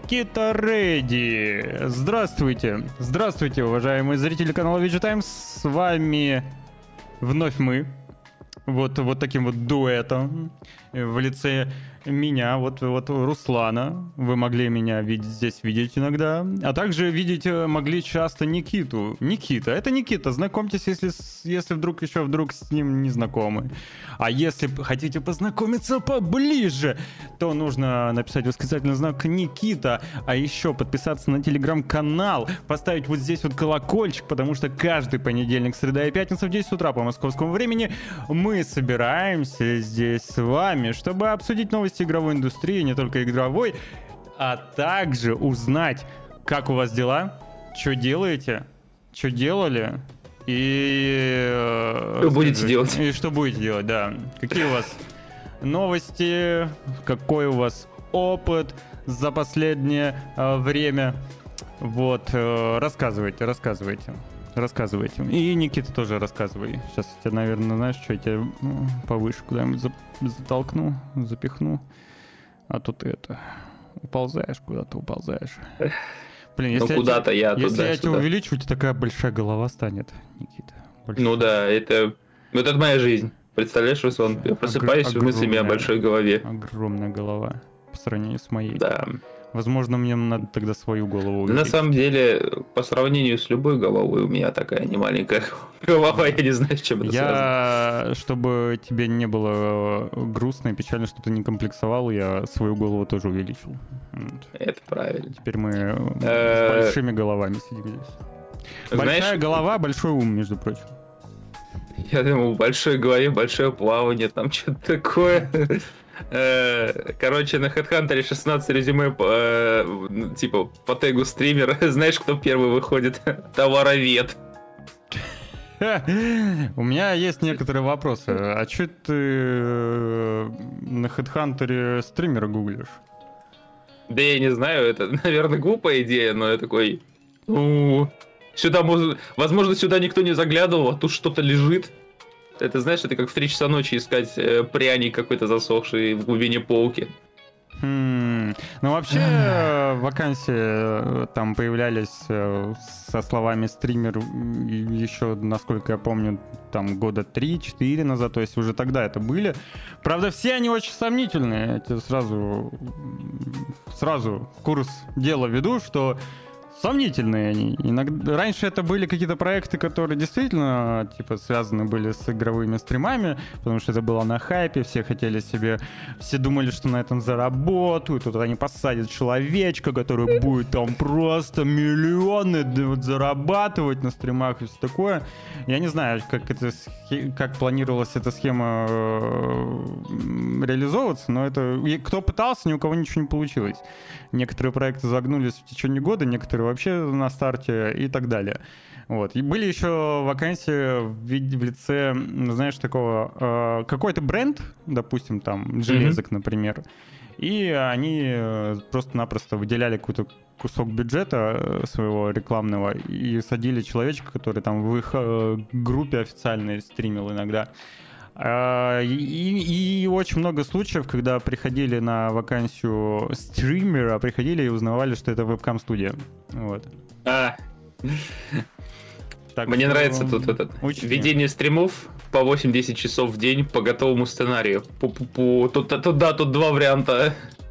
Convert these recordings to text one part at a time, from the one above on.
Никита Рэдди. Здравствуйте. Здравствуйте, уважаемые зрители канала VG Times. С вами вновь мы. Вот таким вот дуэтом в лице меня, вот Руслана. Вы могли меня здесь видеть иногда. А также видеть могли часто Никиту. Никита, это Никита. Знакомьтесь, если вдруг с ним не знакомы. А если хотите познакомиться поближе, то нужно написать восклицательный знак Никита. А еще подписаться на телеграм-канал, поставить вот здесь вот колокольчик, потому что каждый понедельник, среда и пятница в 10 утра по московскому времени мы собираемся здесь с вами, чтобы обсудить новости игровой индустрии, не только игровой, а также узнать, как у вас дела, что делаете, что делали и... Что будете делать. И что будете делать, да. Какие у вас новости, какой у вас опыт за последнее время. Вот, рассказывайте. И Никита тоже рассказывай. Сейчас я тебе, наверное, знаешь, что я тебя повыше куда-нибудь затолкну, запихну. А тут это... Уползаешь куда-то. Блин, если куда-то я туда, если я тебя увеличу, у тебя такая большая голова станет, Никита. Большая. Ну да, это моя жизнь. Представляешь, Руслан, я просыпаюсь с мыслями о большой голове. Огромная голова по сравнению с моей. Да. Возможно, мне надо тогда свою голову увеличить. На самом деле, по сравнению с любой головой, у меня такая немаленькая голова, я не знаю, с чем это связано. Чтобы тебе не было грустно и печально, что ты не комплексовал, я свою голову тоже увеличил. Это правильно. Теперь мы с большими головами сидим здесь. Большая голова, большой ум, между прочим. Я думал, в большой голове большое плавание, там что-то такое... Короче, на HeadHunter 16 резюме типа по тегу стример. Знаешь, кто первый выходит? Товаровед. У меня есть некоторые вопросы. А что ты на HeadHunter стримера гуглишь? Да я не знаю, это, наверное, глупая идея, но я такой... Сюда, возможно, сюда никто не заглядывал, а тут что-то лежит. Это, знаешь, это как в 3 часа ночи искать пряник какой-то засохший в глубине полки. Ну, вообще, вакансии там появлялись со словами стример еще, насколько я помню, там года 3-4 назад, то есть уже тогда это были. Правда, все они очень сомнительные. Я тебе сразу курс дела веду, что сомнительные они. Иногда раньше это были какие-то проекты, которые действительно типа связаны были с игровыми стримами, потому что это было на хайпе, все хотели себе, все думали, что на этом заработают, тут они посадят человечка, который будет там просто миллионы зарабатывать на стримах и все такое. Я не знаю, как планировалась эта схема реализовываться, но это кто пытался, ни у кого ничего не получилось. Некоторые проекты загнулись в течение года, некоторые вообще на старте и так далее. Вот. И были еще вакансии в лице, знаешь, такого... какой-то бренд, допустим, там, железок, например, и они просто-напросто выделяли какой-то кусок бюджета своего рекламного и садили человечка, который там в их группе официальной стримил иногда. И очень много случаев, когда приходили на вакансию стримера, приходили и узнавали, что это вебкам-студия. Вот. Мне нравится тут ведение стримов по 8-10 часов в день по готовому сценарию. Тут 2 варианта.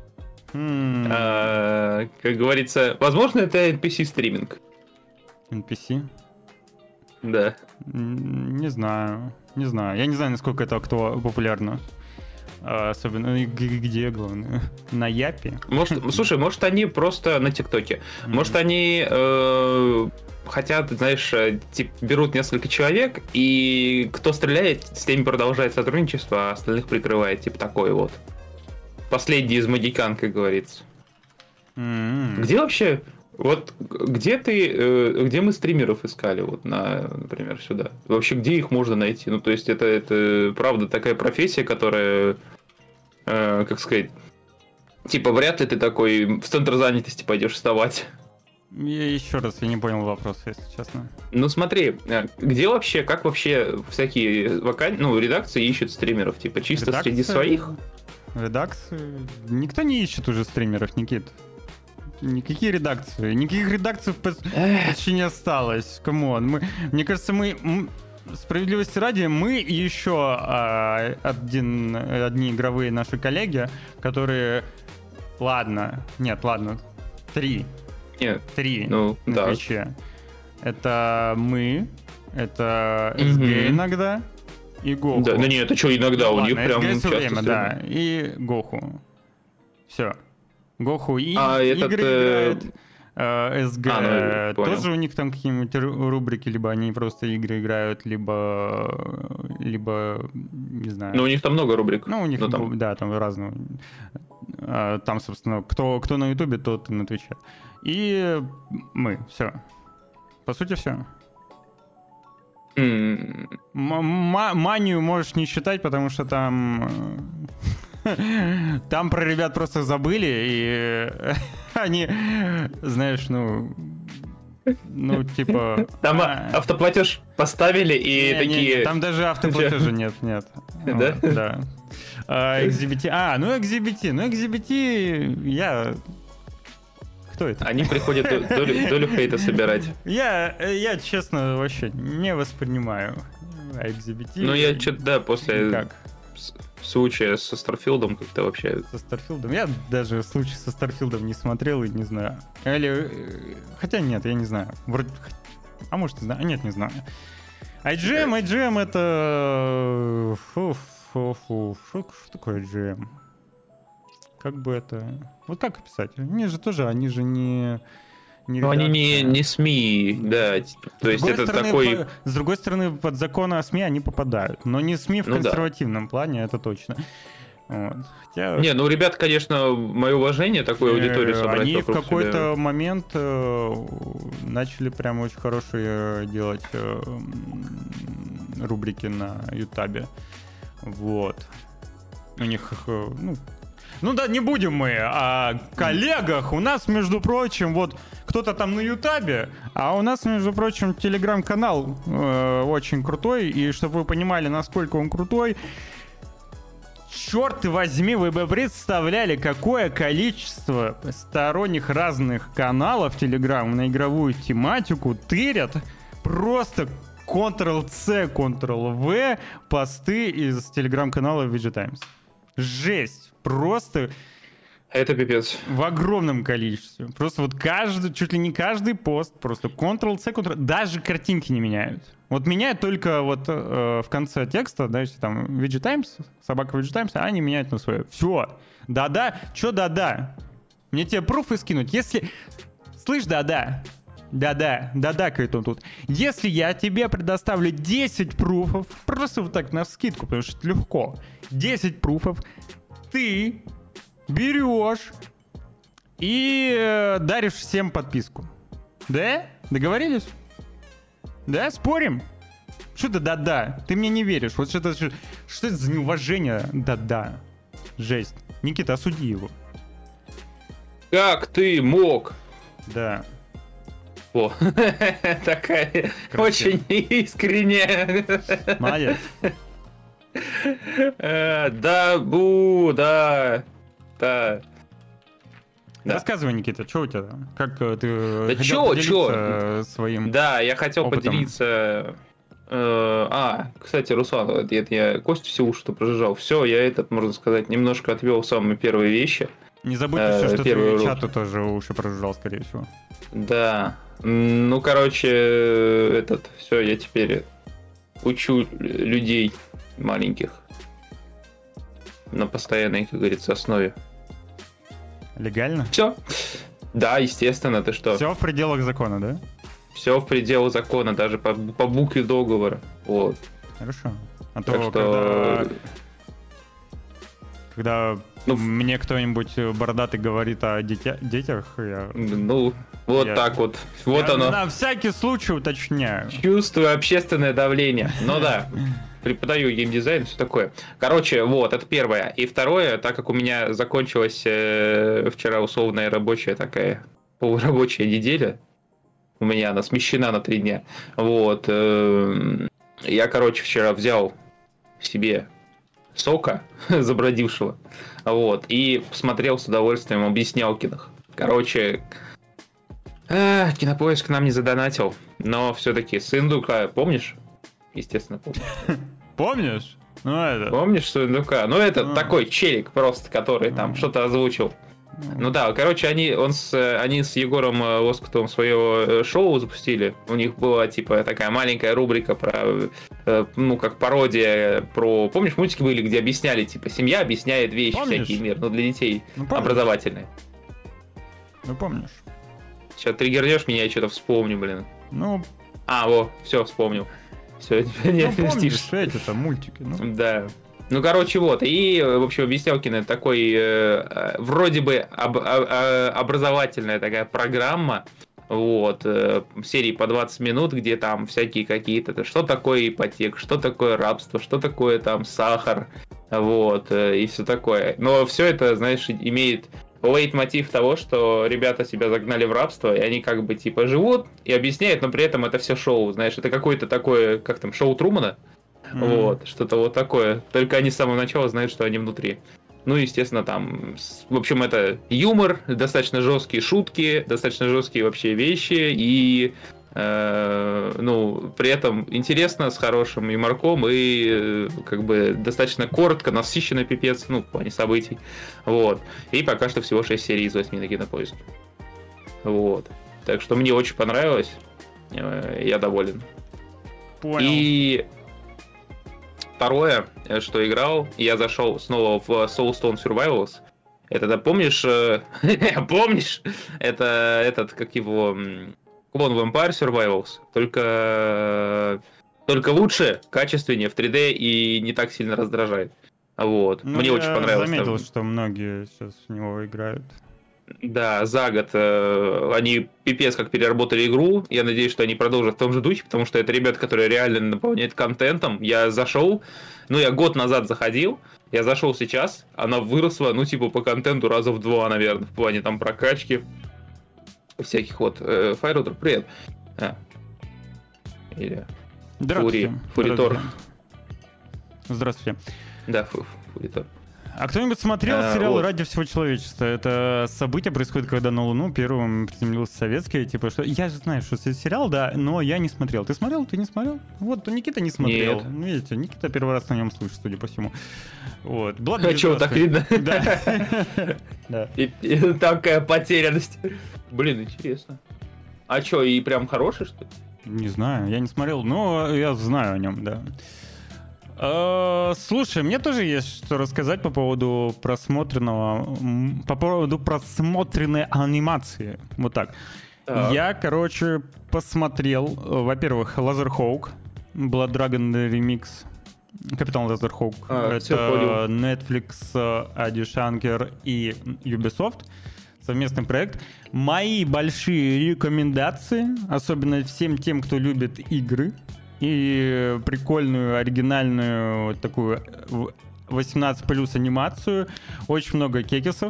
Как говорится, возможно, это NPC-стриминг. NPC? Да. Не знаю. Я не знаю, насколько это популярно. Особенно где, главное? На Япе? Слушай, может они просто на ТикТоке. Может они хотят, знаешь, типа, берут несколько человек, и кто стреляет, с теми продолжает сотрудничество, а остальных прикрывает. Типа такой вот. Последний из магикан, как говорится. Где вообще... Вот где мы стримеров искали, вот например, сюда? Вообще, где их можно найти? Ну, то есть, это правда такая профессия, которая, как сказать, типа, вряд ли ты такой в центр занятости пойдешь вставать. Еще раз, я не понял вопроса, если честно. Ну, смотри, где вообще, как вообще всякие редакции ищут стримеров? Типа, чисто среди своих? Редакции? Никто не ищет уже стримеров, Никит. Никаких редакций почти не осталось. Камон. Мне кажется, справедливости ради, мы и еще одни игровые наши коллеги, которые... Три. Нет. Три Ну, на да. Твиче. Это мы, это SG иногда и Гоху. Да, ну нет, это что, иногда у них прям SG часто все время, да. стримят. И Гоху. Все. Гоху и этот, игры играет. СГ ну, понял. тоже у них там какие-нибудь рубрики, либо они просто игры играют, либо не знаю. Ну, у них там много рубрик. Ну, у них, там... да, там разного. Там, собственно, кто на Ютубе, тот и на Твиче. И мы, все. По сути, все. Манию можешь не считать, потому что там... Там про ребят просто забыли, и они, знаешь, типа... Там автоплатеж поставили и такие... Там даже автоплатежа нет. Да? Да. XGBT... XGBT, я... Кто это? Они приходят долю хейта собирать. Я, честно, вообще не воспринимаю XGBT. Ну, я что-то, да, после... Как? Случая со Старфилдом как-то вообще... Со Старфилдом? Я даже случай со Старфилдом не смотрел и не знаю. Хотя нет, я не знаю. Вроде... А может, и знаю. Нет, не знаю. IGM это... Что такое IGM? Как бы это... Вот как описать? Они же не... Ну, они не СМИ, да. То есть это такой... С другой стороны, под законы о СМИ они попадают. Но не СМИ в консервативном плане, это точно. Вот. Хотя... Не, ну, ребят, конечно, мое уважение, такую аудиторию собрать. Они в какой-то момент начали прям очень хорошие делать рубрики на Ютабе. Вот. У них... Ну да, не будем мы о коллегах. У нас, между прочим, вот кто-то там на Ютабе, а у нас, между прочим, телеграм-канал очень крутой. И чтобы вы понимали, насколько он крутой, черт возьми, вы бы представляли, какое количество сторонних разных каналов телеграм на игровую тематику тырят просто Ctrl-C, Ctrl-V посты из телеграм-канала VG Times. Жесть! Просто... Это пипец. В огромном количестве. Просто вот чуть ли не каждый пост, просто Ctrl-C, Ctrl... Даже картинки не меняют. Вот меняют только вот в конце текста, да, если там VG Times, собака VG Times, а они меняют на свое. Все. Да-да. Че да-да? Мне тебе пруфы скинуть? Если... Слышь, да-да. Да-да, говорит он тут. Если я тебе предоставлю 10 пруфов, просто вот так навскидку, потому что это легко. 10 пруфов, ты берешь и даришь всем подписку. Да? Договорились? Да? Спорим? Что это да-да? Ты мне не веришь. Вот что это за неуважение? Да-да. Жесть. Никита, осуди его. Как ты мог? Да. О, такая очень искренняя. Молодец. Да. Рассказывай, Никита, что у тебя? Как ты да хотел поделиться своим Да, я хотел опытом. поделиться... кстати, Руслан, вот я Костю все уши прожужжал. Все, я можно сказать, немножко отвел самые первые вещи. Не забудь еще, что ты первый урок. чату тоже уши прожужжал, скорее всего. Да. Ну, короче, все, я теперь учу людей маленьких на постоянной, как говорится, основе. Легально? Все. Да, естественно, ты что? Все в пределах закона, да? Все в пределах закона, даже по букве договора. Вот. Хорошо. А Так то, что... когда мне кто-нибудь бородатый говорит о детях, я... Ну, вот так вот. Вот оно. На всякий случай уточняю. Чувствую общественное давление. Ну да. Преподаю геймдизайн, все такое. Короче, вот, это первое. И второе, так как у меня закончилась вчера условная рабочая такая полурабочая неделя, у меня она смещена на 3 дня. Вот. Я, короче, вчера взял себе сока забродившего, вот, и посмотрел с удовольствием Объяснялкиных. Короче, Кинопоиск нам не задонатил, но все-таки Сындука, помнишь? Естественно, помню. Помнишь? Ну, это... Помнишь Сындука? Ну, это такой челик просто, который там что-то озвучил. Ну да, короче, они с Егором Лоскутовым свое шоу запустили. У них была, типа, такая маленькая рубрика про, ну, как пародия про... Помнишь, мультики были, где объясняли, типа, семья объясняет вещи, всякий мир, ну, для детей, образовательные. Ну, помнишь. Сейчас триггернешь меня, я что-то вспомню, блин. Ну... Все, вспомнил. Все, не помнишь, эти-то мультики, ну. Да. Ну, короче, вот. И, в общем, Объяснялкина такой вроде бы образовательная такая программа, вот, серии по 20 минут, где там всякие какие-то, что такое ипотека, что такое рабство, что такое там сахар, вот, и все такое. Но все это, знаешь, имеет лейтмотив того, что ребята себя загнали в рабство, и они как бы типа живут и объясняют, но при этом это все шоу, знаешь, это какое-то такое, как там, шоу Трумана. Вот, что-то вот такое. Только они с самого начала знают, что они внутри. Ну, естественно, там, в общем, это юмор, достаточно жесткие шутки, достаточно жесткие вообще вещи, и, ну, при этом интересно, с хорошим юморком, и, как бы, достаточно коротко, насыщенно пипец, ну, в плане событий. Вот. И пока что всего 6 серий из 8 на Кинопоиске. Вот. Так что мне очень понравилось. Я доволен. Понял. И... Второе, что играл, я зашел снова в Soulstone Survivals. Это, да, помнишь, помнишь? Это этот, как его, Clone Vampire Survivals, только лучше, качественнее, в 3D и не так сильно раздражает. Вот, ну, мне очень понравилось. Я заметил, что многие сейчас в него играют. Да, за год они пипец как переработали игру. Я надеюсь, что они продолжат в том же духе, потому что это ребята, которые реально наполняют контентом. Я зашел, я год назад заходил, я зашел сейчас, она выросла, ну, типа, по контенту раза в 2, наверное, в плане там прокачки всяких вот. Файрудер, привет. Или Фуритор. Здравствуйте. Да, Фуритор. А кто-нибудь смотрел сериал «Ради всего человечества»? Это событие происходит, когда на Луну первым приземлился советский, типа, что... Я же знаю, что это сериал, да, но я не смотрел. Ты смотрел? Ты не смотрел? Вот, Никита не смотрел. Нет. Ну, видите, Никита первый раз на нем слышит, судя по всему. Вот. А чего так видно? Да. И такая потерянность. Блин, интересно. А что, и прям хороший, что ли? Не знаю, я не смотрел, но я знаю о нем, да. Слушай, мне тоже есть что рассказать по поводу просмотренной анимации. Вот так. Я, короче, посмотрел, во-первых, Лазерхоук, Blood Dragon Remix, Капитан Лазерхоук. Это Netflix, Ади Шанкер и Ubisoft. Совместный проект. Мои большие рекомендации, особенно всем тем, кто любит игры, и прикольную, оригинальную такую 18+ анимацию. Очень много кекисов,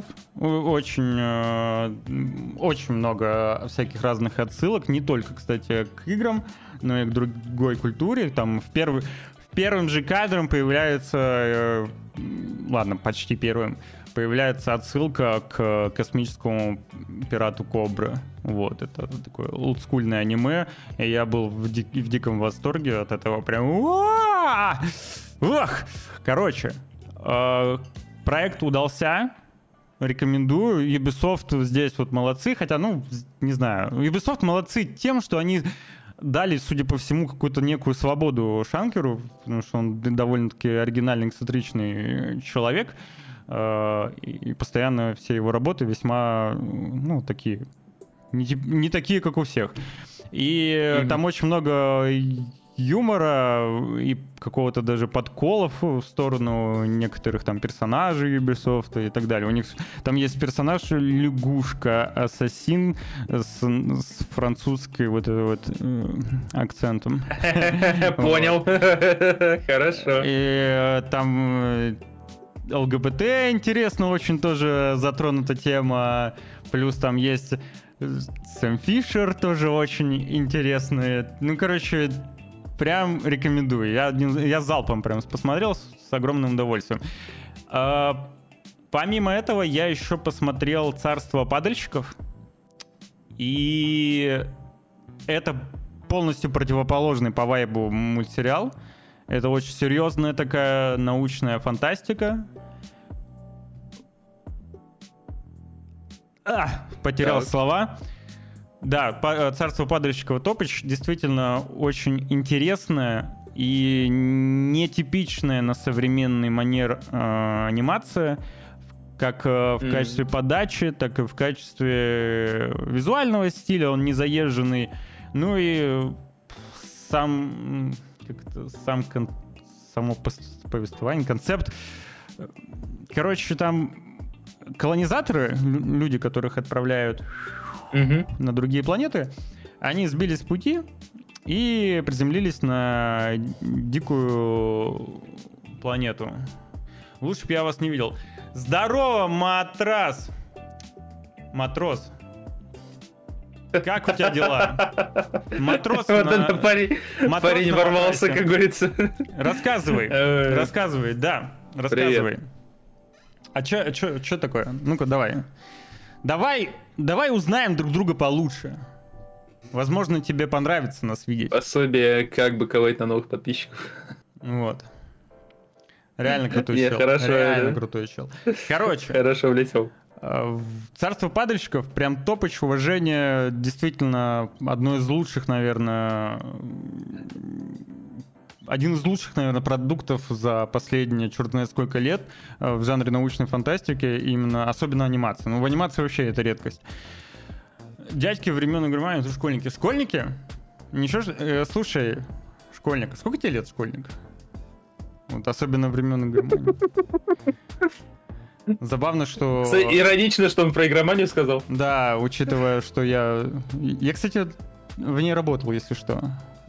очень много всяких разных отсылок, не только, кстати, к играм, но и к другой культуре. Там первым же кадром появляется, почти первым, появляется отсылка к космическому пирату Кобра. Вот, это такое олдскульное аниме, и я был в диком восторге от этого. Прям... Короче, проект удался. Рекомендую. Ubisoft здесь вот молодцы, хотя, не знаю. Ubisoft молодцы тем, что они дали, судя по всему, какую-то некую свободу Шанкеру, потому что он довольно-таки оригинальный, эксцентричный человек. И постоянно все его работы весьма, такие, не такие, как у всех. И там очень много юмора и какого-то даже подколов в сторону некоторых там персонажей Ubisoft и так далее. У них там есть персонаж лягушка-ассасин с французской вот акцентом. Понял. Хорошо. И там... ЛГБТ интересно, очень тоже затронута тема. Плюс там есть Сэм Фишер, тоже очень интересный. Прям рекомендую. Я залпом прям посмотрел с огромным удовольствием. По Помимо этого, я еще посмотрел «Царство падальщиков». И это полностью противоположный по вайбу мультсериал. Это очень серьезная такая научная фантастика. Потерял слова. Да, «Царство падальщиков» Топыч действительно очень интересная и нетипичная на современный манер анимация, как в качестве подачи, так и в качестве визуального стиля. Он не заезженный. Ну и само повествование, концепт. Короче, там колонизаторы, люди, которых отправляют на другие планеты, они сбились с пути и приземлились на дикую планету. Лучше бы я вас не видел. Здорово, матрос! Как у тебя дела? Матрос вот это парень ворвался, как говорится. Рассказывай, да, рассказывай. А чё такое? Ну-ка, давай. Давай узнаем друг друга получше. Возможно, тебе понравится нас видеть. Пособие, как быковать на новых подписчиков. Вот. Реально крутой чел. Хорошо, реально крутой чел. Короче. Хорошо влетел. «Царство падальщиков» прям Топыч, уважение, действительно одно из лучших, наверное, один из лучших, наверное, продуктов за последние черт знает сколько лет в жанре научной фантастики, именно, особенно анимация. Ну, в анимации вообще это редкость. Дядьки времен Игромания, это школьники. Школьники? Ничего, слушай, школьник, сколько тебе лет, школьник? Вот, особенно времен Игромания. Забавно, что... Иронично, что он про игроманию сказал. Да, учитывая, что я... Я, кстати, в ней работал, если что.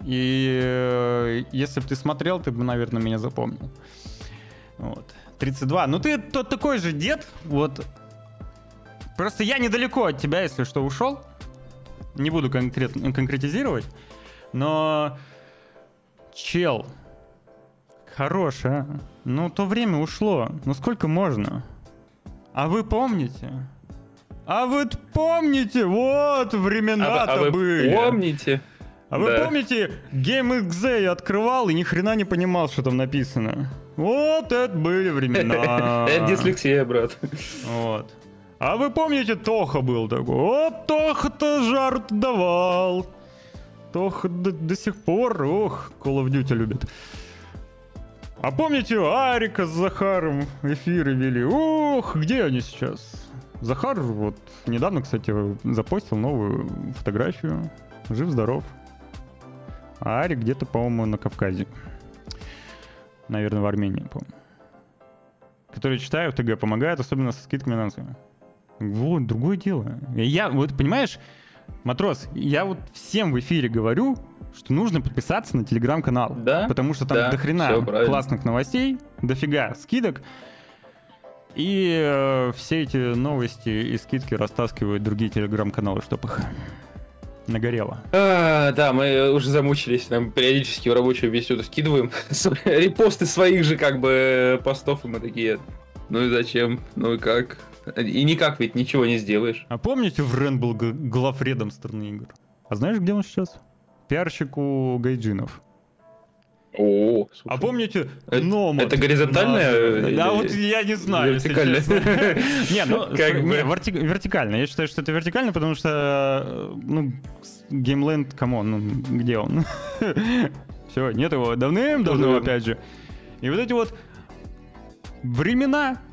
И если бы ты смотрел, ты бы, наверное, меня запомнил. Вот. 32. Ну ты тот такой же дед, вот. Просто я недалеко от тебя, если что, ушел. Не буду конкретизировать. Но... Чел. Хорош, а? Ну, то время ушло. Ну, сколько можно? А вы помните? Вот времена-то были. Помните? Вы помните, GameXZ я открывал и ни хрена не понимал, что там написано. Вот это были времена. Это дислексия, брат. Вот. А вы помните, Тоха был такой? Вот Тоха-то жару давал. Тоха до сих пор, Call of Duty любит. А помните, Арика с Захаром эфиры вели? Где они сейчас? Захар вот недавно, кстати, запостил новую фотографию. Жив-здоров. А Арик где-то, по-моему, на Кавказе. Наверное, в Армении, по-моему. Которые читаю в ТГ, помогают, особенно со скидками на нацию. Вот, другое дело. Я, вот, понимаешь, Матрос, я вот всем в эфире говорю, что нужно подписаться на телеграм-канал. Да? Потому что там дохрена классных новостей, дофига скидок. И все эти новости и скидки растаскивают другие телеграм-каналы, чтоб их нагорело. Да, мы уже замучились. Нам периодически в рабочую беседу скидываем репосты своих же как бы постов, и мы такие, ну и зачем, ну и как? И никак ведь ничего не сделаешь. А помните, Врен был главредом страны игр? А знаешь, где он сейчас? Пиарщик у гайджинов. О, а помните, это горизонтальная? Да, вот я не знаю. Вертикальная. Не, ну, вертикально. Я считаю, что это вертикально, потому что, ну, Геймленд, камон, ну, где он? Все, нет его давным-давно, опять же. И вот эти вот времена,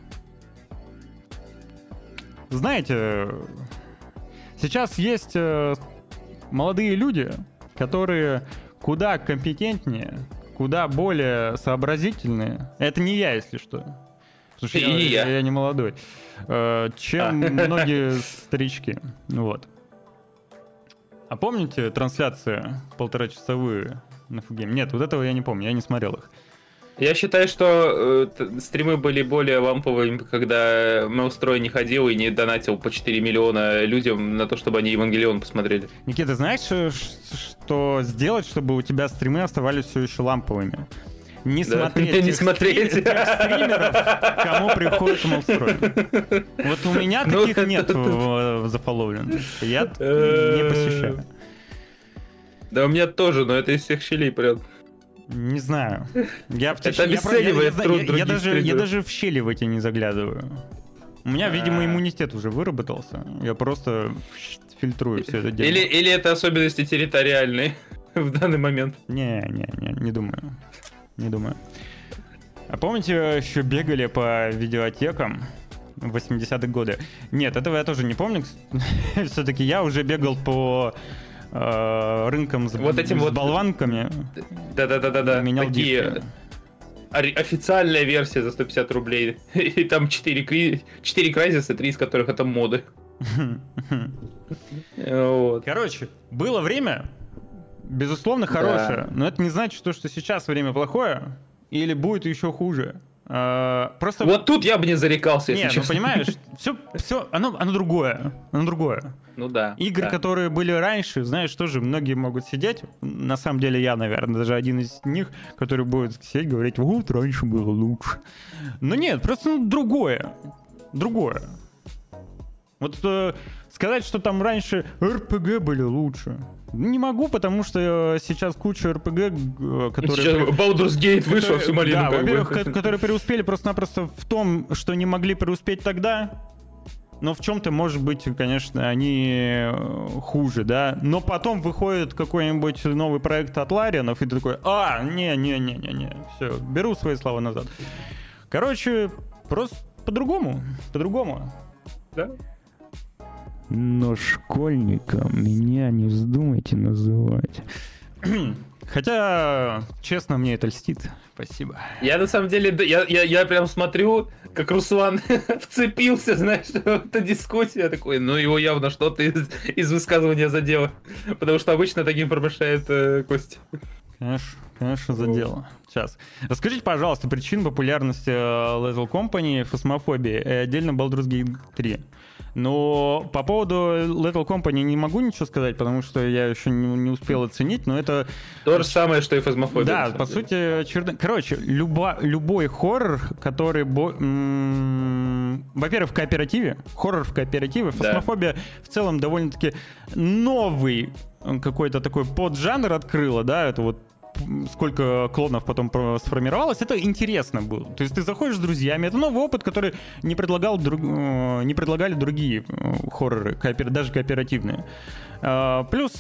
знаете, сейчас есть молодые люди, которые куда компетентнее, куда более сообразительные. Это не я, если что. Потому что я не молодой. Чем многие старички. Вот. А помните трансляции полуторачасовые на Фугейм? Нет, вот этого я не помню, я не смотрел их. Я считаю, что стримы были более ламповыми, когда Мелстрой не ходил и не донатил по 4 миллиона людям на то, чтобы они Евангелион посмотрели. Никита, знаешь, что сделать, чтобы у тебя стримы оставались все еще ламповыми? не Да. смотреть Не тех смотреть. тех стримеров, кому приходит Малстрой. Вот у меня Ну, таких нет в зафоловленных. Я не посещаю. Да у меня тоже, но это из всех щелей прям. Не знаю. Я в Это обесценивает труд других я стримеров. даже в щели в эти не заглядываю. У меня, видимо, иммунитет уже выработался. Я просто фильтрую все это дело. Или это особенности территориальные в данный момент. Не думаю. Не думаю. А помните, еще бегали по видеотекам в 80-е годы? Нет, этого я тоже не помню. Все-таки я уже бегал по рынкам с, Вот этим с вот- болванками. Да. Менял Такие диски. официальная версия за 150 рублей. И там 4 крайзиса, 3 из которых это моды. Вот. Короче, было время, безусловно, хорошее, но это не значит, что сейчас время плохое или будет еще хуже. Просто... Вот тут я бы не зарекался, если Нет, ну честно. понимаешь, все, оно другое. Оно другое. Ну да. Игры, да. которые были раньше, знаешь, тоже многие могут сидеть. На самом деле я, наверное, даже один из них, который будет сидеть, говорить, вот раньше было лучше. Но нет, просто другое. Другое. Вот сказать, что там раньше РПГ были лучше. Не могу, потому что сейчас куча РПГ, которые... Сейчас Baldur's Gate вышел, всю малину. Да, как бы. во-первых, которые преуспели просто-напросто в том, что не могли преуспеть тогда. Но в чем-то, может быть, конечно, они хуже, да. Но потом выходит какой-нибудь новый проект от Ларианов, и ты такой, не, все, беру свои слова назад. Короче, просто по-другому. Да? Но школьником меня не вздумайте называть. Хотя, честно, мне это льстит. Спасибо. Я на самом деле, я прям смотрю, как Руслан вцепился, знаешь, в эту дискуссию. Я такой, ну его явно что-то из высказывания задело. Потому что обычно таким промышляет Костя. Конечно, задело. Сейчас. Расскажите, пожалуйста, причин популярности Lethal Company, фасмофобии и отдельно Baldur's Gate 3. Но по поводу Lethal Company не могу ничего сказать, потому что я еще не успел оценить, но это... То же самое, что и фазмофобия. Да, по сути, короче, любой хоррор, который... Во-первых, в кооперативе, хоррор в кооперативе, фасмофобия в целом довольно-таки новый какой-то такой поджанр открыла, да, это вот сколько клонов потом сформировалось, это интересно было. То есть ты заходишь с друзьями, это новый опыт, который не предлагали другие хорроры, даже кооперативные. Плюс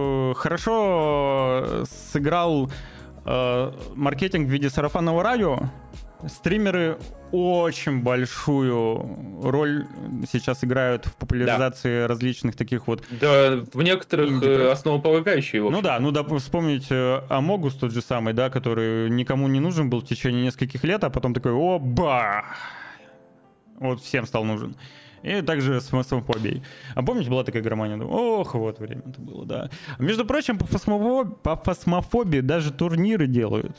хорошо сыграл маркетинг в виде сарафанного радио. Стримеры очень большую роль сейчас играют в популяризации различных таких вот... Да, в некоторых основополагающие. Ну да, вспомнить Амогус тот же самый, да, который никому не нужен был в течение нескольких лет, а потом такой, оба! Вот всем стал нужен. И также с фасмофобией. А помните, была такая игромания? Ох, вот время-то было, да. Между прочим, по фасмофобии даже турниры делают.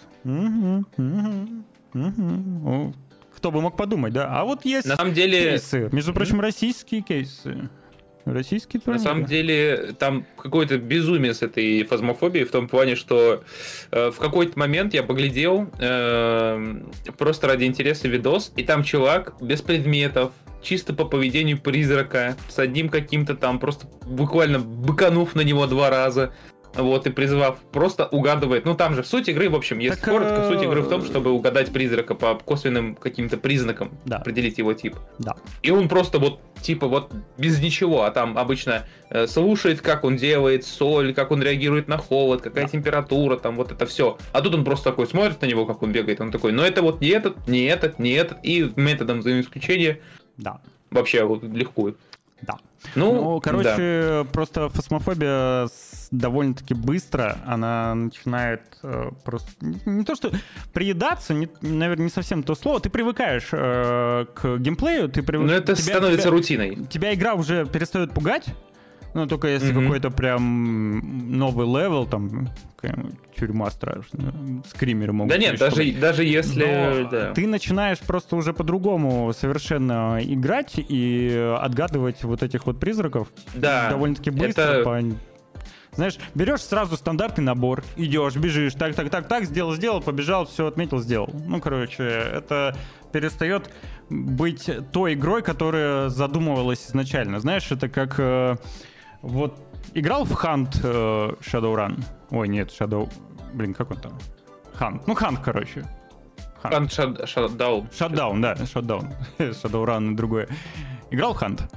Кто бы мог подумать, да? А вот есть на самом деле... кейсы. Между прочим, российские кейсы. Российские турниры. На самом деле, там какое-то безумие с этой фазмофобией в том плане, что в какой-то момент я поглядел просто ради интереса видос, и там чувак без предметов, чисто по поведению призрака, с одним каким-то там, просто буквально быканув на него 2 раза, вот, и призвав, просто угадывает. Ну, там же суть игры, в общем, есть коротко, суть игры в том, чтобы угадать призрака по косвенным каким-то признакам, да. Определить его тип. Да. И он просто вот, типа, вот без ничего, а там обычно слушает, как он делает соль, как он реагирует на холод, какая температура, там вот это все. А тут он просто такой смотрит на него, как он бегает, он такой, ну это вот не этот, не этот, не этот, и методом взаимоисключения вообще вот легко. Да. Ну, короче, просто фасмофобия довольно-таки быстро, она начинает просто... Не то, что приедаться, наверное, не совсем то слово, ты привыкаешь к геймплею, ты привыкаешь... Но это становится рутиной. Тебя игра уже перестает пугать, ну, только если какой-то прям новый левел, там, тюрьма страшная, скримеры могут... Да нет, даже если... Да. Ты начинаешь просто уже по-другому совершенно играть и отгадывать вот этих вот призраков довольно-таки быстро, Знаешь, берешь сразу стандартный набор, идешь, бежишь, так, сделал, побежал, все отметил, сделал. Ну, короче, это перестает быть той игрой, которая задумывалась изначально. Знаешь, это как вот играл в Hunt Shadowrun. Ой, нет, Блин, как он там? Hunt. Ну, Hunt, короче. Hunt Shutdown. Shutdown, да, Shutdown. Shadowrun другое. Играл в Hunt?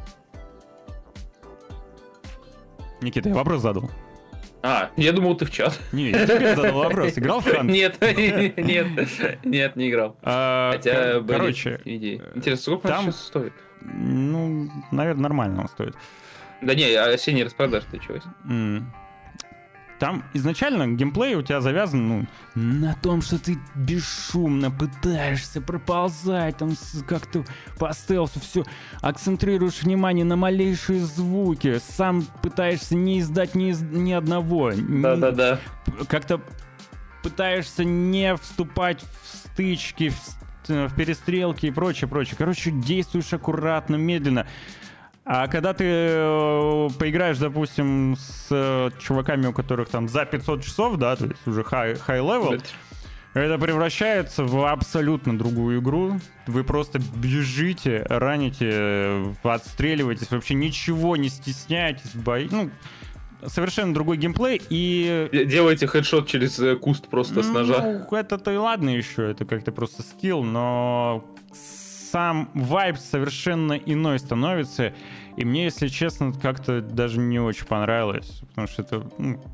Никита, я вопрос задал. Я думал, ты в чат. Не, я тебе задал вопрос. Играл в Hunt? Нет, не играл. Хотя были идеи. Интересно, сколько он сейчас стоит? Ну, наверное, нормально он стоит. Да не, осенний распродаж началась. Там изначально геймплей у тебя завязан, на том, что ты бесшумно пытаешься проползать, там как-то по стелсу все, акцентрируешь внимание на малейшие звуки, сам пытаешься не издать ни одного. Да. Как-то пытаешься не вступать в стычки, в перестрелки и прочее. Короче, действуешь аккуратно, медленно. А когда ты поиграешь, допустим, с чуваками, у которых там за 500 часов, да, то есть уже high level, это превращается в абсолютно другую игру. Вы просто бежите, раните, отстреливаетесь, вообще ничего не стесняетесь, совершенно другой геймплей и... Делаете хедшот через куст просто с ножа. Это-то и ладно еще, это как-то просто скилл, но... Сам вайб совершенно иной становится, и мне, если честно, как-то даже не очень понравилось, потому что это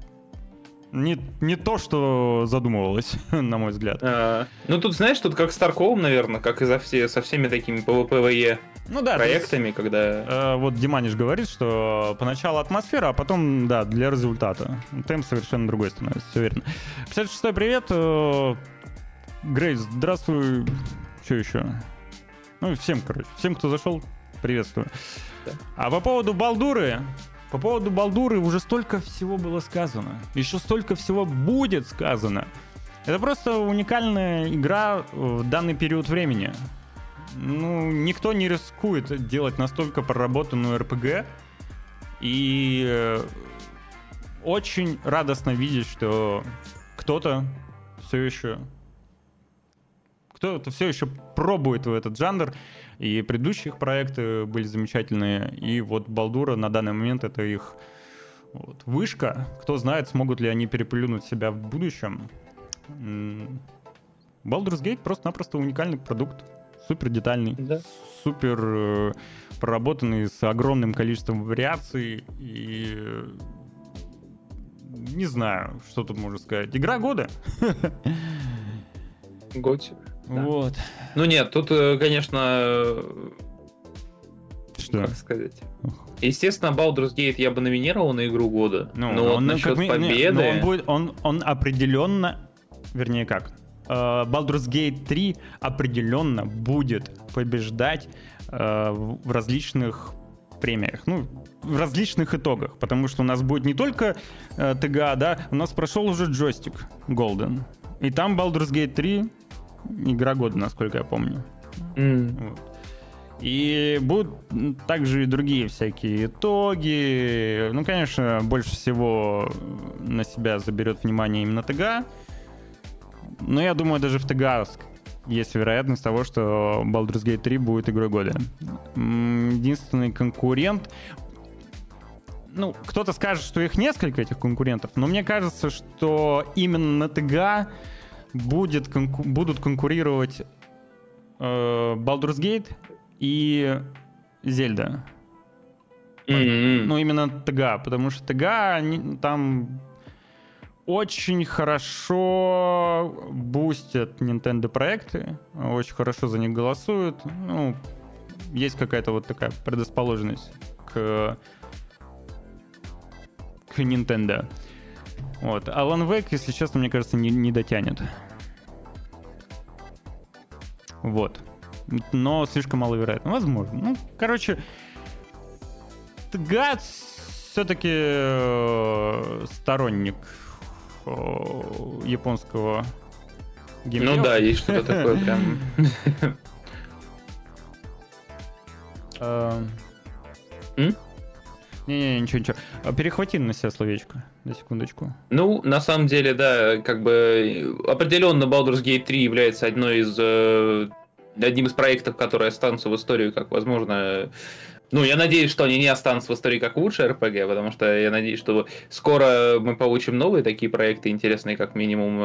не то, что задумывалось, на мой взгляд. Тут, знаешь, тут как с Тарковым, наверное, как и со всеми такими PvPvE проектами, когда... Вот Диманиш говорит, что поначалу атмосфера, а потом, да, для результата. Темп совершенно другой становится, все верно. 56-й привет. Грейс, здравствуй. Что еще? Всем, кто зашел, приветствую. Да. А по поводу Балдуры уже столько всего было сказано. Еще столько всего будет сказано. Это просто уникальная игра в данный период времени. Никто не рискует делать настолько проработанную РПГ. И очень радостно видеть, что кто-то все еще пробует в этот жанр, и предыдущие их проекты были замечательные, и вот Балдура на данный момент это их вышка. Кто знает, смогут ли они переплюнуть себя в будущем. Baldur's Gate просто-напросто уникальный продукт, супер детальный, да. Супер проработанный, с огромным количеством вариаций, и не знаю, что тут можно сказать. Игра года. Готи. Да. Вот. Нет, тут, конечно... Что? Как сказать? Естественно, Baldur's Gate я бы номинировал на игру года. Но насчет победы... Он определенно... Вернее, как? Baldur's Gate 3 определенно будет побеждать в различных премиях. В различных итогах. Потому что у нас будет не только ТГА, да, у нас прошел уже джойстик Golden. И там Baldur's Gate 3 игра года, насколько я помню. Вот. И будут также и другие всякие итоги. Конечно, больше всего на себя заберет внимание именно ТГА. Но я думаю, даже в ТГА есть вероятность того, что Baldur's Gate 3 будет игрой года. Единственный конкурент... кто-то скажет, что их несколько, этих конкурентов, но мне кажется, что именно на ТГА будут конкурировать Baldur's Gate и Зельда. Именно ТГА, потому что ТГА там очень хорошо бустят Nintendo проекты, очень хорошо за них голосуют. Есть какая-то вот такая предрасположенность к Nintendo. Вот. Alan Wake, если честно, мне кажется, не дотянет. Вот. Но слишком маловероятно. Возможно. ТГА все-таки сторонник японского геймдева. Да, есть что-то такое прям... Не-не, ничего. Перехвати на себя словечко, на секундочку. Ну, на самом деле, да, как бы определенно Baldur's Gate 3 является одним из проектов, которые останутся в истории, как, возможно... Ну, я надеюсь, что они не останутся в истории как лучший RPG, потому что я надеюсь, что скоро мы получим новые такие проекты интересные, как минимум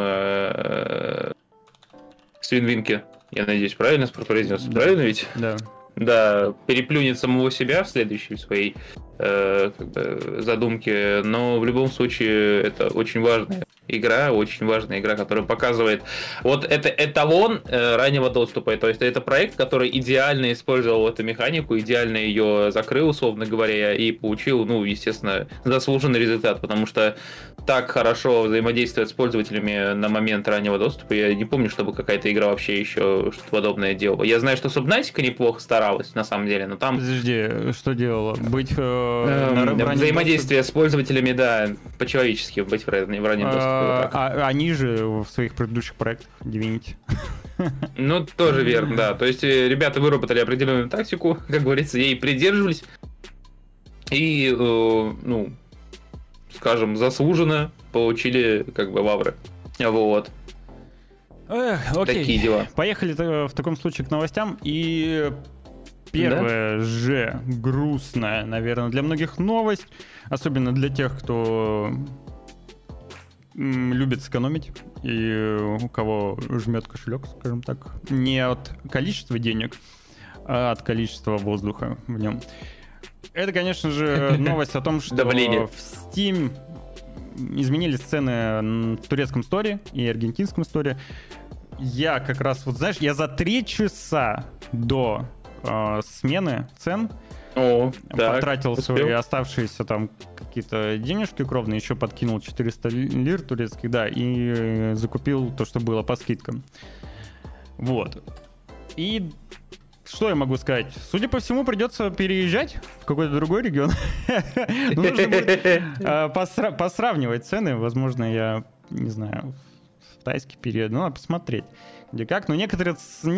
Свинвинки. Я надеюсь, правильно произнес? Да. Правильно ведь? Да. Да, переплюнет самого себя в следующей своей как бы, задумке, но в любом случае это очень важная игра, которая показывает вот это эталон раннего доступа, то есть это проект, который идеально использовал эту механику, идеально ее закрыл, условно говоря, и получил, ну, естественно, заслуженный результат, потому что так хорошо взаимодействовать с пользователями на момент раннего доступа, я не помню, чтобы какая-то игра вообще еще что-то подобное делала. Я знаю, что Subnautica неплохо старалась, на самом деле, но там... Подожди, что делала? Быть взаимодействие с пользователями, да, по-человечески быть в раннем доступе. Они же в своих предыдущих проектах, Divinity. Ну, тоже верно, да. То есть ребята выработали определенную тактику, как говорится, ей придерживались. И, ну, скажем, заслуженно получили, как бы, лавры. Вот. Окей. Такие дела. Поехали в таком случае к новостям. И первая же грустная, наверное, для многих новость. Особенно для тех, кто любит сэкономить и у кого жмет кошелек, скажем так, не от количества денег, а от количества воздуха в нем. Это, конечно же, новость о том, что в Steam изменились цены в турецком сторе и аргентинском сторе. Я как раз, вот знаешь, я за 3 часа до смены цен потратил свои оставшиеся там какие-то денежки кровные, еще подкинул 400 лир турецких, да, и закупил то, что было по скидкам. Вот. И что я могу сказать? Судя по всему, придется переезжать в какой-то другой регион. Нужно будет посравнивать цены. Возможно, я, не знаю, в тайский период. Ну, надо посмотреть, где как. Но некоторые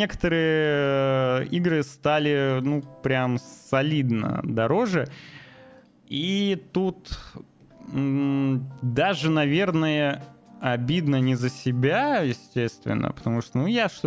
игры стали, ну, прям солидно дороже. И тут даже, наверное, обидно не за себя, естественно, потому что, ну, я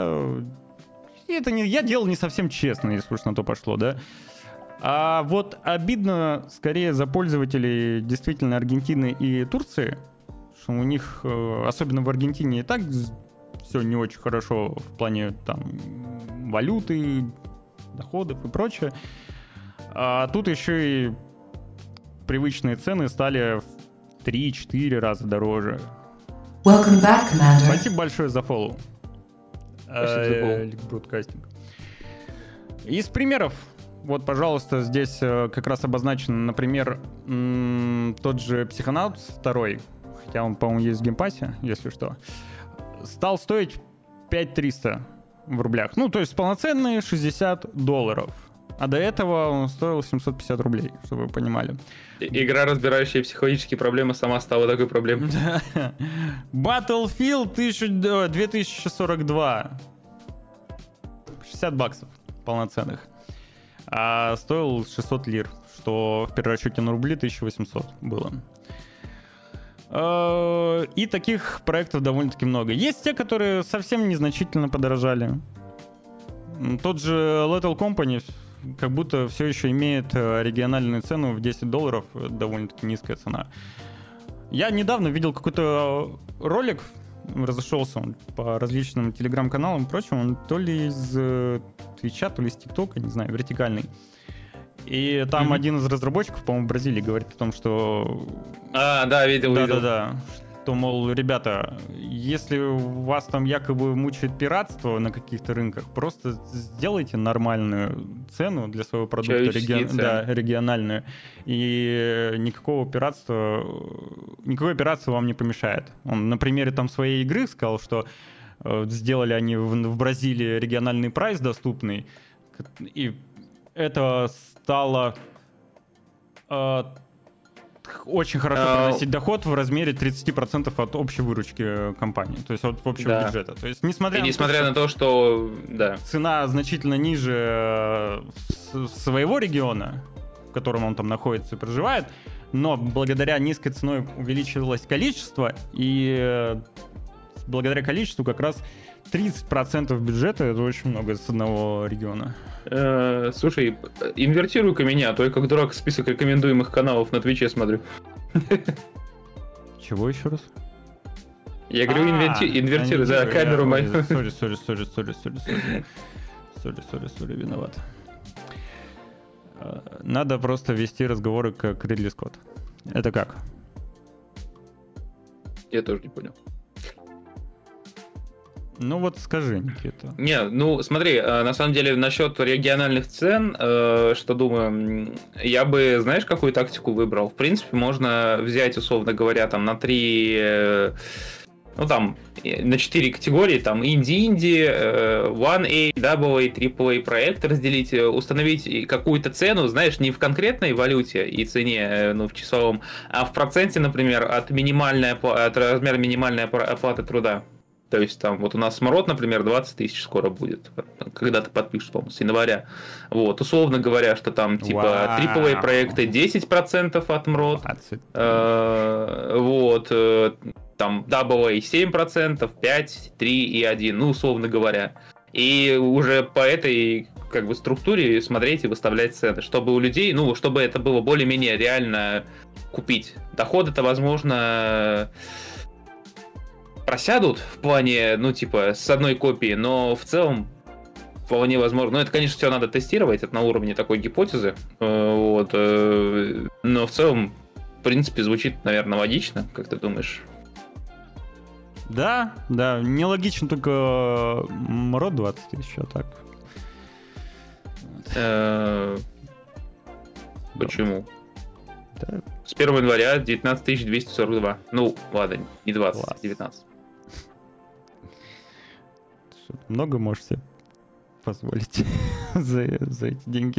делал не совсем честно, если уж на то пошло, да. А вот обидно скорее за пользователей действительно Аргентины и Турции, что у них, особенно в Аргентине, и так все не очень хорошо в плане там валюты, доходов и прочее. А тут еще и привычные цены стали в 3-4 раза дороже. Welcome back, Commander. Спасибо большое за фоллоу. Бродкастинг. Из примеров, вот, пожалуйста, здесь как раз обозначено, например, тот же Psychonauts 2, хотя он, по-моему, есть в геймпассе, если что, стал стоить 5300 в рублях. Ну, то есть полноценные $60. А до этого он стоил 750 рублей, чтобы вы понимали. Игра, разбирающая психологические проблемы, сама стала такой проблемой. Battlefield 2042. $60 полноценных. А стоил 600 лир, что в перерасчете на рубли 1800 было. И таких проектов довольно-таки много. Есть те, которые совсем незначительно подорожали. Тот же Lethal Company как будто все еще имеет региональную цену в $10, довольно-таки низкая цена. Я недавно видел какой-то ролик, разошелся он по различным телеграм-каналам и прочему, он то ли из Твича, то ли из ТикТока, не знаю, вертикальный. И там один из разработчиков, по-моему, в Бразилии говорит о том, что... да, видел. Да-да-да. Что, мол, ребята, если вас там якобы мучает пиратство на каких-то рынках, просто сделайте нормальную цену для своего продукта, региональную, и никакое пиратство вам не помешает. Он на примере там своей игры сказал, что сделали они в Бразилии региональный прайс доступный, и это стало... очень хорошо приносить доход в размере 30% от общей выручки компании, то есть от общего бюджета. То есть, несмотря на то, что цена значительно ниже своего региона, котором он там находится и проживает, но благодаря низкой ценой увеличилось количество, и благодаря количеству как раз 30% бюджета — это очень много с одного региона. Слушай, инвертируй-ка меня, а то я как дурак список рекомендуемых каналов на Твиче смотрю. Чего еще раз? Я говорю, инвертируй, да, камеру мою. Сори, виноват. Надо просто вести разговоры как Ридли Скотт. Это как? Я тоже не понял. Ну вот скажи, Никита. Не, ну смотри, на самом деле насчет региональных цен, что думаю, я бы, знаешь, какую тактику выбрал? В принципе, можно взять, условно говоря, там на 3, ну там, на 4 категории, там инди, 1A, AA, AAA проект разделить, установить какую-то цену, знаешь, не в конкретной валюте и цене, ну, в часовом, а в проценте, например, от размера минимальной оплаты труда. То есть там вот у нас МРОТ, например, 20 тысяч скоро будет, когда ты подпишешь, по-моему, с января. Вот, условно говоря, что там типа AAA проекты 10% от МРОТ, вот, там AA 7%, 5, 3 и 1, ну, условно говоря. И уже по этой как бы структуре смотреть и выставлять цены, чтобы у людей, ну, чтобы это было более-менее реально купить. Доходы-то, возможно, просядут в плане, ну, типа, с одной копии, но в целом вполне возможно. Ну, это, конечно, все надо тестировать, это на уровне такой гипотезы, вот, но в целом, в принципе, звучит, наверное, логично, как ты думаешь? Да, нелогично только МРОТ 20 тысяч, а так. Почему? Да. С 1 января 19 242. Ну, ладно, не 20, Класс. 19. Много можешь себе позволить за эти деньги?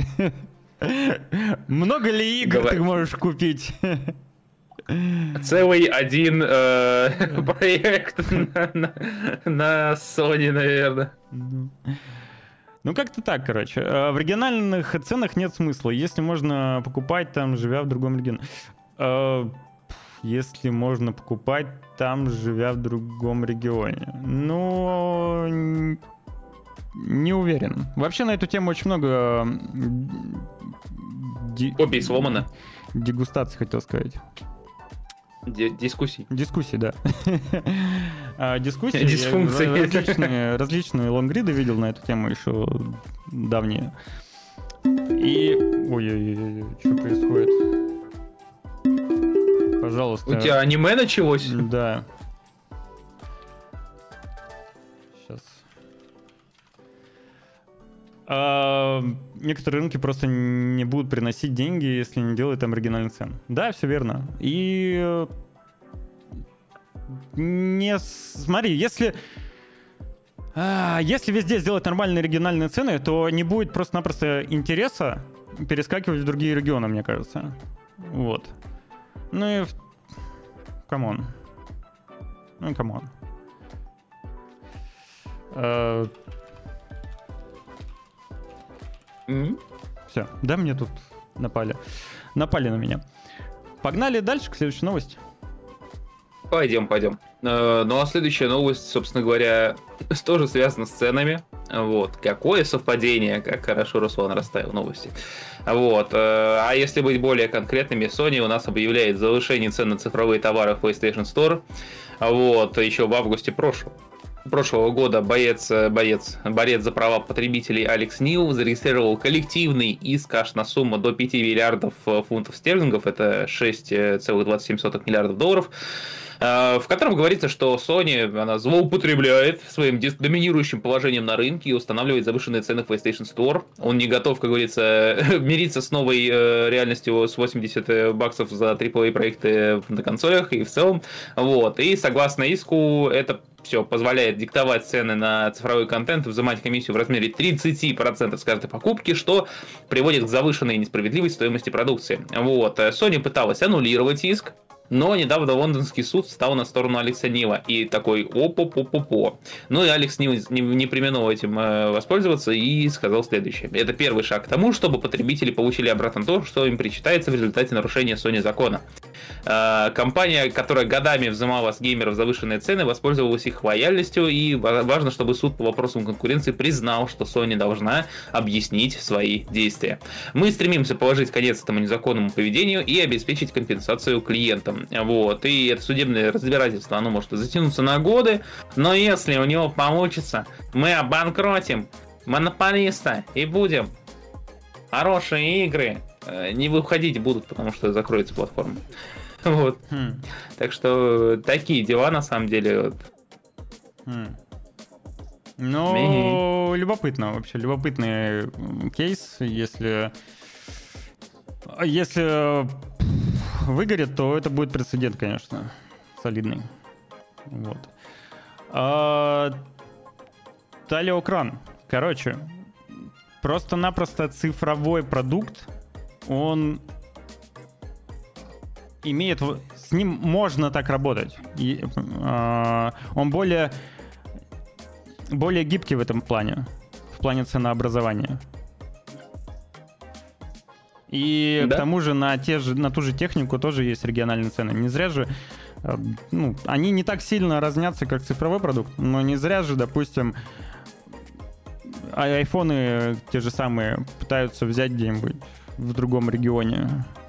Много ли игр ты можешь купить? Целый один проект на Sony, наверное. Ну, как-то так, короче. В региональных ценах нет смысла. Если можно покупать там, живя в другом регионе. Если можно покупать там, живя в другом регионе. Ну, не уверен. Вообще на эту тему очень много копий сломано. Дегустаций, хотел сказать. Дискуссий. Дискуссии, да. Дискуссии. Дисфункции. Различные лонгриды видел на эту тему еще давние. И... Ой-ой-ой, что происходит? Пожалуйста. У тебя аниме началось? Да. Сейчас. Некоторые рынки просто не будут приносить деньги, если не делают там оригинальных цен. Да, все верно. И смотри, если везде сделать нормальные региональные цены, то не будет просто-напросто интереса перескакивать в другие регионы, мне кажется. Вот. Ну и камон. Все, да, мне тут напали на меня. Погнали дальше к следующей новости. Пойдем. Ну а следующая новость, собственно говоря, тоже связана с ценами. Вот. Какое совпадение, как хорошо Руслан расставил новости. Вот. А если быть более конкретными, Sony у нас объявляет завышение цен на цифровые товары в PlayStation Store. Вот. Еще в августе прошлого года борец за права потребителей Алекс Нил зарегистрировал коллективный иск аж на сумму до 5 миллиардов фунтов стерлингов, это 6,27 миллиардов долларов, в котором говорится, что Sony, она злоупотребляет своим доминирующим положением на рынке и устанавливает завышенные цены в PlayStation Store. Он не готов, как говорится, мириться с новой реальностью с $80 за AAA проекты на консолях и в целом. Вот. И согласно иску, это все позволяет диктовать цены на цифровой контент, взимать комиссию в размере 30% с каждой покупки, что приводит к завышенной несправедливой стоимости продукции. Вот. Sony пыталась аннулировать иск, Но недавно лондонский суд встал на сторону Алекса Нила и такой оп-оп-оп-оп. Ну и Алекс Нил не преминул этим воспользоваться и сказал следующее. Это первый шаг к тому, чтобы потребители получили обратно то, что им причитается в результате нарушения Sony закона. Компания, которая годами взимала с геймеров завышенные цены, воспользовалась их лояльностью, и важно, чтобы суд по вопросам конкуренции признал, что Sony должна объяснить свои действия. Мы стремимся положить конец этому незаконному поведению и обеспечить компенсацию клиентам. Вот. И это судебное разбирательство, оно может затянуться на годы, но если у него получится, мы обанкротим монополиста и будем хорошие игры не выходить будут, потому что закроется платформа. Вот. Так что такие дела на самом деле. Ну, любопытно вообще, любопытный кейс, если выгорит, то это будет прецедент, конечно, солидный. Вот. Талиокран. Короче, просто-напросто цифровой продукт, он имеет... С ним можно так работать. Он более гибкий в этом плане, в плане ценообразования. И да? К тому же на ту же технику тоже есть региональные цены. Не зря же, они не так сильно разнятся, как цифровой продукт, но не зря же, допустим, айфоны те же самые пытаются взять где-нибудь в другом регионе.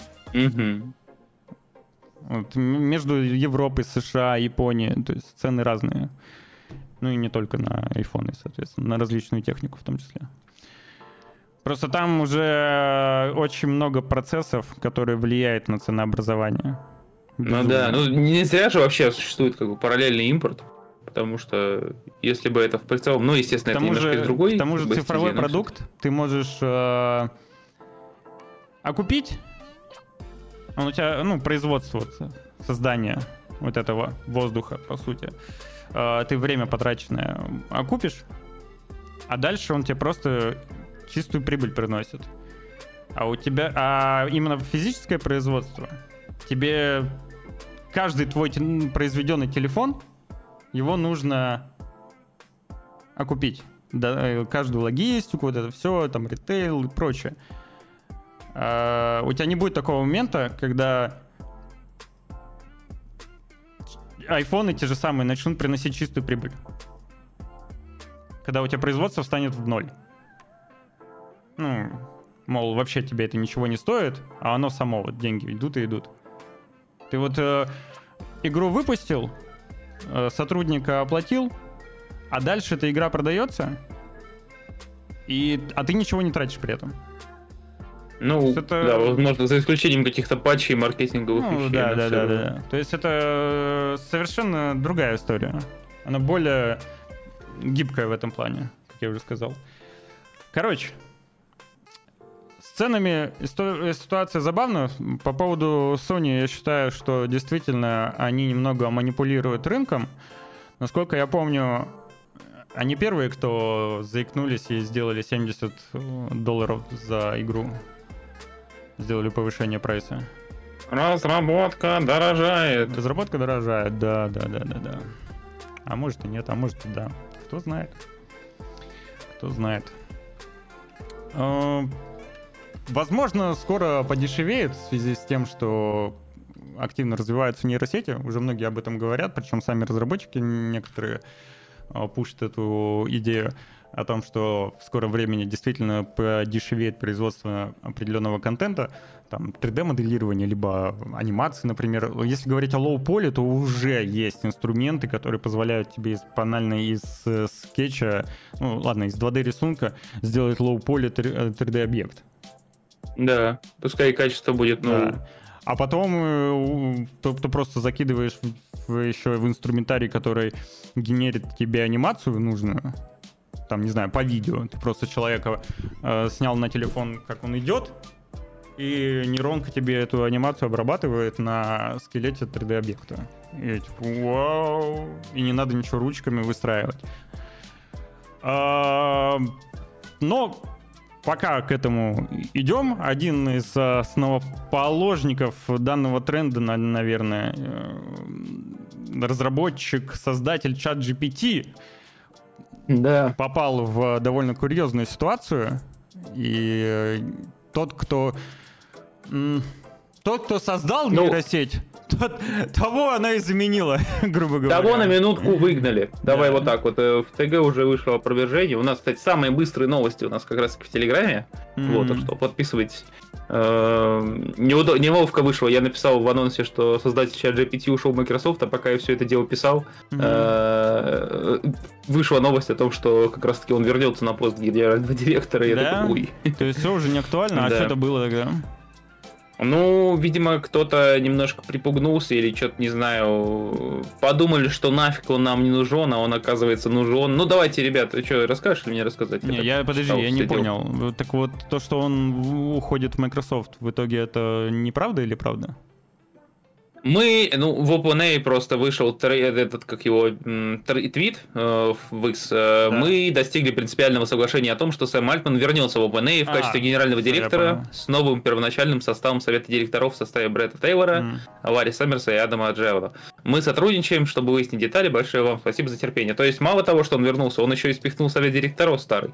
Вот, между Европой, США, Японией, то есть цены разные. Ну и не только на айфоны, соответственно, на различную технику в том числе. Просто там уже очень много процессов, которые влияют на ценообразование. Ну да, ну не зря же вообще существует как бы параллельный импорт, потому что если бы это в целом, ну естественно, это немножко из другой. К тому же цифровой продукт ты можешь окупить, он у тебя, ну, производство, создание вот этого воздуха, по сути. Ты время потраченное окупишь, а дальше он тебе просто чистую прибыль приносит. А именно физическое производство, тебе каждый твой произведенный телефон, его нужно окупить. Каждую логистику, вот это все, там, ритейл и прочее. У тебя не будет такого момента, когда айфоны те же самые начнут приносить чистую прибыль. Когда у тебя производство встанет в ноль. Ну, мол, вообще тебе это ничего не стоит, а оно само, вот деньги идут и идут. Ты вот игру выпустил, сотрудника оплатил, а дальше эта игра продается, а ты ничего не тратишь при этом. Ну, да, возможно, за исключением каких-то патчей и маркетинговых вещей. Да. То есть это совершенно другая история. Она более гибкая в этом плане, как я уже сказал. Короче, с ценами ситуация забавная. По поводу Sony я считаю, что действительно они немного манипулируют рынком. Насколько я помню, они первые, кто заикнулись и сделали $70 за игру. Сделали повышение прайса. Разработка дорожает. Разработка дорожает, да. А может и нет, а может и да. Кто знает. Возможно, скоро подешевеет в связи с тем, что активно развиваются нейросети. Уже многие об этом говорят, причем сами разработчики некоторые пушат эту идею о том, что в скором времени действительно подешевеет производство определенного контента, там 3D-моделирование, либо анимации, например. Если говорить о лоу-поле, то уже есть инструменты, которые позволяют тебе банально из скетча, ну ладно, из 2D-рисунка сделать лоу-поле 3D-объект. Да, пускай качество будет, ну... Да. А потом ты просто закидываешь еще в инструментарий, который генерит тебе анимацию нужную, там, не знаю, по видео. Ты просто человека снял на телефон, как он идет, и нейронка тебе эту анимацию обрабатывает на скелете 3D-объекта. И типа, вау! И не надо ничего ручками выстраивать. Но пока к этому идем, один из основоположников данного тренда, наверное, разработчик, создатель ChatGPT, Да. попал в довольно курьезную ситуацию. И тот, кто создал нейросеть, того она и заменила, грубо говоря. Того на минутку выгнали. Давай Да. вот так вот. В ТГ уже вышло опровержение. У нас, кстати, самые быстрые новости у нас как раз в Телеграме. Вот, так что подписывайтесь. Неловко вышло. Я написал в анонсе, что создатель ChatGPT ушел в Microsoft, а пока я все это дело писал, вышла новость о том, что как раз-таки он вернется на пост генерального директора. И я Да? такой, ой. То есть все уже не актуально, а Да. что это было тогда? Ну, видимо, кто-то немножко припугнулся или что-то, не знаю, подумали, что нафиг он нам не нужен, а он, оказывается, нужен. Ну, давайте, ребята, что, расскажешь или мне рассказать? Не, так подожди, читал, я не следил. понял. Так вот, то, что он уходит в Microsoft, в итоге это неправда или правда? Мы, в OpenAI просто вышел этот, как его, твит в X. Мы достигли принципиального соглашения о том, что Сэм Альтман вернется в OpenAI в качестве генерального я директора понял. с новым первоначальным составом совета директоров в составе Бретта Тейлора, Ларри Саммерса и Адама Джевела. Мы сотрудничаем, чтобы выяснить детали. Большое вам спасибо за терпение. То есть, мало того, что он вернулся, он еще и спихнул совет директоров старый.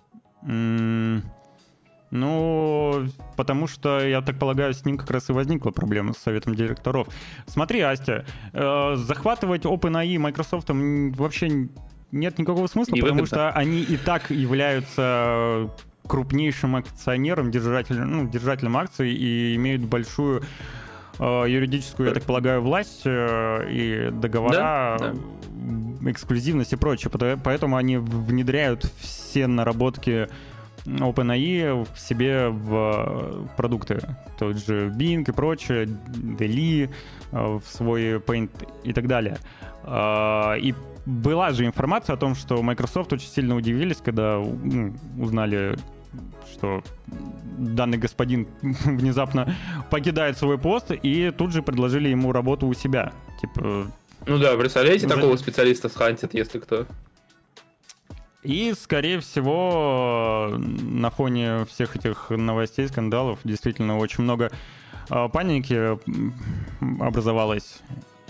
Ну, потому что, я так полагаю, с ним как раз и возникла проблема с советом директоров. Смотри, Астя, захватывать OpenAI Microsoft вообще нет никакого смысла, потому что они и так являются крупнейшим акционером, держателем акций и имеют большую юридическую, я так полагаю, власть и договора, эксклюзивность и прочее. Поэтому они внедряют все наработки OpenAI в себе в продукты. Тот же Bing и прочее, DALL-E в свой Paint и так далее. И была же информация о том, что Microsoft очень сильно удивились, когда узнали, что данный господин внезапно покидает свой пост, и тут же предложили ему работу у себя. Типа... Ну да, представляете, такого специалиста схантят, если кто. И, скорее всего, на фоне всех этих новостей, скандалов, действительно очень много паники образовалось.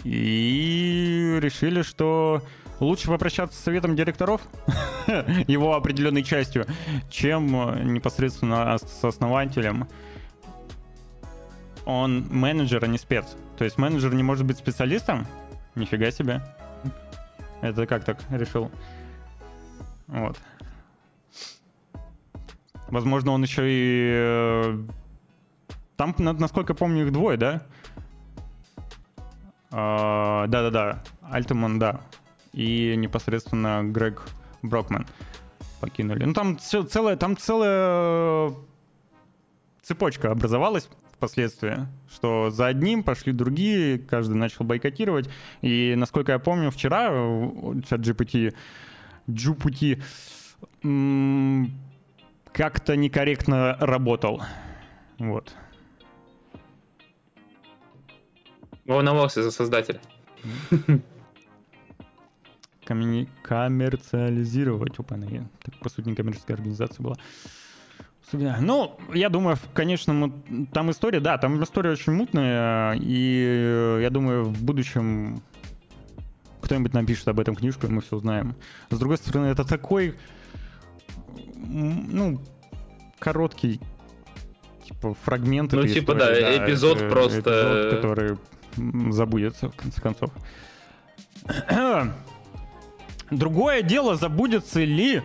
И решили, что лучше попрощаться с советом директоров, его определенной частью, чем непосредственно с основателем. Он менеджер, а не спец. То есть менеджер не может быть специалистом? Нифига себе. Это как так решил? Вот. Возможно, он еще и... Там, насколько помню, их двое, да? Да-да-да. Альтман, да. И непосредственно Грег Брокман покинули. Ну, там целая цепочка образовалась впоследствии, что за одним пошли другие, каждый начал бойкотировать. И, насколько я помню, вчера ChatGPT как-то некорректно работал. Вот. Волновался за создателя. Коммерциализировать OpenAI. Так, по сути, не коммерческая организация была. Ну, я думаю, конечно, там история, да, там история очень мутная, и я думаю, в будущем кто-нибудь напишет об этом книжку, и мы все узнаем. С другой стороны, это такой, короткий, типа, фрагмент этой истории. Да, эпизод просто... Эпизод, который забудется, в конце концов. Другое дело, забудется ли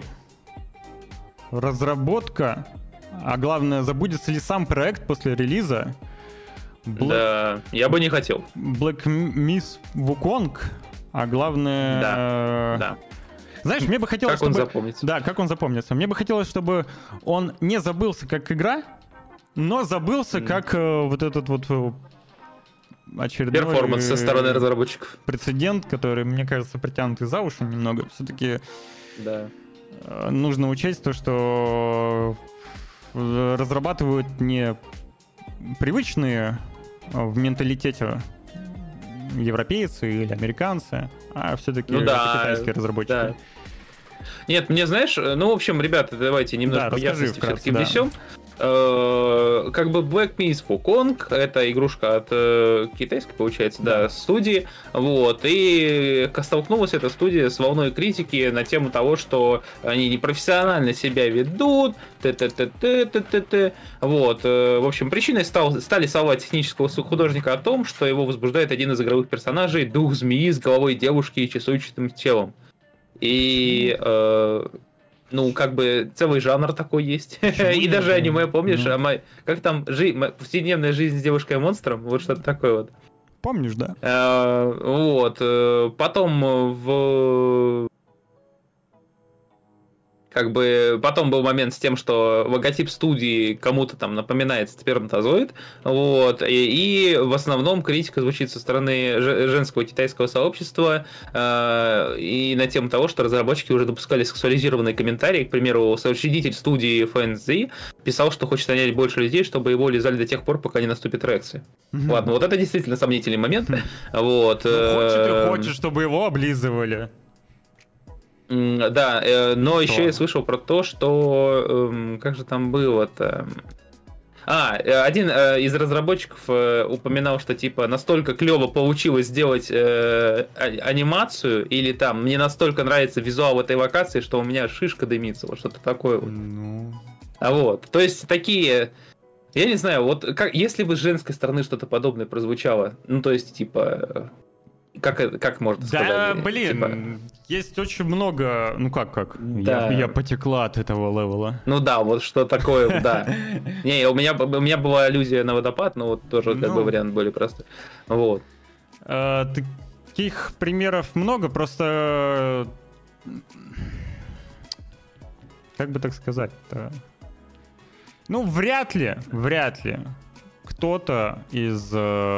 разработка, а главное, забудется ли сам проект после релиза. Да, я бы не хотел. Black Myth Wukong, а главное... Да. Знаешь, мне бы хотелось, как он запомнится. Да, как он запомнится. Мне бы хотелось, чтобы он не забылся как игра, но забылся как вот этот вот очередной... Перформанс со стороны разработчиков. Прецедент, который, мне кажется, притянутый за уши немного. Все-таки нужно учесть то, что разрабатывают не привычные в менталитете европейцы или американцы, а все-таки китайские разработчики. Да. Нет, мне, знаешь, ну, в общем, ребята, давайте немножко Да, расскажи ясности вкратце, все-таки да. внесем. Как бы Black Myth Wukong, это игрушка от китайской, получается, да, студии, вот, и столкнулась эта студия с волной критики на тему того, что они непрофессионально себя ведут, т-т-т-т-т-т-т, вот, в общем, причиной стали слова технического художника о том, что его возбуждает один из игровых персонажей, дух змеи с головой девушки и чешуйчатым телом. И ну, как бы целый жанр такой есть. И даже аниме, помнишь? Как там повседневная жизнь с девушкой-монстром? Вот что-то такое вот. Помнишь, да? Вот. Потом потом был момент с тем, что логотип студии кому-то там напоминает сперматозоид, вот, и в основном критика звучит со стороны женского китайского сообщества и на тему того, что разработчики уже допускали сексуализированные комментарии. К примеру, соучредитель студии FNZ писал, что хочет нанять больше людей, чтобы его лизали до тех пор, пока не наступит эрекция. Ладно, вот это действительно сомнительный момент. Вот. Хочешь, чтобы его облизывали. Да, но еще я слышал про то, что... Как же там было-то? Один из разработчиков упоминал, что типа настолько клево получилось сделать анимацию, или там мне настолько нравится визуал этой локации, что у меня шишка дымится, вот что-то такое вот. Ну... Вот, то есть такие... Я не знаю, вот как, если бы с женской стороны что-то подобное прозвучало, ну то есть типа... Как можно сказать? Да, блин, типа... есть очень много... Ну как? Да. Я потекла от этого левела. Ну да, вот что такое, да. Не, у меня была аллюзия на водопад, но вот тоже как бы вариант были просто. Вот. Таких примеров много, просто... Как бы так сказать-то? Ну, вряд ли кто-то из...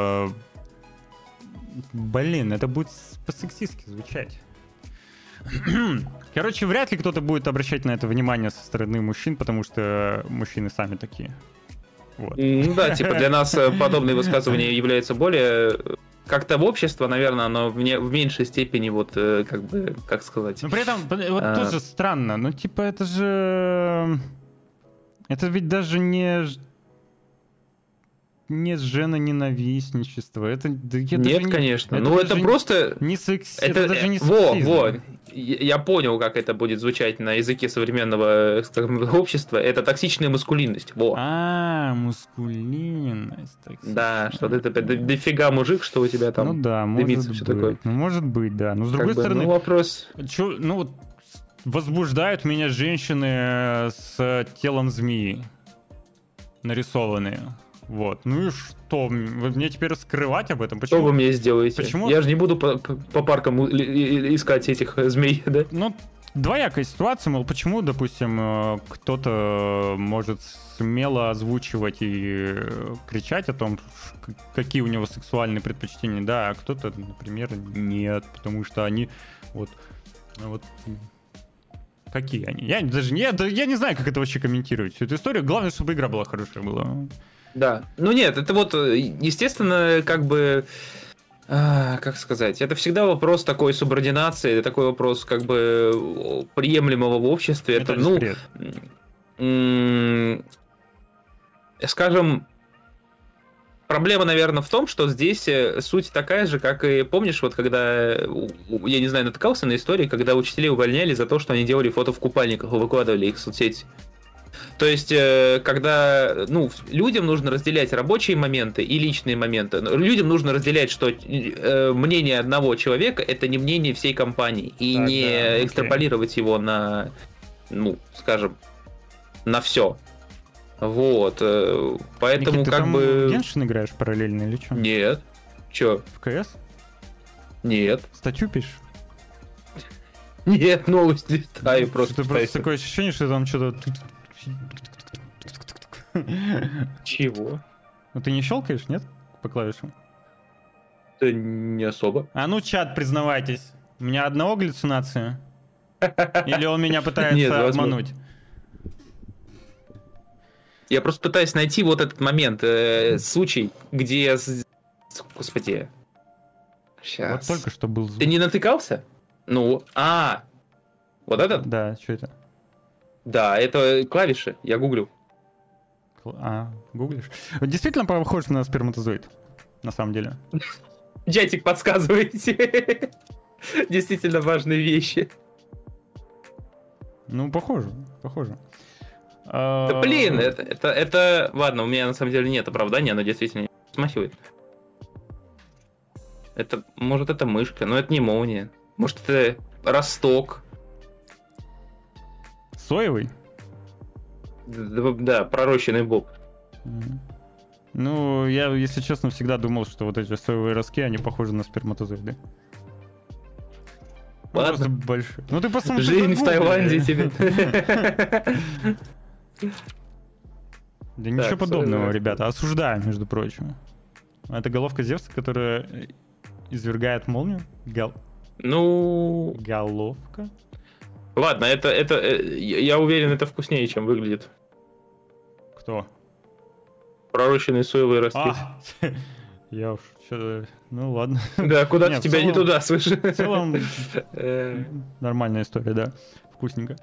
Блин, это будет по-сексистски звучать. Короче, вряд ли кто-то будет обращать на это внимание со стороны мужчин, потому что мужчины сами такие. Вот. Ну да, типа для нас подобные высказывания являются более... Как-то в общество, наверное, оно в меньшей степени, вот, как бы, как сказать... Но при этом, вот тоже странно, ну, типа, это же... Это ведь даже не женоненавистничество. Это, нет, конечно. Ну, это просто... Не это даже не сексизм. Вот. Я понял, как это будет звучать на языке современного, скажем, общества. Это токсичная маскулинность. Во. Маскулинность. Да, что ты дофига мужик, что у тебя там ну, да, дымится, может все быть. такое. Ну, может быть, да. Но с другой стороны... Ну, вопрос... вот возбуждают меня женщины с телом змеи. Нарисованные. Вот. Ну и что? Мне теперь скрывать об этом? Почему? Что вы мне сделаете? Почему? Я же не буду по паркам искать этих змей, да? Ну, двоякая ситуация, мол, почему, допустим, кто-то может смело озвучивать и кричать о том, какие у него сексуальные предпочтения, да, а кто-то, например, нет, потому что они вот какие они? Я не знаю, как это вообще комментировать, всю эту историю. Главное, чтобы игра была хорошая была. Да. Ну нет, это вот, естественно, как бы... как сказать, это всегда вопрос такой субординации, такой вопрос как бы приемлемого в обществе. Это ну, скажем, проблема, наверное, в том, что здесь суть такая же, как и, помнишь, вот когда, я не знаю, натыкался на истории, когда учителей увольняли за то, что они делали фото в купальниках и выкладывали их в соцсети. То есть, когда, ну, людям нужно разделять рабочие моменты и личные моменты. Людям нужно разделять, что мнение одного человека — это не мнение всей компании. И так, не экстраполировать его на, ну, скажем, на все. Вот. Поэтому Никит, ты как там бы... в Геншин играешь параллельно или что? Нет. Че? В КС? Нет. Статью пишешь? Нет, новости листаю, просто. Что просто такое ощущение, что там что-то... Чего? Ну ты не щелкаешь, нет? По клавишам? Да не особо. А ну, чат, признавайтесь. У меня одного галлюцинация? Или он меня пытается обмануть? Я просто пытаюсь найти вот этот момент, случай, где... Господи. Сейчас. Вот только что был звук. Ты не натыкался? Ну, Вот этот? Да, что это? Да, это клавиши, я гуглю. Гуглишь? Действительно похож на сперматозоид, на самом деле. Чатик подсказываете. Действительно важные вещи. Ну, похоже. Да блин, это... Ладно, у меня на самом деле нет оправдания, но действительно смахивает. Может, это мышка, но это не молния. Может, это росток. Соевый? Да, пророщенный боб. Ну, я, если честно, всегда думал, что вот эти соевые ростки, они похожи на сперматозоиды. Ладно. Просто большие. Ну, ты посмотри. Жизнь в Таиланде тебе. Да ничего подобного, соевые. ребята. Осуждаю, между прочим. Это головка Зевса, которая извергает молнию? Ну, Головка? ладно, я уверен, это вкуснее, чем выглядит. Кто? Пророщенные соевые ростки. Я уж что-то... Ну, ладно. Да, куда-то Не, в тебя не целом- туда, слышишь? В целом, нормальная история, да. Вкусненько.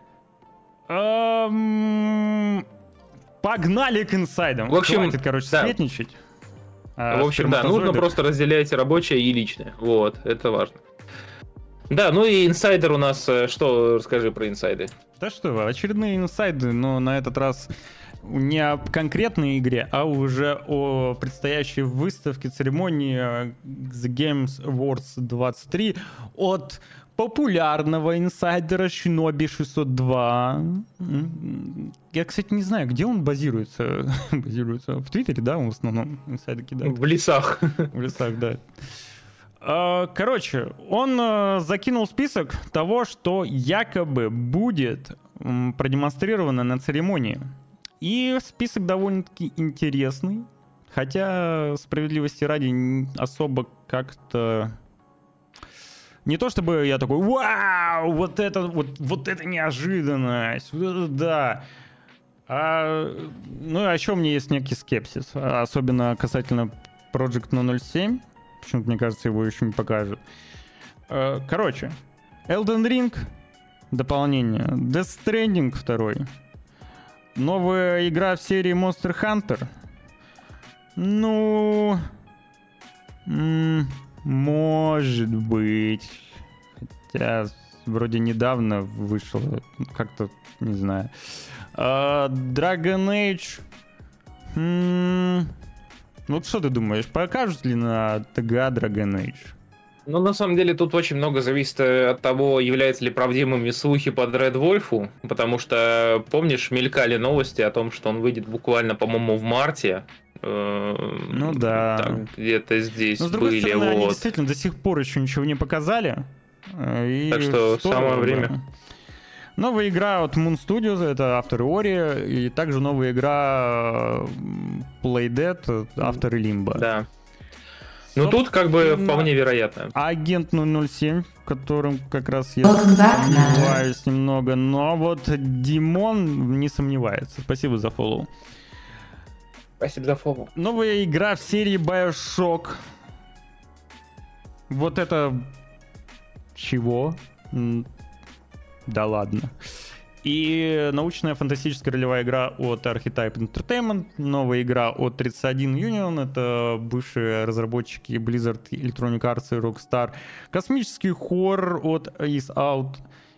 Погнали к инсайдам. В общем, Хватит, короче, да. сплетничать. В общем, да, нужно просто разделять рабочее и личное. Вот, это важно. Да, ну и инсайдер у нас, что, расскажи про инсайды. Да что вы, очередные инсайды, но на этот раз не о конкретной игре, а уже о предстоящей выставке церемонии The Games Awards 23 от популярного инсайдера Shinobi 602. Я, кстати, не знаю, где он базируется. Базируется в Твиттере, да, он в основном инсайды кидает. В лесах. В лесах, да. Короче, он закинул список того, что якобы будет продемонстрировано на церемонии. И список довольно-таки интересный. Хотя, справедливости ради, особо как-то... Не то чтобы я такой, вау, вот это неожиданность, вот это да. Ну, а еще у меня есть некий скепсис, особенно касательно Project 007. Почему-то, мне кажется, его еще не покажут. Короче, Elden Ring, дополнение, Death Stranding 2, новая игра в серии Monster Hunter. Ну... может быть. Хотя вроде недавно вышло, как-то, не знаю. Dragon Age... Вот что ты думаешь, покажут ли на ТГА Dragon Age? Ну, на самом деле, тут очень много зависит от того, являются ли правдивыми слухи под Red Wolf, потому что, помнишь, мелькали новости о том, что он выйдет буквально, по-моему, в марте. Ну да. Так, где-то здесь Но с другой были, стороны, они вот. действительно до сих пор еще ничего не показали. И Так что здорово, самое да. время. Новая игра от Moon Studios, это автор Ori, и также новая игра Playdead, авторы Limbo. Да. Ну, тут как бы Собственно, вполне вероятно. Агент 007, в котором как раз я Welcome back, Commander. сомневаюсь немного, но вот Димон не сомневается. Спасибо за фоллоу. Спасибо за фоллоу. Новая игра в серии Bioshock. Вот это... Чего? Да ладно. И научная фантастическая ролевая игра от Archetype Entertainment. Новая игра от 31 Union. Это бывшие разработчики Blizzard, Electronic Arts и Rockstar. Космический хоррор от Is Out.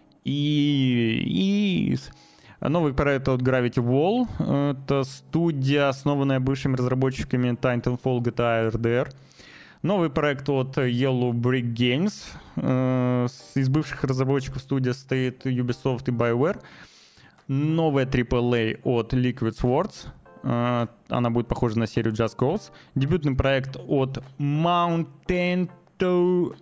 И новый проект от Gravity Wall. Это студия, основанная бывшими разработчиками Titanfall, GTA, RDR. Новый проект от Yellow Brick Games. Из бывших разработчиков студия стоит Ubisoft и BioWare. Новая AAA от Liquid Swords. Она будет похожа на серию Just Cause. Дебютный проект от Mountain Top.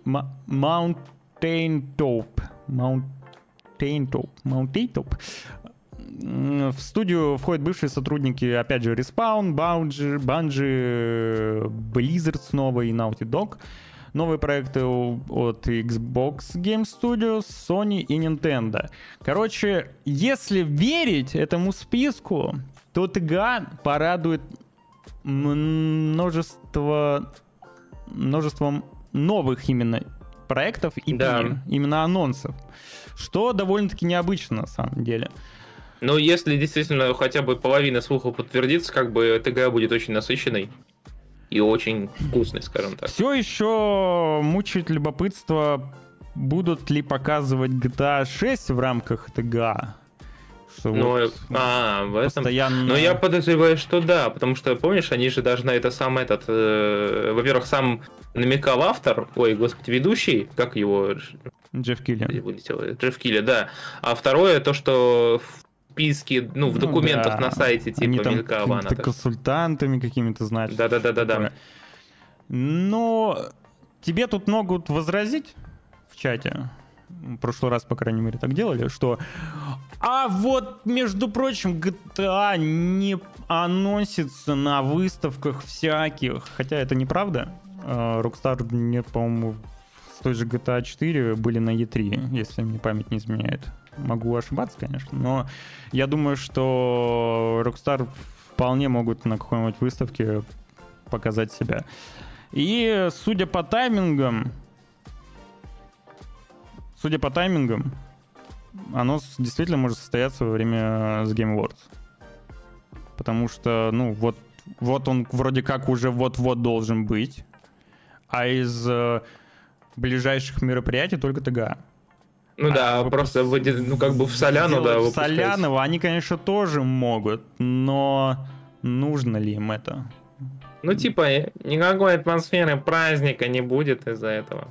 В студию входят бывшие сотрудники, опять же, Respawn, Bungie, Blizzard снова и Naughty Dog. Новые проекты от Xbox Game Studios, Sony и Nintendo. Короче, если верить этому списку, то ТГА порадует множеством новых именно проектов EP, Да. именно анонсов, что довольно-таки необычно на самом деле. Но если действительно хотя бы половина слухов подтвердится, как бы ТГА будет очень насыщенной и очень вкусной, скажем так. Все еще мучает любопытство, будут ли показывать GTA 6 в рамках ТГА. Что Ну, вот в этом... постоянно... Но я подозреваю, что да, потому что, помнишь, они же даже на это сам этот... во-первых, сам намекал автор, ой, господи, ведущий, как его... Джефф Килли. вылетел? Джефф Килли, да. А второе, то, что в списке, в Ну документах да. на сайте, Они типа, там мелькала она. какими-то так. консультантами какими-то, значит. Да. Но тебе тут могут возразить в чате, в прошлый раз, по крайней мере, так делали, что а вот, между прочим, GTA не анонсится на выставках всяких. Хотя это неправда. Rockstar, по-моему, с той же GTA 4 были на E3, если мне память не изменяет. Могу ошибаться, конечно, но я думаю, что Rockstar вполне могут на какой-нибудь выставке показать себя. И судя по таймингам, оно действительно может состояться во время The Game Awards. Потому что, вот он вроде как уже вот-вот должен быть, а из ближайших мероприятий только ТГА. Ну да, просто как бы в Соляну, да, В выпускать. Соляново они, конечно, тоже могут, но нужно ли им это? Ну, типа, никакой атмосферы праздника не будет из-за этого.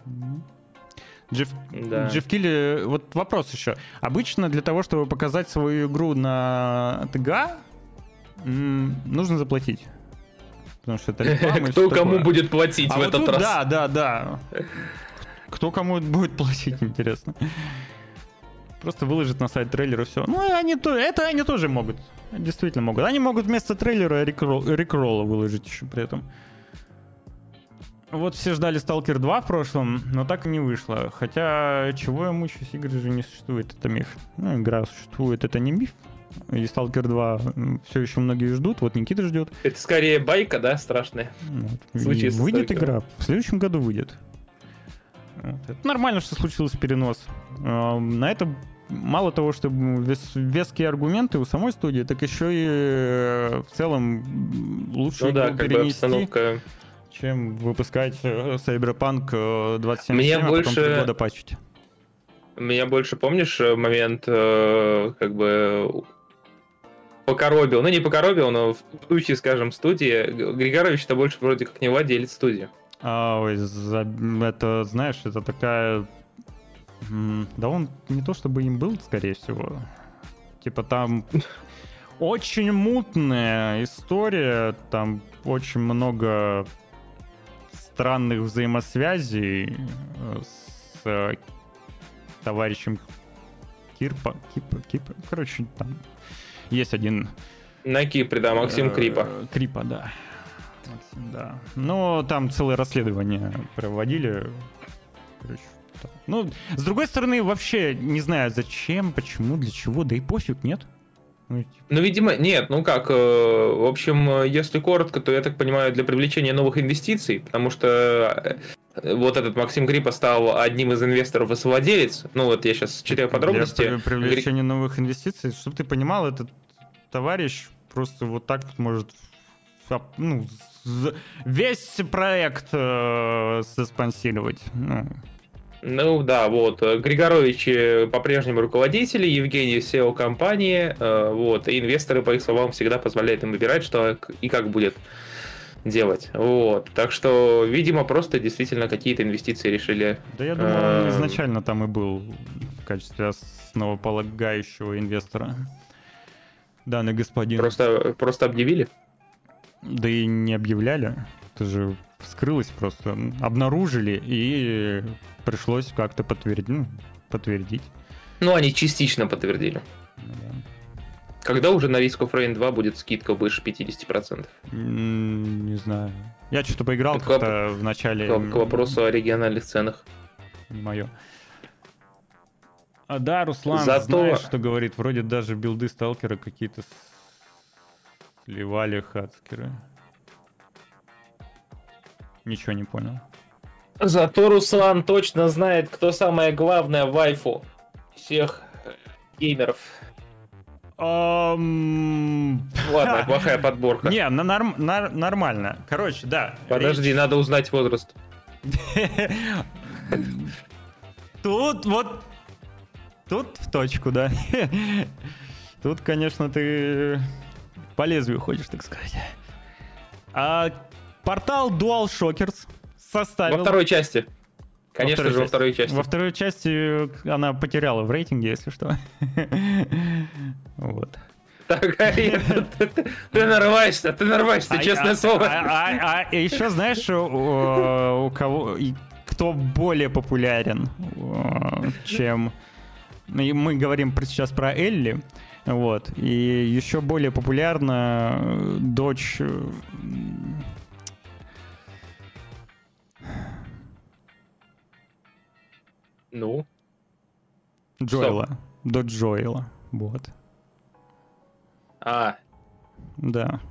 Да. Джефф Килли, вот вопрос еще. Обычно для того, чтобы показать свою игру на ТГА, нужно заплатить. Потому что это реклама и Кто всё кому такое. будет платить А в вот этот тут раз? Да. Кто кому будет платить, интересно. Просто выложить на сайт трейлер и все. Ну, они тоже могут. Действительно могут. Они могут вместо трейлера рекролла выложить еще при этом. Вот все ждали Stalker 2 в прошлом, но так и не вышло. Хотя, чего я мучаюсь, игры же не существует, это миф. Ну, игра существует, это не миф. И Stalker 2 все еще многие ждут, вот Никита ждет. Это скорее байка, да, страшная? Вот. В случае И со выйдет Stalker. игра, в следующем году выйдет. Вот. Это нормально, что случился перенос. На это мало того, что веские аргументы у самой студии, так еще и в целом лучше Ну да, игру как бы перенести, обстановка. чем выпускать Cyberpunk 2077, Мне а потом больше- 3 года патчить. Меня больше, помнишь, момент, как бы покоробил, ну не покоробил, но в духе, скажем, студии, Григорович-то больше вроде как не владелец студии. Это, знаешь, это такая... Да он не то чтобы им был, скорее всего. Типа там очень мутная история, там очень много странных взаимосвязей с товарищем Кипа. Короче, там есть один... На Кипре, да, Максим Крипа. Крипа, да. Максим, да. Но там целое расследование проводили. Короче, так. Ну, с другой стороны, вообще не знаю, зачем, почему, для чего, да и пофиг, нет? Ну, типа, Ну, видимо, нет, ну как, в общем, если коротко, то я так понимаю, для привлечения новых инвестиций, потому что вот этот Максим Крипа стал одним из инвесторов и совладелец. Ну вот я сейчас читаю подробности. Для привлечения новых инвестиций, чтобы ты понимал, этот товарищ просто вот так вот может весь проект заспонсировать. Ну да, вот. Григорович по-прежнему руководители, Евгений SEO компании, вот, и инвесторы, по их словам, всегда позволяют им выбирать, что и как будет делать. Вот. Так что, видимо, просто действительно какие-то инвестиции решили. Да я думаю, он изначально там и был в качестве основополагающего инвестора. Данный господин. Просто объявили? Да и не объявляли. Это же вскрылось просто. Обнаружили и пришлось как-то подтвердить. Ну, они частично подтвердили. Да. Когда уже на Risk of Rain 2 будет скидка выше 50%? Не знаю. Я что-то поиграл Это как-то в начале. К вопросу о региональных ценах. Не мое. А да, Руслан, Зато- знаешь, что говорит? Вроде даже билды сталкера какие-то сливали хацкеры. Ничего не понял. Зато Руслан точно знает, кто самая главная вайфу всех геймеров. Ладно, плохая подборка. Не, нормально. Короче, да. Подожди, надо узнать возраст. Тут в точку, да. Тут, конечно, ты по лезвию ходишь, так сказать. Портал DualShockers составил... Во второй части. Конечно же, во второй части. Во второй части она потеряла в рейтинге, если что. Вот. Так, ты нарываешься, честное слово. А еще знаешь, у кого... Кто более популярен, чем... Мы говорим сейчас про Элли. Вот. И еще более популярна дочь... Ну? Джоэла. Дочь Джоэла. Вот. Да.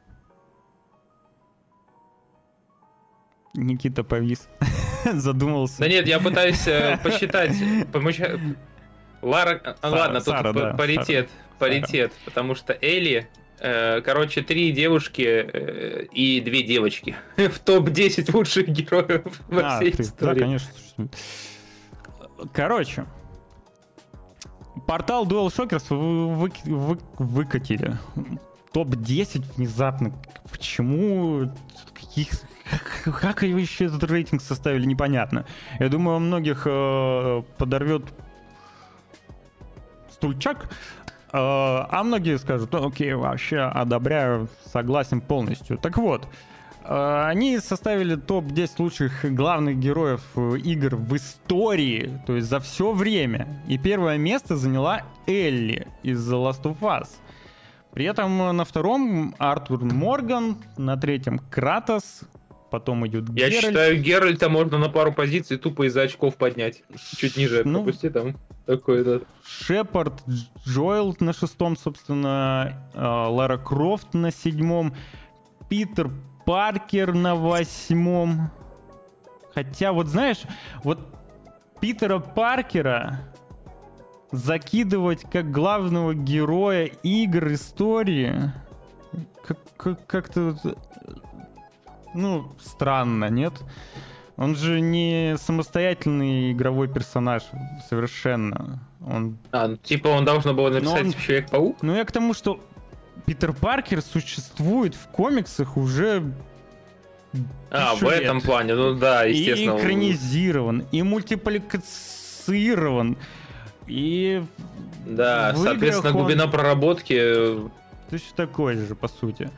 Никита повис. Задумался. Да нет, я пытаюсь посчитать. Лара... Ладно, Сара, тут да, паритет, потому что Элли... Короче, 3 девушки и 2 девочки в топ-10 лучших героев во всей истории. Да, конечно, существует. Короче, портал DualShockers выкатили. Топ-10 внезапно. Почему? Как еще этот рейтинг составили, непонятно. Я думаю, у многих подорвет стульчак. А многие скажут, ну, окей, вообще одобряю, согласен полностью. Так вот, они составили топ-10 лучших главных героев игр в истории, то есть за все время. И первое место заняла Элли из The Last of Us. При этом на втором Артур Морган, на третьем Кратос, потом идет Геральт. Я считаю, Геральта можно на пару позиций тупо из-за очков поднять. Чуть ниже пропусти там. Такой-то. Шепард, Джоэл на шестом, собственно, Лара Крофт на седьмом, Питер Паркер на восьмом. Хотя, вот знаешь, вот Питера Паркера закидывать как главного героя игр истории как-то, ну, странно, нет? Он же не самостоятельный игровой персонаж совершенно. Он... типа он должен был написать Человек-паук? Ну, я к тому, что Питер Паркер существует в комиксах уже... в этом плане, ну да, естественно. И экранизирован, и мультипликацирован, и... Да, соответственно, глубина проработки... Точно такой же, по сути.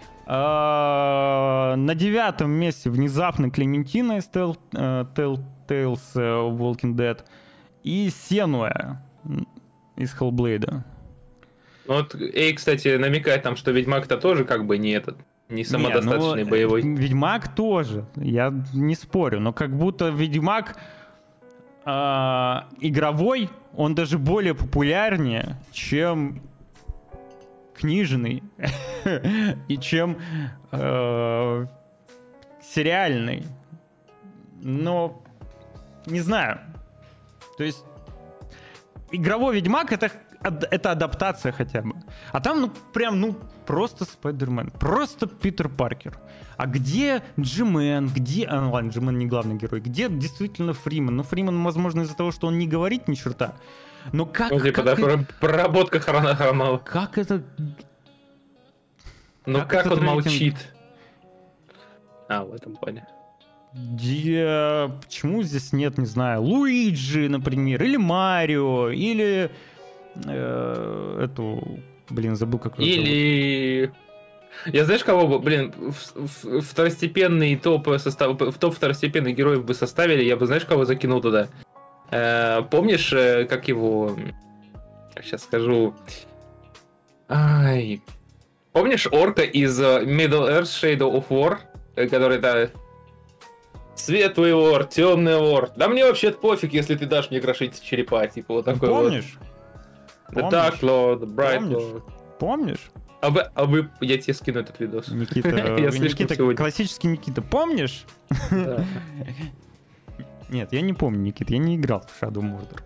На 9-м месте внезапно Клементина из Telltales Walking Dead и Сенуэ из Hellblade. Вот, кстати, намекает там, что Ведьмак-то тоже как бы не самодостаточный боевой. Ведьмак тоже, я не спорю, но как будто Ведьмак игровой, он даже более популярнее, чем книжный и чем сериальный. Но не знаю. То есть игровой Ведьмак это адаптация хотя бы. А там просто Спайдермен, просто Питер Паркер. А где Джимен? Где... ладно, Джимен не главный герой. Где действительно Фриман? Ну, Фриман, возможно, из-за того, что он не говорит ни черта. Но как... Проработка хромала. Как это... Ну как он молчит? В этом плане. Почему здесь нет, не знаю, Луиджи, например, или Марио, или забыл, как его зовут. Или... Я знаешь, кого бы, второстепенный топ второстепенных героев бы составили, я бы, знаешь, кого закинул туда? Помнишь, как его... Сейчас скажу... Помнишь орка из Middle-earth Shadow of War? Который, да... Светлый вор, темный вор. Да мне вообще пофиг, если ты дашь мне крошить черепа, типа вот такой Помнишь? Вот. The Dark Lord, The Bright Lord. Помнишь? Я тебе скину этот видос. Никита, классический Никита, помнишь? Да. Нет, я не помню, Никит, я не играл в Shadow Mordor.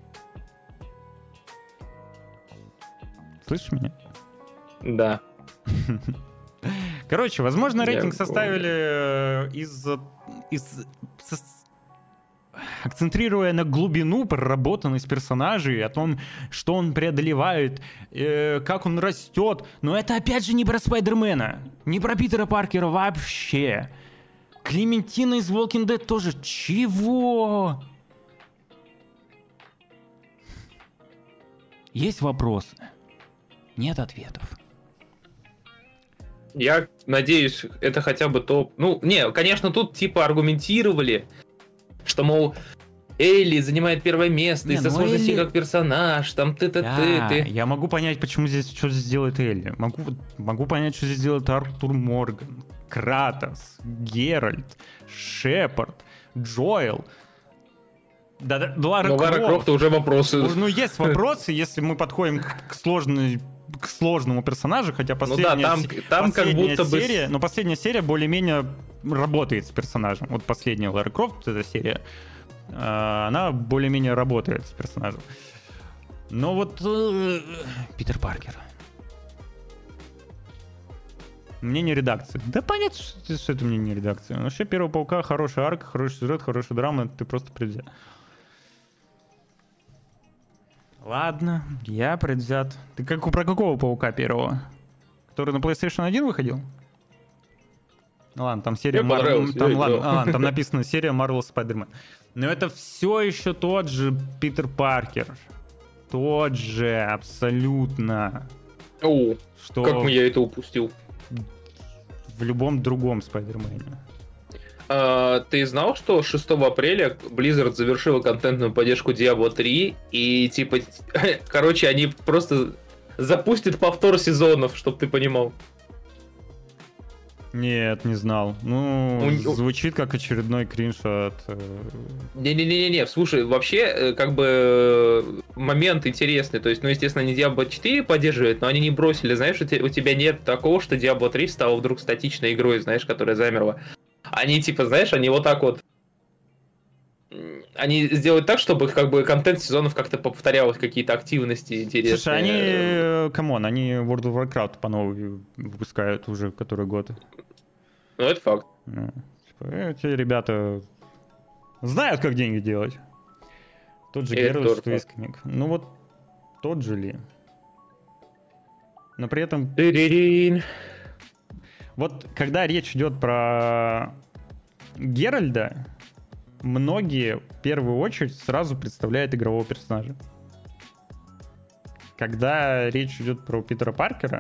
Слышишь меня? Да. Короче, возможно, Я рейтинг помню. составили акцентрируя на глубину проработанность персонажей, о том, что он преодолевает, как он растет. Но это опять же не про Спайдермена, не про Питера Паркера вообще. Клементина из Walking Dead тоже. Чего? Есть вопросы, нет ответов. Я надеюсь, это хотя бы топ. Ну, не, конечно, тут типа аргументировали, что, мол, Элли занимает первое место Не, из-за ну сложности Элли- как персонаж, там ты. Я могу понять, почему здесь что здесь делает Элли. Могу понять, что здесь делает Артур Морган, Кратос, Геральт, Шепард, Джоэл. Да, Лара Но Лара Крофт. Крофт уже вопросы. Ну, есть вопросы, если мы подходим к сложному персонажу, хотя Ну да, там как последняя будто бы... серия, но последняя серия более-менее работает с персонажем. Вот последняя Лара Крофт, эта серия, она более-менее работает с персонажем. Но вот Питер Паркер. Мнение редакции. Да понятно, что это мнение редакции. Вообще, Первого Паука хорошая арка, хороший сюжет, хорошая драма, ты просто предвзят. Ладно, я предвзят. Ты про какого Паука первого? Который на PlayStation 1 выходил? Ну ладно, там серия... Мне понравилось, я играл. Ладно, там написано серия Marvel Spider-Man. Но это все еще тот же Питер Паркер. Тот же, абсолютно. О, Что как я это упустил. в любом другом Спайдермене. Ты знал, что 6 апреля Blizzard завершила контентную поддержку Diablo 3, и типа, короче, они просто запустят повтор сезонов, чтобы ты понимал. Нет, не знал. Ну, У- звучит как очередной кринж от... Не-не-не-не, слушай, вообще, как бы, момент интересный, то есть, ну, естественно, они Diablo 4 поддерживают, но они не бросили, знаешь, у тебя нет такого, что Diablo 3 стала вдруг статичной игрой, знаешь, которая замерла. Они, типа, знаешь, они вот так вот, они сделают так, чтобы, как бы, контент сезонов как-то повторялось, какие-то активности интересные. Слушай, они, камон, они World of Warcraft по новой выпускают уже который год. Ну, это факт. Ну, типа, эти ребята знают, как деньги делать. Тот же И это Геральт, тоже что факт. Искник. Ну вот, тот же ли? Но при этом, Тырырин. вот когда речь идет про Геральда, многие в первую очередь сразу представляют игрового персонажа. Когда речь идет про Питера Паркера,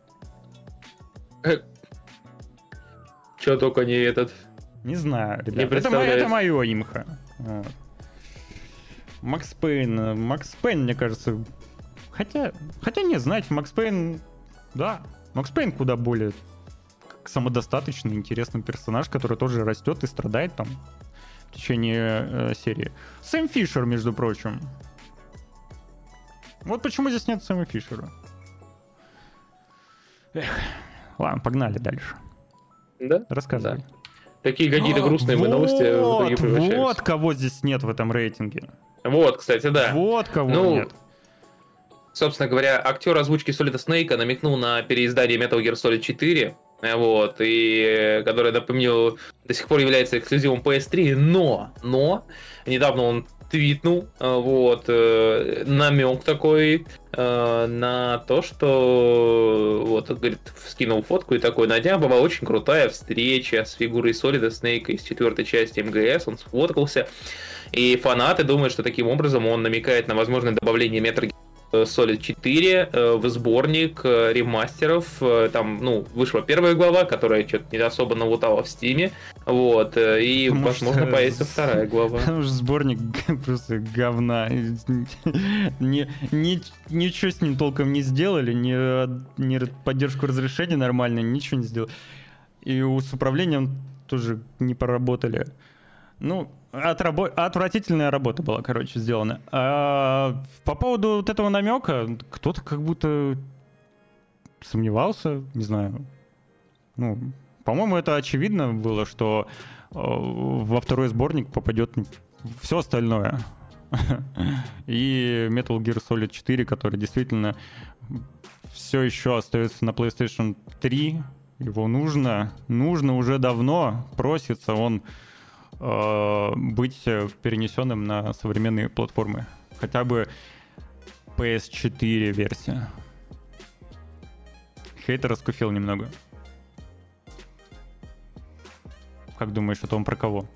Чё только не этот. не знаю, Не ребят, представляет. это мое имхо. Вот. Макс Пейн, мне кажется... Хотя не, знаете, Макс Пейн, да, Макс Пейн куда более самодостаточный, интересный персонаж, который тоже растет и страдает там в течение серии. Сэм Фишер, между прочим. Вот почему здесь нет Сэма Фишера. Эх, ладно, погнали дальше. Да? Рассказывай. Такие какие-то грустные мы новости в итоге превращаются. Вот кого здесь нет в этом рейтинге. Вот, кстати, да. Вот кого Ну, нет. Собственно говоря, актер озвучки Солида Снейка намекнул на переиздание Metal Gear Solid 4, вот, и который, напомню, до сих пор является эксклюзивом PS3, но недавно он твитнул, вот, намек такой на то, что, вот, говорит, скинул фотку и такой: на днях была очень крутая встреча с фигурой Солида Снейка из 4-й части МГС, он сфоткался, и фанаты думают, что таким образом он намекает на возможное добавление Metal Gear Solid 4 в сборник ремастеров. Там, ну, вышла первая глава, которая что-то не особо налутала в Стиме. Вот. И, Потому возможно, что появится вторая глава. Потому что сборник просто говна. Ничего с ним толком не сделали, ни поддержку разрешения нормально, ничего не сделали. И с управлением тоже не поработали. Ну, отвратительная работа была, короче, сделана. А по поводу вот этого намека, кто-то как будто сомневался, не знаю. Ну, по-моему, это очевидно было, что во второй сборник попадет все остальное. И Metal Gear Solid 4, который действительно все еще остается на PlayStation 3. Его нужно уже давно, просится он быть перенесенным на современные платформы. Хотя бы PS4 версия. Хейтер раскуфил немного. Как думаешь, это он про кого?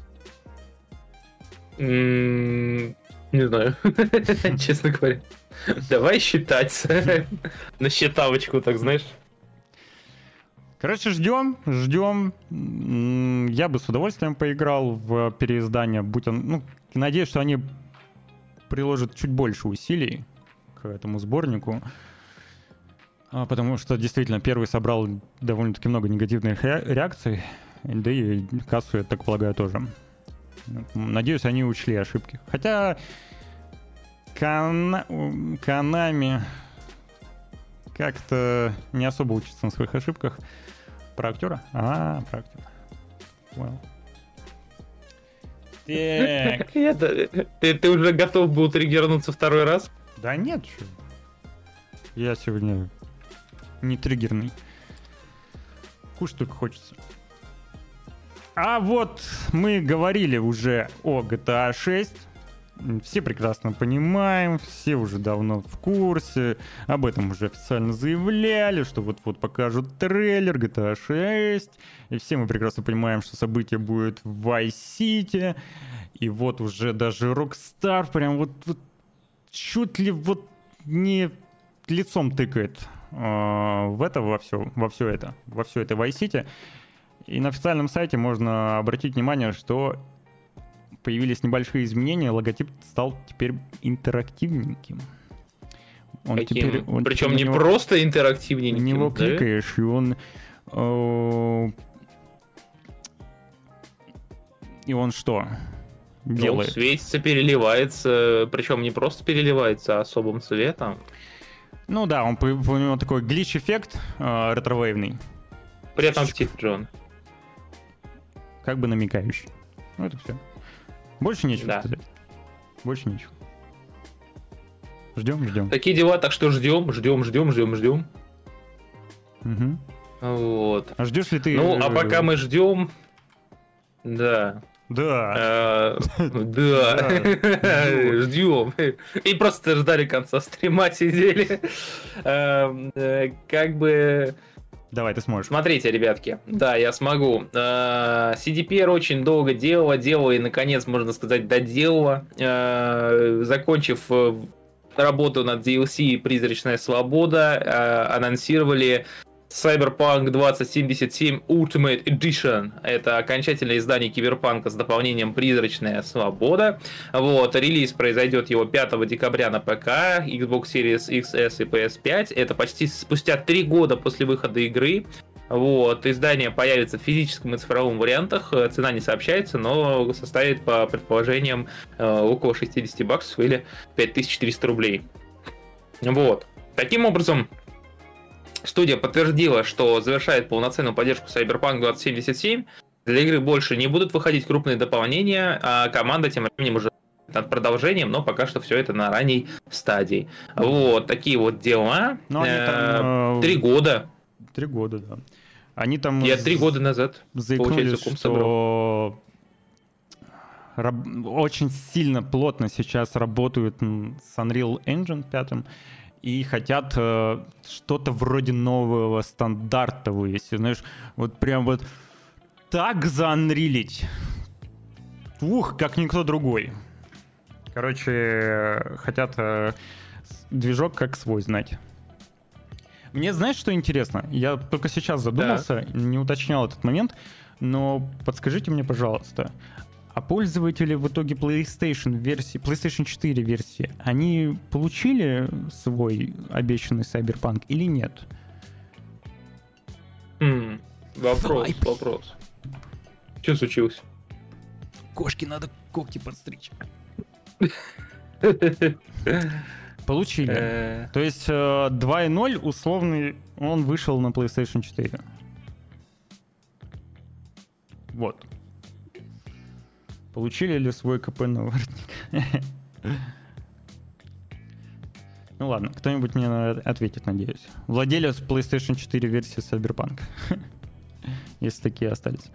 Не знаю, честно говоря. Давай считать. На считалочку, так знаешь. Короче, ждем. Я бы с удовольствием поиграл в переиздание, будь он... Ну, надеюсь, что они приложат чуть больше усилий к этому сборнику. Потому что, действительно, первый собрал довольно-таки много негативных реакций. Да и кассу, я так полагаю, тоже. Надеюсь, они учли ошибки. Хотя... Konami как-то не особо учится на своих ошибках. Про актера? Про актера. Well. Так. Ты уже готов был триггернуться второй раз? Да нет, чё. Я сегодня не триггерный. Кушать только хочется. А вот мы говорили уже о GTA 6. Все прекрасно понимаем, все уже давно в курсе, об этом уже официально заявляли, что вот-вот покажут трейлер GTA 6, и все мы прекрасно понимаем, что событие будет в Vice City, и вот уже даже Rockstar прям вот чуть ли вот не лицом тыкает во все это Vice City, и на официальном сайте можно обратить внимание, что появились небольшие изменения, логотип стал теперь интерактивненьким. Причем не просто интерактивненьким. На него кликаешь, и он... И он что делает? Светится, переливается, причем не просто переливается, а особым цветом. Ну да, у него такой глич-эффект ретровейвный. При этом Стив Джон. Как бы намекающий. Ну это все. Больше нечего сказать. Больше нечего. Ждем. Такие дела, так что ждем. Угу. Вот. А ждешь ли ты... Ну, а пока мы ждем... Да. Ждем. И просто ждали конца стрима, сидели. Как бы... Давай, ты сможешь. Смотрите, ребятки, да, я смогу. CDPR очень долго делала и, наконец, можно сказать, доделала. Закончив работу над DLC «Призрачная свобода», анонсировали Cyberpunk 2077 Ultimate Edition. Это окончательное издание киберпанка с дополнением «Призрачная свобода». Вот, релиз произойдет его 5 декабря на ПК, Xbox Series XS и PS5. Это почти спустя 3 года после выхода игры. Вот, издание появится в физическом и цифровом вариантах. Цена не сообщается, но составит, по предположениям, около $60 или 5300 рублей. Вот. Таким образом, студия подтвердила, что завершает полноценную поддержку Cyberpunk 2077. Для игры больше не будут выходить крупные дополнения, а команда тем временем уже над продолжением, но пока что все это на ранней стадии. Вот, такие вот дела. 3 года. 3 года, да. Они там... Я 3 года назад, заикнулись, что очень сильно, плотно сейчас работают с Unreal Engine 5 и хотят что-то вроде нового стандарта вывести. Знаешь, вот прям вот так заанрилить. Как никто другой. Короче, хотят движок как свой знать. Мне знаешь, что интересно? Я только сейчас задумался, не уточнял этот момент, но подскажите мне, пожалуйста, а пользователи в итоге PlayStation 4 версии, они получили свой обещанный Cyberpunk или нет? Вопрос. Что случилось? Кошке надо когти подстричь. Получили. То есть 2.0 условный, он вышел на PlayStation 4. Вот. Получили ли свой КП на воротник? Ну ладно, кто-нибудь мне ответит, надеюсь. Владелец PlayStation 4 версии Cyberpunk. Если такие остались.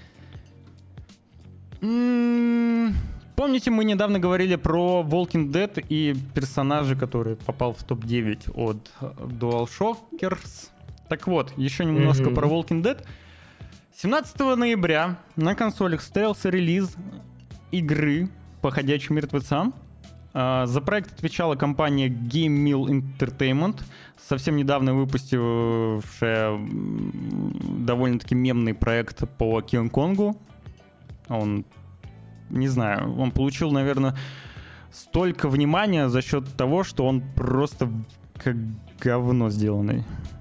Помните, мы недавно говорили про Walking Dead и персонажа, который попал в топ-9 от DualShockers. Так вот, еще немножко про Walking Dead. 17 ноября на консолях состоялся релиз игры по ходячим мертвецам. За проект отвечала компания Game Mill Entertainment, совсем недавно выпустившая довольно-таки мемный проект по Кинг-Конгу. Он, не знаю, он получил, наверное, столько внимания за счет того, что он просто как говно сделанный.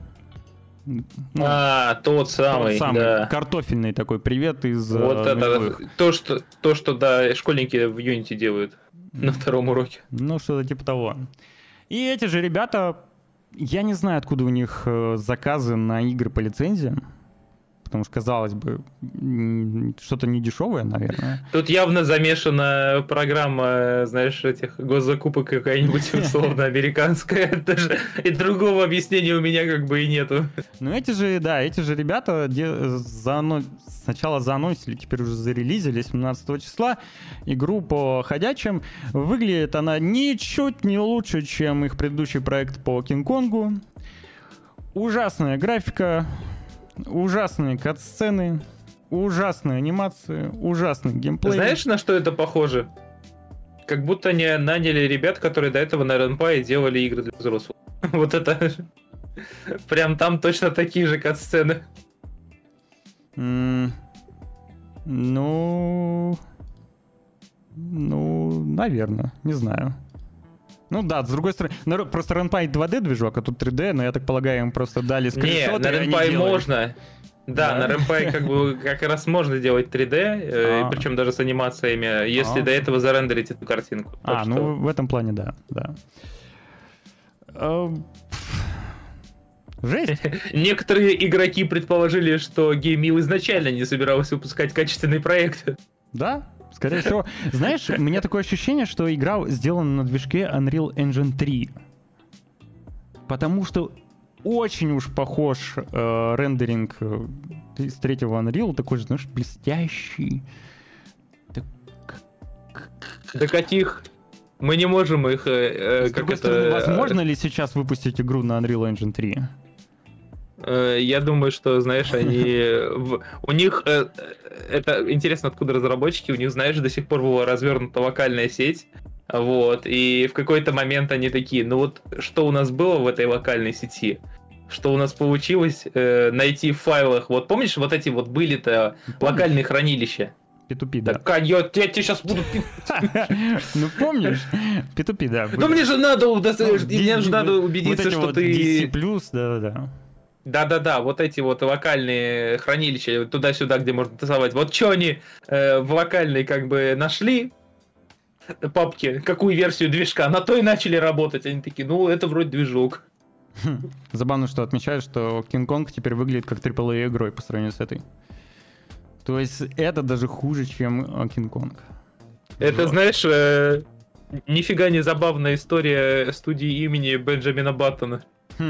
Тот самый, да. Картофельный такой привет из вот это нулевых. То, что да, школьники в Unity делают на втором уроке. Ну, что-то типа того. И эти же ребята, я не знаю, откуда у них заказы на игры по лицензиям, потому что, казалось бы, что-то недешевое, наверное. Тут явно замешана программа, знаешь, этих госзакупок какая-нибудь условно американская. Даже и другого объяснения у меня как бы и нету. Ну, эти же ребята сначала заанонсили, теперь уже зарелизили 17 числа игру по ходячим. Выглядит она ничуть не лучше, чем их предыдущий проект по Кинг-Конгу. Ужасная графика, ужасные кат-сцены, ужасные анимации, ужасный геймплей. Знаешь, на что это похоже? Как будто не наняли ребят, которые до этого на Ренпае делали игры для взрослых. Вот это... Прям там точно такие же кат-сцены. Ну, наверное, не знаю. Ну да, с другой стороны, просто Renpy 2D движок, а тут 3D, но я так полагаю, им просто дали скриншоты. Не, на Renpy можно. Да, на Renpy как раз можно делать 3D, причем даже с анимациями, если до этого зарендерить эту картинку. Ну в этом плане да. Жесть. Некоторые игроки предположили, что Game Mill изначально не собиралась выпускать качественный проект. Да, скорее всего. Знаешь, у меня такое ощущение, что игра сделана на движке Unreal Engine 3. Потому что очень уж похож рендеринг с третьего Unreal, такой же, знаешь, блестящий. Да каких? Мы не можем их... возможно ли сейчас выпустить игру на Unreal Engine 3? Я думаю, что, знаешь, они... У них... Это интересно, откуда разработчики. У них, знаешь, до сих пор была развернута локальная сеть. Вот. И в какой-то момент они такие, ну вот, что у нас было в этой локальной сети? Что у нас получилось найти в файлах? Вот помнишь, вот эти вот были-то локальные хранилища? P2P, да. Так, я тебе сейчас буду... Ну, помнишь? P2P, да. Ну, мне же надо убедиться, что ты... DC+, да-да-да. Да-да-да, вот эти вот локальные хранилища туда-сюда, где можно тасовать. Вот что они в локальной как бы нашли папки, какую версию движка, на то и начали работать. Они такие, ну, это вроде движок. Забавно, что отмечают, что King Kong теперь выглядит как AAA игрой по сравнению с этой. То есть это даже хуже, чем King Kong. Это, знаешь, нифига не забавная история студии имени Бенджамина Баттона.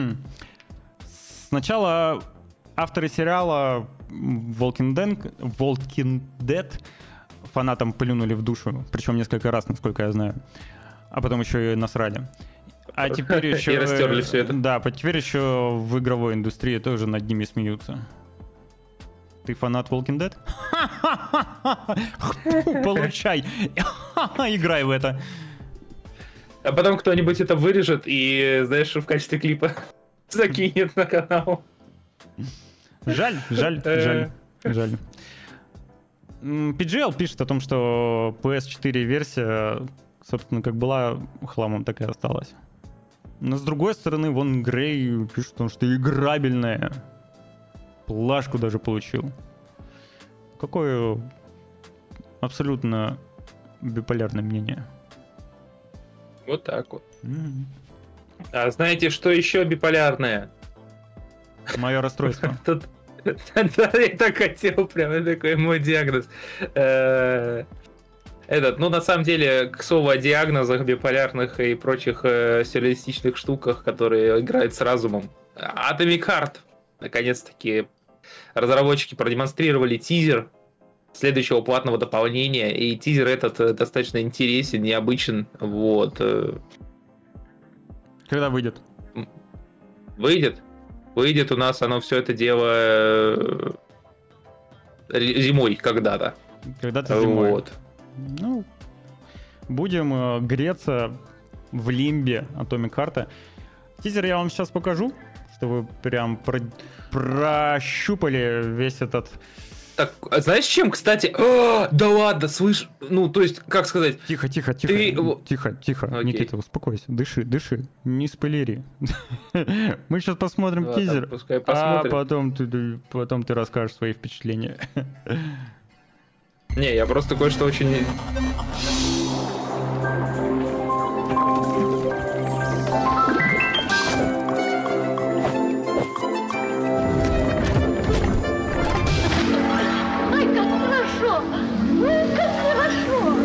Сначала авторы сериала Walking Dead фанатам плюнули в душу, причем несколько раз, насколько я знаю. А потом еще и насрали. А теперь еще... И растерли все это. Да, теперь еще в игровой индустрии тоже над ними смеются. Ты фанат Walking Dead? Получай! Играй в это. А потом кто-нибудь это вырежет и, знаешь, в качестве клипа закинет на канал. Жаль. PGL пишет о том, что PS4 версия, собственно, как была хламом, так и осталась. Но с другой стороны, вон Грей пишет о том, что играбельная. Плашку даже получил. Какое абсолютно биполярное мнение. Вот так вот. А знаете, что еще биполярное? Мое расстройство. Да, я так хотел, прям такой мой диагноз. Ну, на самом деле, к слову о диагнозах биполярных и прочих сюрреалистичных штуках, которые играют с разумом. Atomic Heart. Наконец-таки разработчики продемонстрировали тизер следующего платного дополнения, и тизер этот достаточно интересен, необычен. Вот. Когда выйдет? Выйдет у нас оно все это дело зимой когда-то. Когда-то зимой. Вот. Ну, будем греться в лимбе Atomic Heart. Тизер я вам сейчас покажу, чтобы вы прям прощупали весь этот... Так, знаешь, чем, кстати? Да ладно, слышь, ну, то есть, как сказать? Тихо, Ты- тихо. Окей. Никита, успокойся, дыши, не спойлери. Мы сейчас посмотрим Ладно, тизер, пускай а посмотрим. потом ты расскажешь свои впечатления. Не, я просто кое-что очень... Ой, как хорошо! Ой, как хорошо!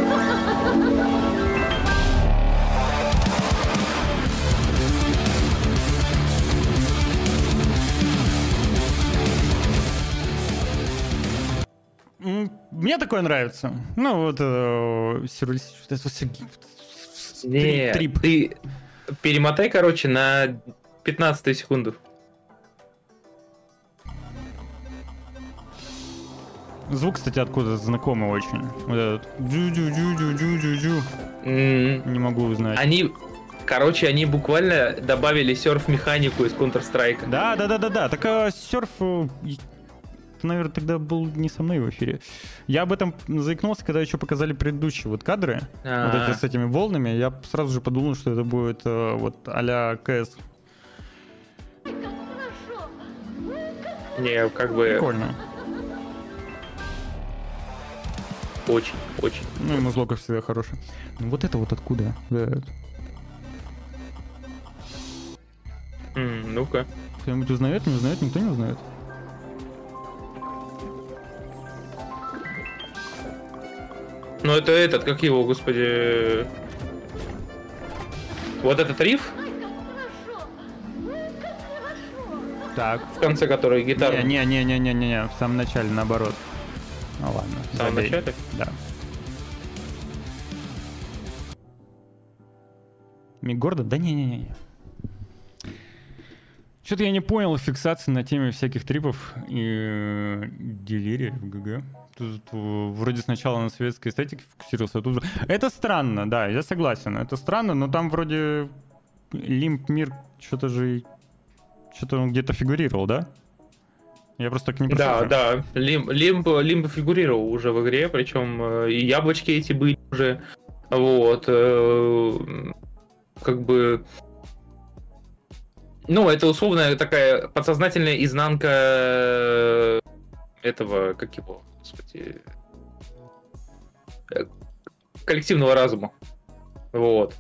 Мне такое нравится. Ну, вот сюрреалистичный... Не, Трип. ты перемотай, короче, на 15 секунду. Звук, кстати, откуда знакомый очень. Вот этот. Джу-джу-джу-джу-джу-джу. Не могу узнать. Они буквально добавили серф-механику из Counter-Strike. Да. Так серф, наверное, тогда был не со мной в эфире. Я об этом заикнулся, когда еще показали предыдущие вот кадры, вот эти с этими волнами. Я сразу же подумал, что это будет вот а-ля КС. Не, как бы Прикольно. очень. Ну и музлока всегда хороший. Ну вот это вот откуда? Да. Ну-ка. Кто-нибудь узнает, не узнает, никто не узнает. Ну это этот, как его, господи... Вот этот риф, Так. в конце которой гитара. Не, в самом начале наоборот. Ну ладно. В самом забей. начале? Да. Миг Гордон? Да не. Что-то я не понял фиксации на теме всяких трипов и делирия в ГГ. Тут вроде сначала на советской эстетике фокусировался, а тут... Это странно, да, я согласен. Это странно, но там вроде Лимп Мир что-то он где-то фигурировал, да? Я просто так не представляю. Да. Лимб фигурировал уже в игре, причем и яблочки эти были уже. Вот. Как бы... Ну, это условная такая подсознательная изнанка этого, как его, господи, коллективного разума. Вот.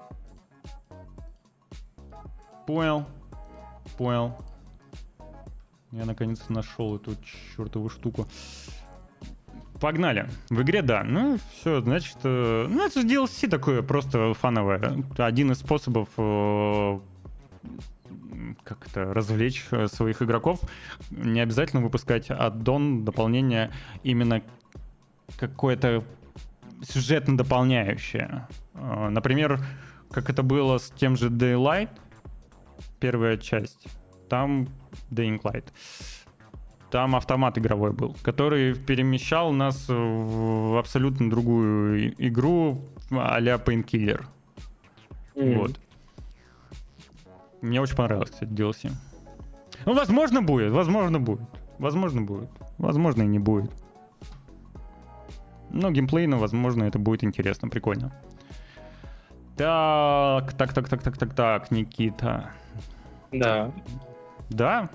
Понял. Я наконец-то нашел эту чертову штуку. Погнали. В игре, да. Ну, все, значит... Ну, это же DLC такое, просто фановое. Один из способов как-то развлечь своих игроков. Не обязательно выпускать аддон, дополнение именно какое-то сюжетно дополняющее. Например, как это было с тем же Daylight, первая часть. Там Dying Light. Там автомат игровой был, который перемещал нас в абсолютно другую игру а-ля Painkiller. Вот. Мне очень понравилось, кстати, DLC. Ну, возможно, будет. Возможно, и не будет. Но геймплейно, возможно, это будет интересно, прикольно. Так, Никита. Да. Да?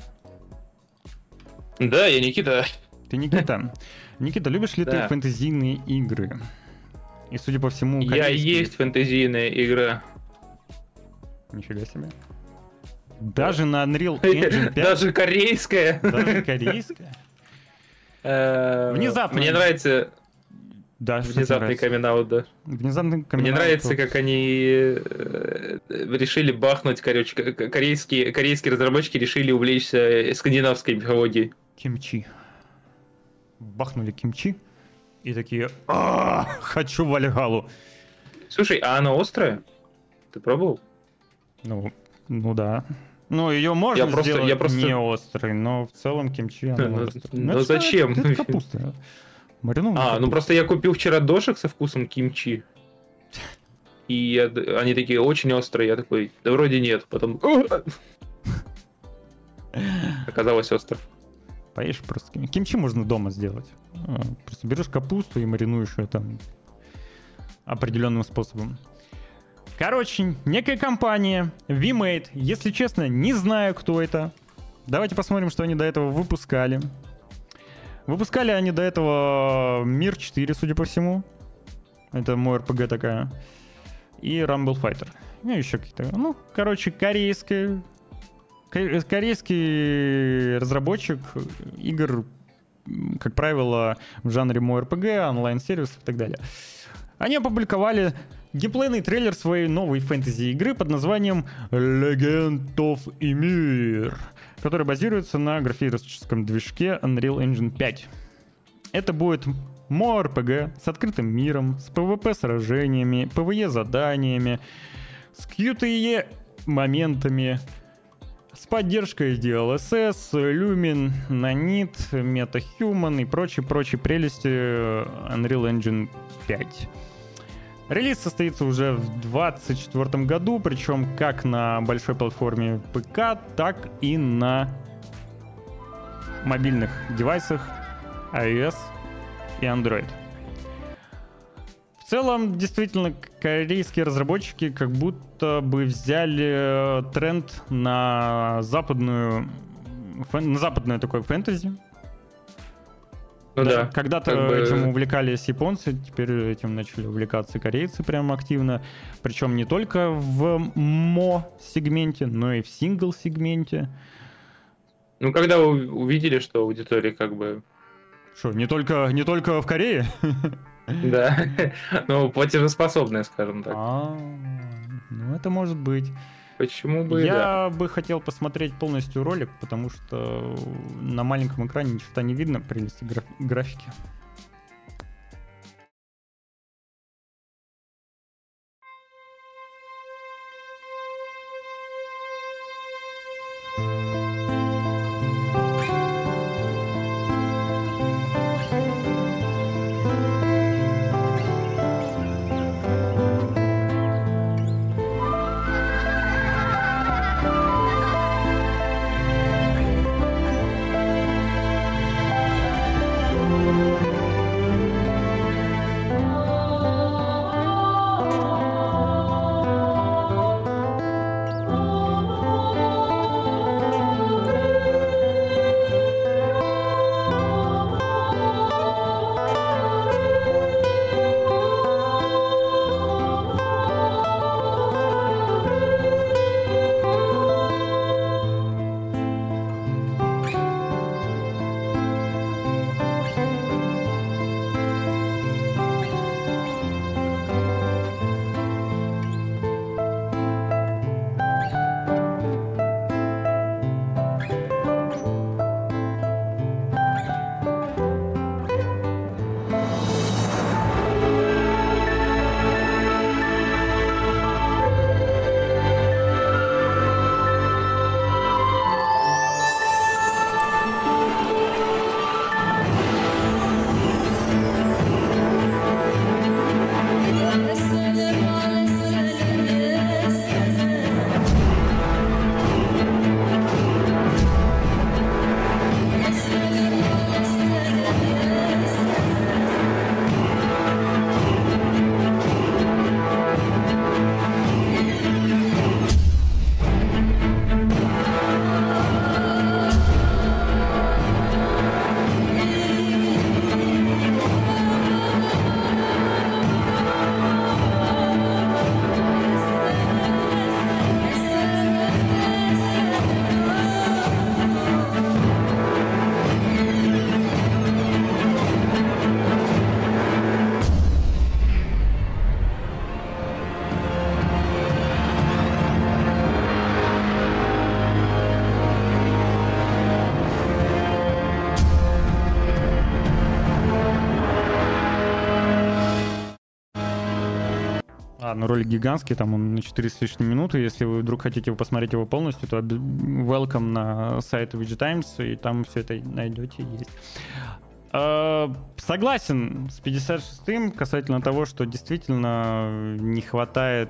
Да, я Никита. Ты Никита. Никита, любишь ли ты Да. фэнтезийные игры? И, судя по всему, Я корейские. есть фэнтезийная игра. Нифига себе. Даже на Unreal Engine 5? Даже корейская. Даже корейская? Внезапно. Мне нравится... Да, что тебе Внезапный нравится? камин-аут, да. Внезапный Мне камин-аут. нравится, как они решили бахнуть, короче, корейские разработчики решили увлечься скандинавской мифологией. Кимчи. Бахнули кимчи и такие, хочу Вальгалу. Слушай, а она острая? Ты пробовал? Ну да. Ну, ее можно сделать я просто- не острой, но в целом кимчи она Ну, острая. ну это зачем? Это капуста. Маринованная Ну капуста. просто я купил вчера дошек со вкусом кимчи. И они такие очень острые. Я такой, да вроде нет. Потом... Оказалось остро. Поешь просто кимчи можно дома сделать. Просто берешь капусту и маринуешь ее там определенным способом. Короче, некая компания VMade, если честно, не знаю, кто это. Давайте посмотрим, что они до этого выпускали. Выпускали они до этого Мир 4, судя по всему. Это мой RPG такая. И Rumble Fighter. Ну, еще какие-то. Ну, короче, корейский разработчик игр, как правило, в жанре MMORPG, онлайн-сервисов и так далее. Они опубликовали геймплейный трейлер своей новой фэнтези-игры под названием Legend of Ymir, который базируется на графическом движке Unreal Engine 5. Это будет MMORPG с открытым миром, с PvP-сражениями, PvE-заданиями, с QTE моментами, с поддержкой DLSS, Lumen, Nanite, MetaHuman и прочие прелести Unreal Engine 5. Релиз состоится уже в 2024 году, причем как на большой платформе ПК, так и на мобильных девайсах iOS и Android. В целом, действительно, корейские разработчики как будто бы взяли тренд на западное такое фэнтези. Ну да. Когда-то как бы- этим увлекались японцы, теперь этим начали увлекаться корейцы прям активно. Причем не только в мо-сегменте, но и в сингл-сегменте. Ну, когда вы увидели, что аудитория как бы... Что, не только в Корее? Да. Ну, платежеспособная, скажем так. Ну это может быть. Почему бы и да. Я бы хотел посмотреть полностью ролик, потому что на маленьком экране ни черта не видно прелести графики. Да, но ролик гигантский, там он на 4 с лишним минуты. Если вы вдруг хотите посмотреть его полностью, то welcome на сайт VG Times, и там все это найдете, есть. Согласен с 56-м касательно того, что действительно не хватает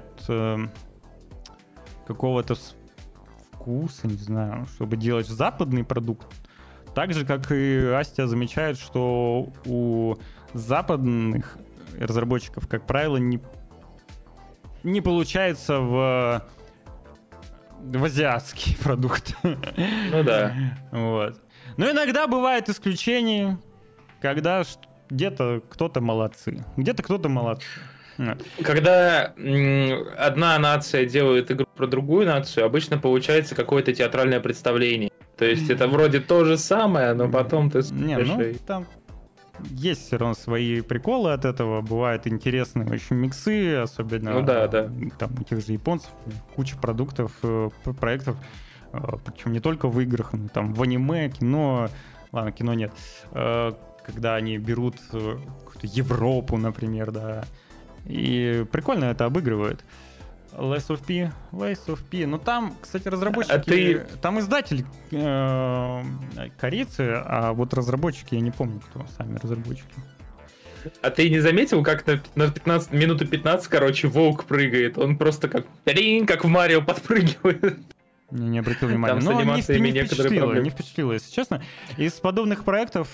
какого-то вкуса, не знаю, чтобы делать западный продукт. Так же, как и Астя замечает, что у западных разработчиков, как правило, не получается в азиатский продукт. Ну да. Вот. Но иногда бывают исключения, когда где-то кто-то молодцы, где-то кто-то молодцы. Когда одна нация делает игру про другую нацию, обычно получается какое-то театральное представление. То есть это вроде то же самое, но потом ты Не, ну там есть все равно свои приколы от этого, бывают интересные очень миксы, особенно там у тех же японцев, куча продуктов, проектов, причем не только в играх, но там в аниме, кино, ладно, кино нет, когда они берут какую-то Европу, например, да, и прикольно это обыгрывают. Last of P. Но там, кстати, разработчики... Там издатель корейцы, а вот разработчики, я не помню, кто сами разработчики. А ты не заметил, как на 15, минуту 15, короче, волк прыгает? Он просто как в Марио подпрыгивает. Не обратил внимания. Но не впечатлило, если честно. Из подобных проектов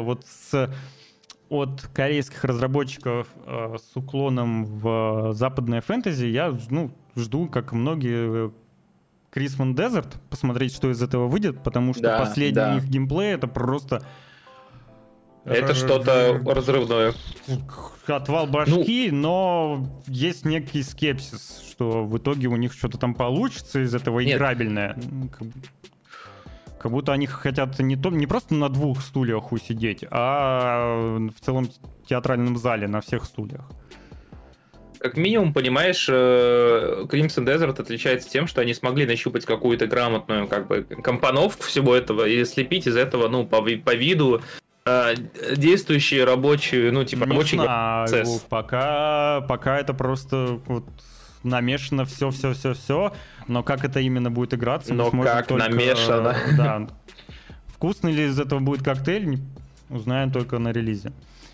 от корейских разработчиков с уклоном в западное фэнтези я жду, как многие, Крисман Дезерт, посмотреть, что из этого выйдет, потому что последний их геймплей — это просто... Это что-то разрывное. Отвал башки, но есть некий скепсис, что в итоге у них что-то там получится из этого играбельное. Как будто они хотят не просто на 2 стульях усидеть, а в целом театральном зале на всех стульях. Как минимум, понимаешь, Crimson Desert отличается тем, что они смогли нащупать какую-то грамотную компоновку всего этого и слепить из этого, по виду действующие рабочие, рабочий процесс. Пока это просто намешано все, но как это именно будет играться, но как только, намешано. Да. Вкусный ли из этого будет коктейль, узнаем только на релизе.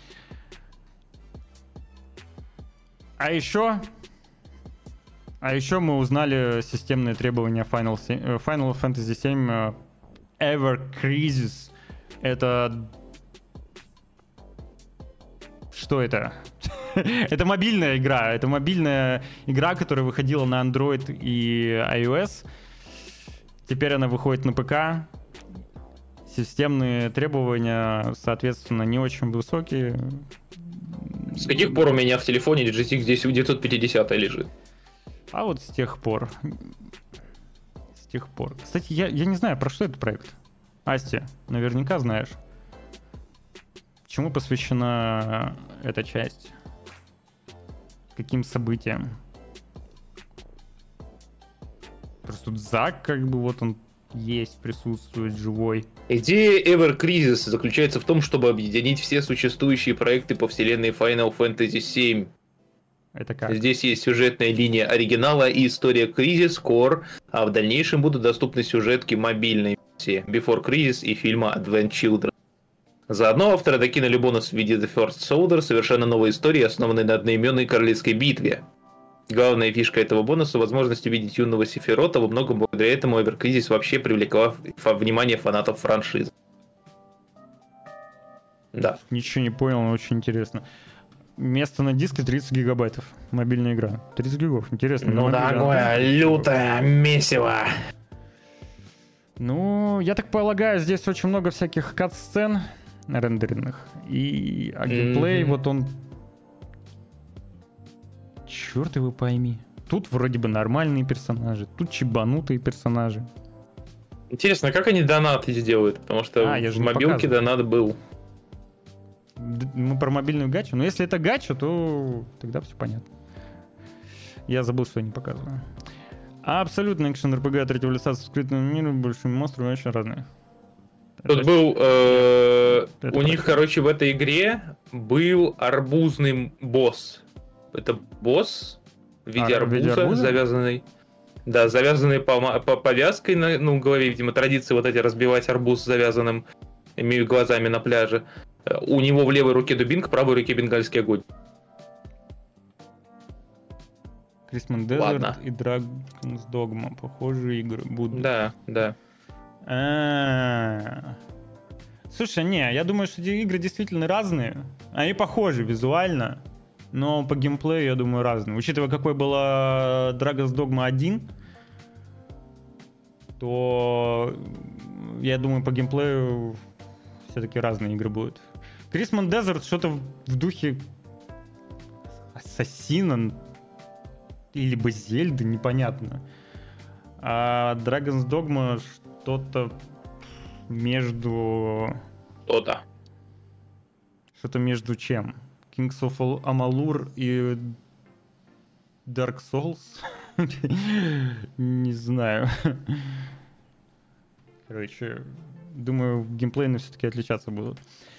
А еще мы узнали системные требования Final Fantasy VII Ever Crisis. Это... Что это? Это мобильная игра. Это мобильная игра, которая выходила на Android и iOS. Теперь она выходит на ПК. Системные требования, соответственно, не очень высокие. С каких пор у меня в телефоне GTX 950 лежит? А вот с тех пор. Кстати, я не знаю, про что этот проект. Асти, наверняка знаешь. Чему посвящена эта часть? Каким событиям? Просто тут Зак, он есть, присутствует, живой. Идея Ever Crisis заключается в том, чтобы объединить все существующие проекты по вселенной Final Fantasy VII. Это как? Здесь есть сюжетная линия оригинала и история Crisis Core, а в дальнейшем будут доступны сюжетки мобильной версии Before Crisis и фильма Advent Children. Заодно авторы докинули бонус в виде The First Soldier, совершенно новой истории, основанной на одноименной королевской битве. Главная фишка этого бонуса — возможность увидеть юного Сефирота. Во многом благодаря этому Ever Crisis вообще привлекла внимание фанатов франшизы. Да. Ничего не понял, но очень интересно. Место на диске 30 гигабайтов. Мобильная игра. 30 гигов. Интересно. Ну, такое лютое месиво. Я так полагаю, здесь очень много всяких кат-сцен рендеренных. А геймплей, он... Черт его пойми. Тут вроде бы нормальные персонажи, тут чебанутые персонажи. Интересно, как они донаты сделают? Потому что в мобилке донат был. Мы про мобильную гачу. Но если это гача, то тогда все понятно. Я забыл, что я не показываю. Абсолютно экшен РПГ третьего лица с открытым миром, большими монстрами, очень разные. Тут был... у них, в этой игре был арбузный босс. Это босс? в виде в виде арбуза, арбуза? завязанный. Да, завязанный по повязкой на голове, видимо, традиции вот эти разбивать арбуз с завязанным глазами на пляже. У него в левой руке дубинка, в правой руке бенгальский огонь. Крисман Дезерт Ладно. и Dragon's Dogma. Похожие игры будут. Да, да. А-а-а. Слушай, не, я думаю, что эти игры действительно разные. Они похожи визуально, но по геймплею, я думаю, разные. Учитывая, какой была Dragon's Dogma 1, то я думаю, по геймплею все-таки разные игры будут. Крисман Дезерт что-то в духе Ассасина либо Зельды, непонятно. А Dragon's Dogma что-то между... То-то. Что-то между чем? Kings of Amalur и Dark Souls? Не знаю. Короче, думаю, геймплейно все-таки отличаться будут.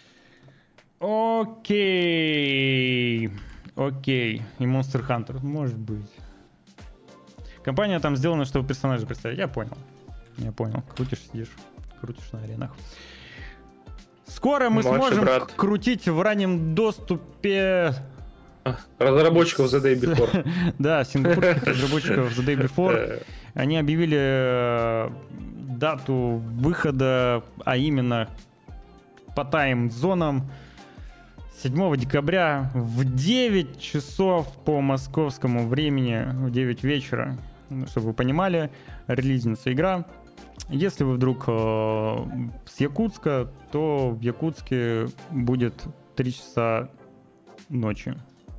Окей. Окей. И Monster Hunter. Может быть. Компания там сделана, чтобы персонажа представить. Я понял. Крутишь, сидишь. Крутишь на аренах. Скоро мы Младший сможем брат. крутить в раннем доступе... Разработчиков The Day Before. Да, сингапурских разработчиков The Day Before. Они объявили дату выхода, а именно по тайм-зонам 7 декабря в 9 часов по московскому времени, в 9 вечера. Чтобы вы понимали, релизница игра. Если вы вдруг с Якутска, то в Якутске будет 3 часа ночи.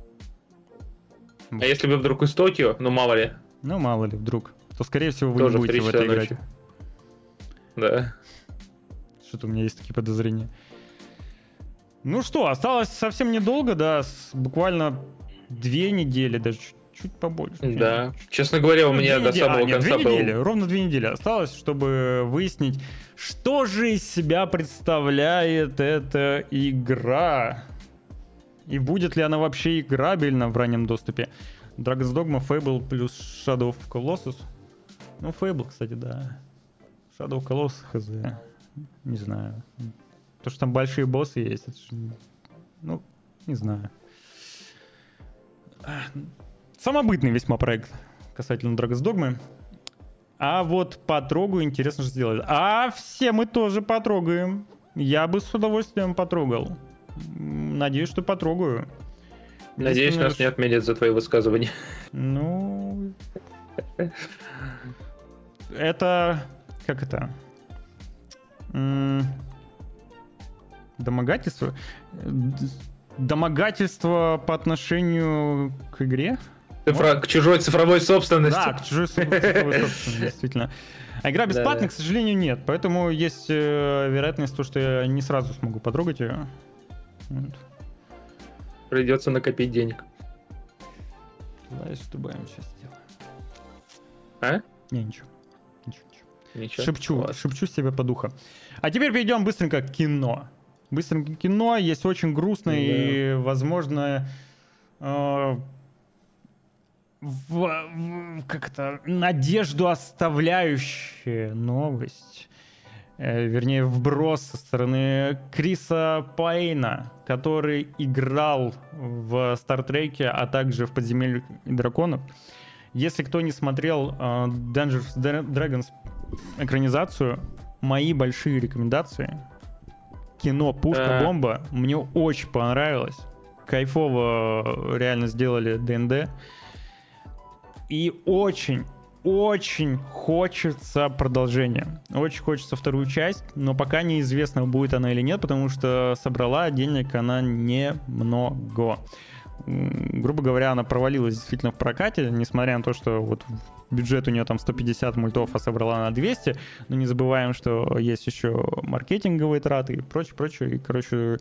А если вы вдруг из Токио, ну мало ли, Ну, мало ли, вдруг. То, скорее всего, вы тоже не в будете 3 в часа это играть. ночи. Да. Что-то у меня есть такие подозрения. Ну что, осталось совсем недолго, да, буквально 2 недели, даже чуть побольше. Да. Честно говоря, у меня до самого конца 2 был... недели, ровно 2 недели осталось, чтобы выяснить, что же из себя представляет эта игра. И будет ли она вообще играбельна в раннем доступе. Dragon's Dogma, Fable плюс Shadow of Colossus. Ну, Fable, кстати, да. Shadow of Colossus, хз. Не знаю. То, что там большие боссы есть, это же... Ну, не знаю. Самобытный весьма проект касательно Dragon's Dogma. А вот потрогаю, интересно, что сделать. А все мы тоже потрогаем. Я бы с удовольствием потрогал. Надеюсь, что потрогаю. Надеюсь, нас не отменят за твои высказывания. Ну... Это... Как это? Домогательство? Домогательство по отношению к игре? К чужой цифровой собственности. Да, к чужой цифровой собственности, действительно. А игра бесплатная, Да. к сожалению, нет. Поэтому есть вероятность, что я не сразу смогу потрогать ее. Вот. Придется накопить денег. Давай, что добавим сейчас сделаем. А? Не, ничего. Ничего. Шепчу себе по духу. А теперь перейдем быстренько к кино. Быстренько к кино. Есть очень грустная и, возможно, как это, надежду оставляющая новость. Вернее, вброс со стороны Криса Пайна, который играл в Стартреке, а также в Подземелье драконов. Если кто не смотрел Dungeons Dragons экранизацию, мои большие рекомендации. Кино «Пушка-бомба» мне очень понравилось. Кайфово реально сделали ДНД. И очень хочется продолжения. Очень хочется вторую часть, но пока неизвестно, будет она или нет, потому что собрала денег она немного. Грубо говоря, она провалилась действительно в прокате, несмотря на то, что вот бюджет у нее там 150 мультов, а собрала на 200. Но не забываем, что есть еще маркетинговые траты и прочее. И, короче,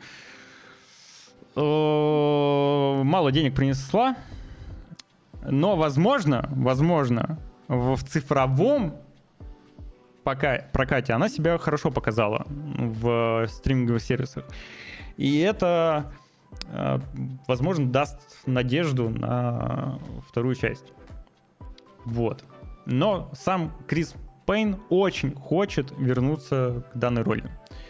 мало денег принесла. Но, возможно, в цифровом прокате она себя хорошо показала в стриминговых сервисах. И это возможно, даст надежду на вторую часть. Вот. Но сам Крис Пейн очень хочет вернуться к данной роли.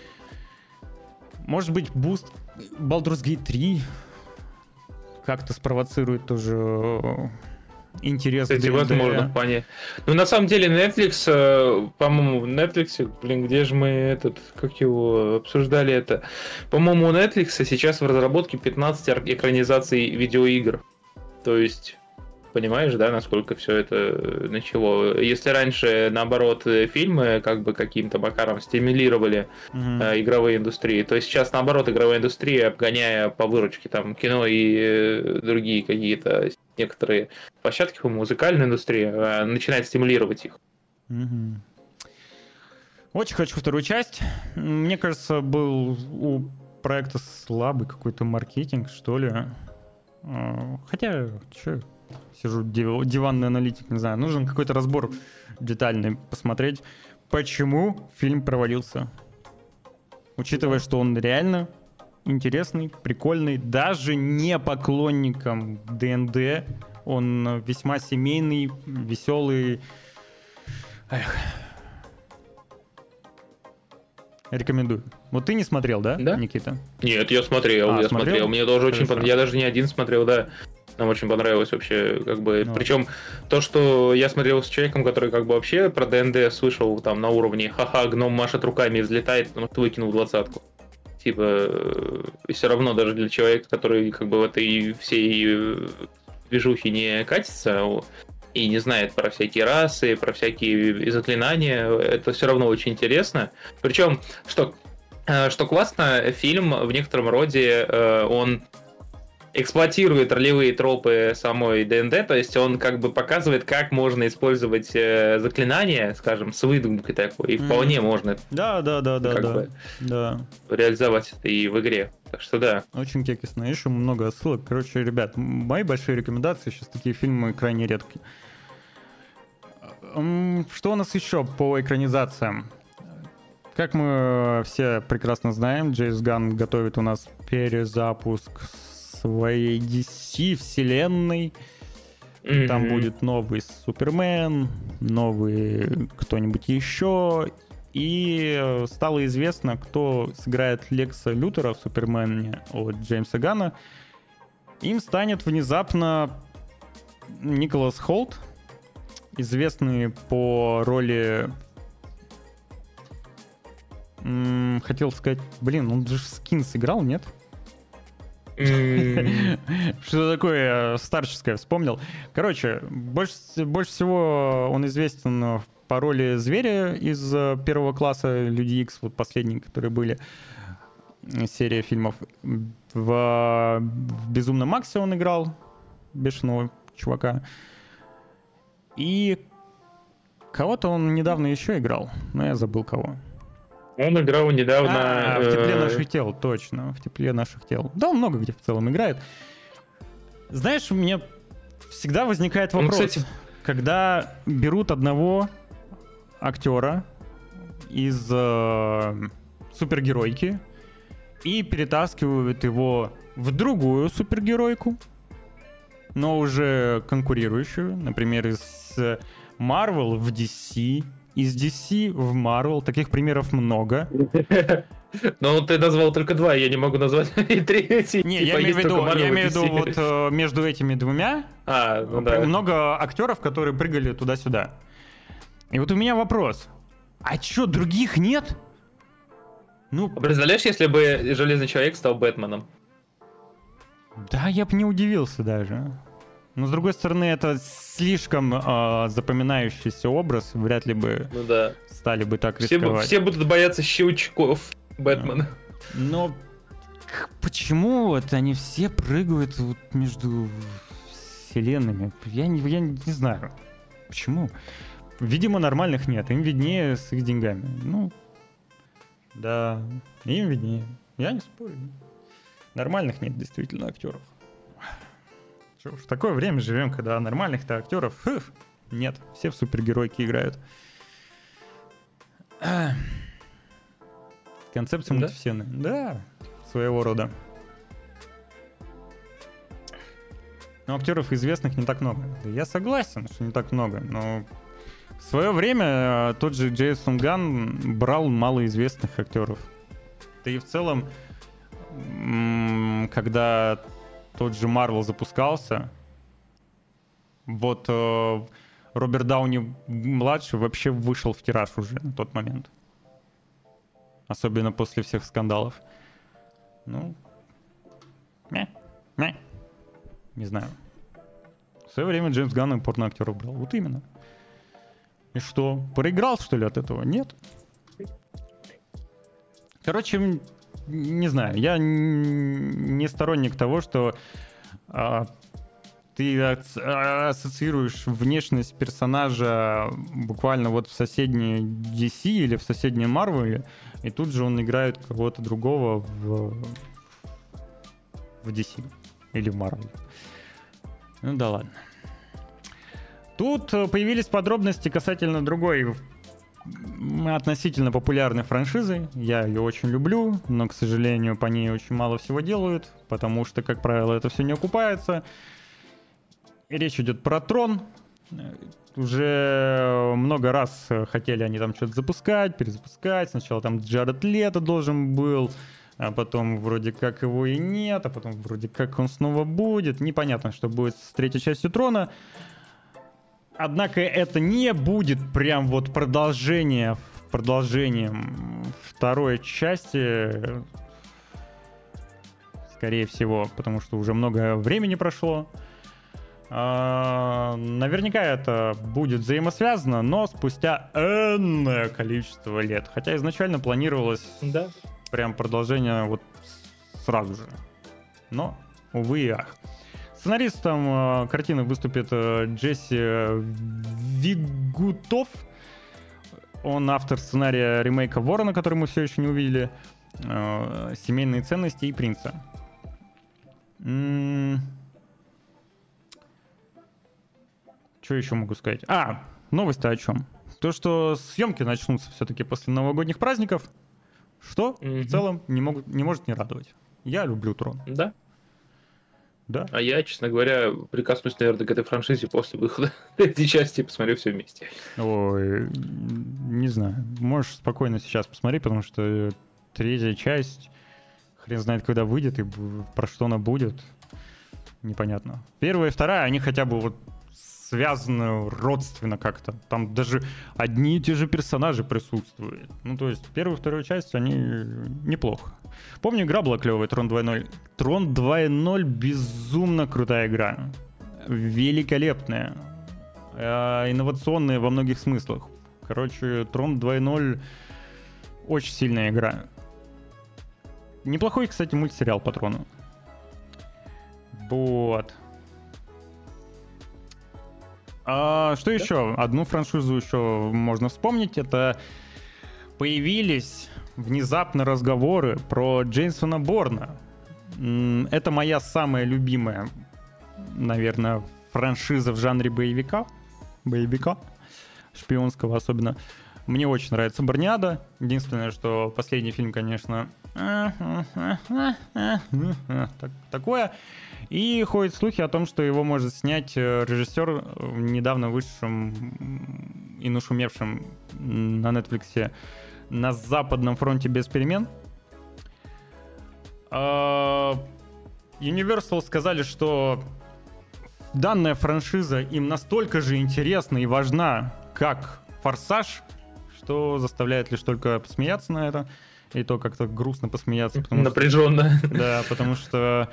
Может быть, буст Baldur's Gate 3 как-то спровоцирует тоже интерес к Кстати, D&D. возможно, в плане. Ну, на самом деле, Netflix, по-моему, в Netflix, где же мы как его обсуждали это? По-моему, у Netflix сейчас в разработке 15 экранизаций видеоигр. То есть, понимаешь, да, насколько все это начало? Если раньше, наоборот, фильмы как бы каким-то макаром стимулировали игровые индустрии, то сейчас, наоборот, игровая индустрия, обгоняя по выручке там кино и другие какие-то некоторые площадки, по музыкальной индустрии, начинает стимулировать их. Очень хочу вторую часть. Мне кажется, был у проекта слабый какой-то маркетинг, что ли. Хотя, что сижу, диванный аналитик, не знаю. Нужен какой-то разбор детальный посмотреть, почему фильм провалился. Учитывая, что он реально интересный, прикольный, даже не поклонникам ДНД, он весьма семейный, веселый. Эх. Рекомендую. Вот ты не смотрел, да, Никита? Нет, я смотрел. Мне тоже очень понравилось. Я даже не один смотрел, да. Нам очень понравилось вообще, как бы. Ну. Причем то, что я смотрел с человеком, который как бы вообще про ДНД слышал там на уровне ха-ха, гном машет руками и взлетает, потому что выкинул 20-ку. Типа, и все равно даже для человека, который как бы в этой всей движухе не катится и не знает про всякие расы, про всякие заклинания, это все равно очень интересно. Причем, что классно, фильм в некотором роде, он эксплуатирует ролевые тропы самой ДНД, то есть он как бы показывает, как можно использовать заклинания, скажем, с выдумкой такой, и вполне можно реализовать это и в игре. Так что да. Очень кекисно. Еще много отсылок. Короче, ребят, мои большие рекомендации, сейчас такие фильмы крайне редкие. Что у нас еще по экранизациям? Как мы все прекрасно знаем, Джеймс Ганн готовит у нас перезапуск своей DC-вселенной. Там будет новый Супермен, новый кто-нибудь еще. И стало известно, кто сыграет Лекса Лютера в Супермене от Джеймса Ганна. Им станет внезапно Николас Холт, известный по роли... Хотел сказать... он же Скин сыграл, нет? Что такое старческое вспомнил. Короче, больше всего он известен по роли зверя из первого класса Люди Икс, вот последние, которые были, серия фильмов. В Безумном Максе он играл бешеного чувака. И кого-то он недавно еще играл, но я забыл кого. Он играл недавно... В «Тепле наших тел», точно, в «Тепле наших тел». Да, он много где в целом играет. Знаешь, у меня всегда возникает вопрос, когда берут одного актера из супергеройки и перетаскивают его в другую супергеройку, но уже конкурирующую, например, из Marvel в DC, из DC в Marvel. Таких примеров много. Ну, ты назвал только два, я не могу назвать и третий. Не, я имею в виду вот между этими двумя много актеров, которые прыгали туда-сюда. И вот у меня вопрос. А чё, других нет? Ну, представляешь, если бы Железный Человек стал Бэтменом? Да, я бы не удивился даже. Но, с другой стороны, это слишком запоминающийся образ. Вряд ли бы стали бы так рисковать. Все будут бояться щелчков Бэтмена. Но почему вот они все прыгают вот между вселенными? Я не знаю. Почему? Видимо, нормальных нет. Им виднее с их деньгами. Ну, да, им виднее. Я не спорю. Нормальных нет действительно актеров. В такое время живем, когда нормальных-то актеров нет. Все в супергеройки играют. Концепция мультивселенной. Да, своего рода. Но актеров известных не так много. Да я согласен, что не так много, но в свое время тот же Джейсон Ганн брал малоизвестных актеров. Да и в целом, когда тот же Марвел запускался, вот Роберт Дауни-младший вообще вышел в тираж уже на тот момент. Особенно после всех скандалов. Ну, не знаю. В свое время Джеймс Ганн порноактеров брал. Вот именно. И что? Проиграл, что ли, от этого? Нет. Короче, не знаю. Я не сторонник того, что ты ассоциируешь внешность персонажа буквально вот в соседней DC или в соседней Marvel, и тут же он играет кого-то другого в DC или в Marvel. Ну да ладно. Тут появились подробности касательно другой относительно популярной франшизы. Я ее очень люблю, но, к сожалению, по ней очень мало всего делают, потому что, как правило, это все не окупается. И речь идет про Трон. Уже много раз хотели они там что-то запускать, перезапускать. Сначала там Джаред Лето должен был, а потом вроде как его и нет, а потом вроде как он снова будет. Непонятно, что будет с третьей частью Трона. Однако это не будет прям вот продолжением второй части. Скорее всего, потому что уже много времени прошло. Наверняка это будет взаимосвязано, но спустя энное количество лет. Хотя изначально планировалось прям продолжение вот сразу же. Но, увы и ах. Сценаристом картины выступит Джесси Вигутов. Он автор сценария ремейка Ворона, который мы все еще не увидели. Семейные ценности и принца. Что еще могу сказать? Новость-то о чем? То, что съемки начнутся все-таки после новогодних праздников, что в целом не может не радовать. Я люблю Трон. Да? Да. А я, честно говоря, прикоснусь, наверное, к этой франшизе после выхода этой части и посмотрю все вместе. Ой, не знаю. Можешь спокойно сейчас посмотреть, потому что третья часть, хрен знает, когда выйдет и про что она будет. Непонятно. Первая и вторая, они хотя бы вот связаны родственно как-то. Там даже одни и те же персонажи присутствуют. Ну, то есть, первую и вторую часть, они неплохо. Помню, игра была клевая, Трон 2.0. Трон 2.0 безумно крутая игра. Великолепная. Инновационная во многих смыслах. Короче, Трон 2.0 очень сильная игра. Неплохой, кстати, мультсериал по Трону. Вот. Что еще? Одну франшизу еще можно вспомнить. Это появились внезапно разговоры про Джейсона Борна. Это моя самая любимая, наверное, франшиза в жанре боевика, шпионского особенно. Мне очень нравится Борниада. Единственное, что последний фильм, конечно, такое. И ходят слухи о том, что его может снять режиссер, недавно вышедшим и нашумевшим на Netflix «На западном фронте без перемен». Universal сказали, что данная франшиза им настолько же интересна и важна, как «Форсаж», что заставляет лишь только посмеяться на это. И то как-то грустно посмеяться. Напряженно. Да, потому что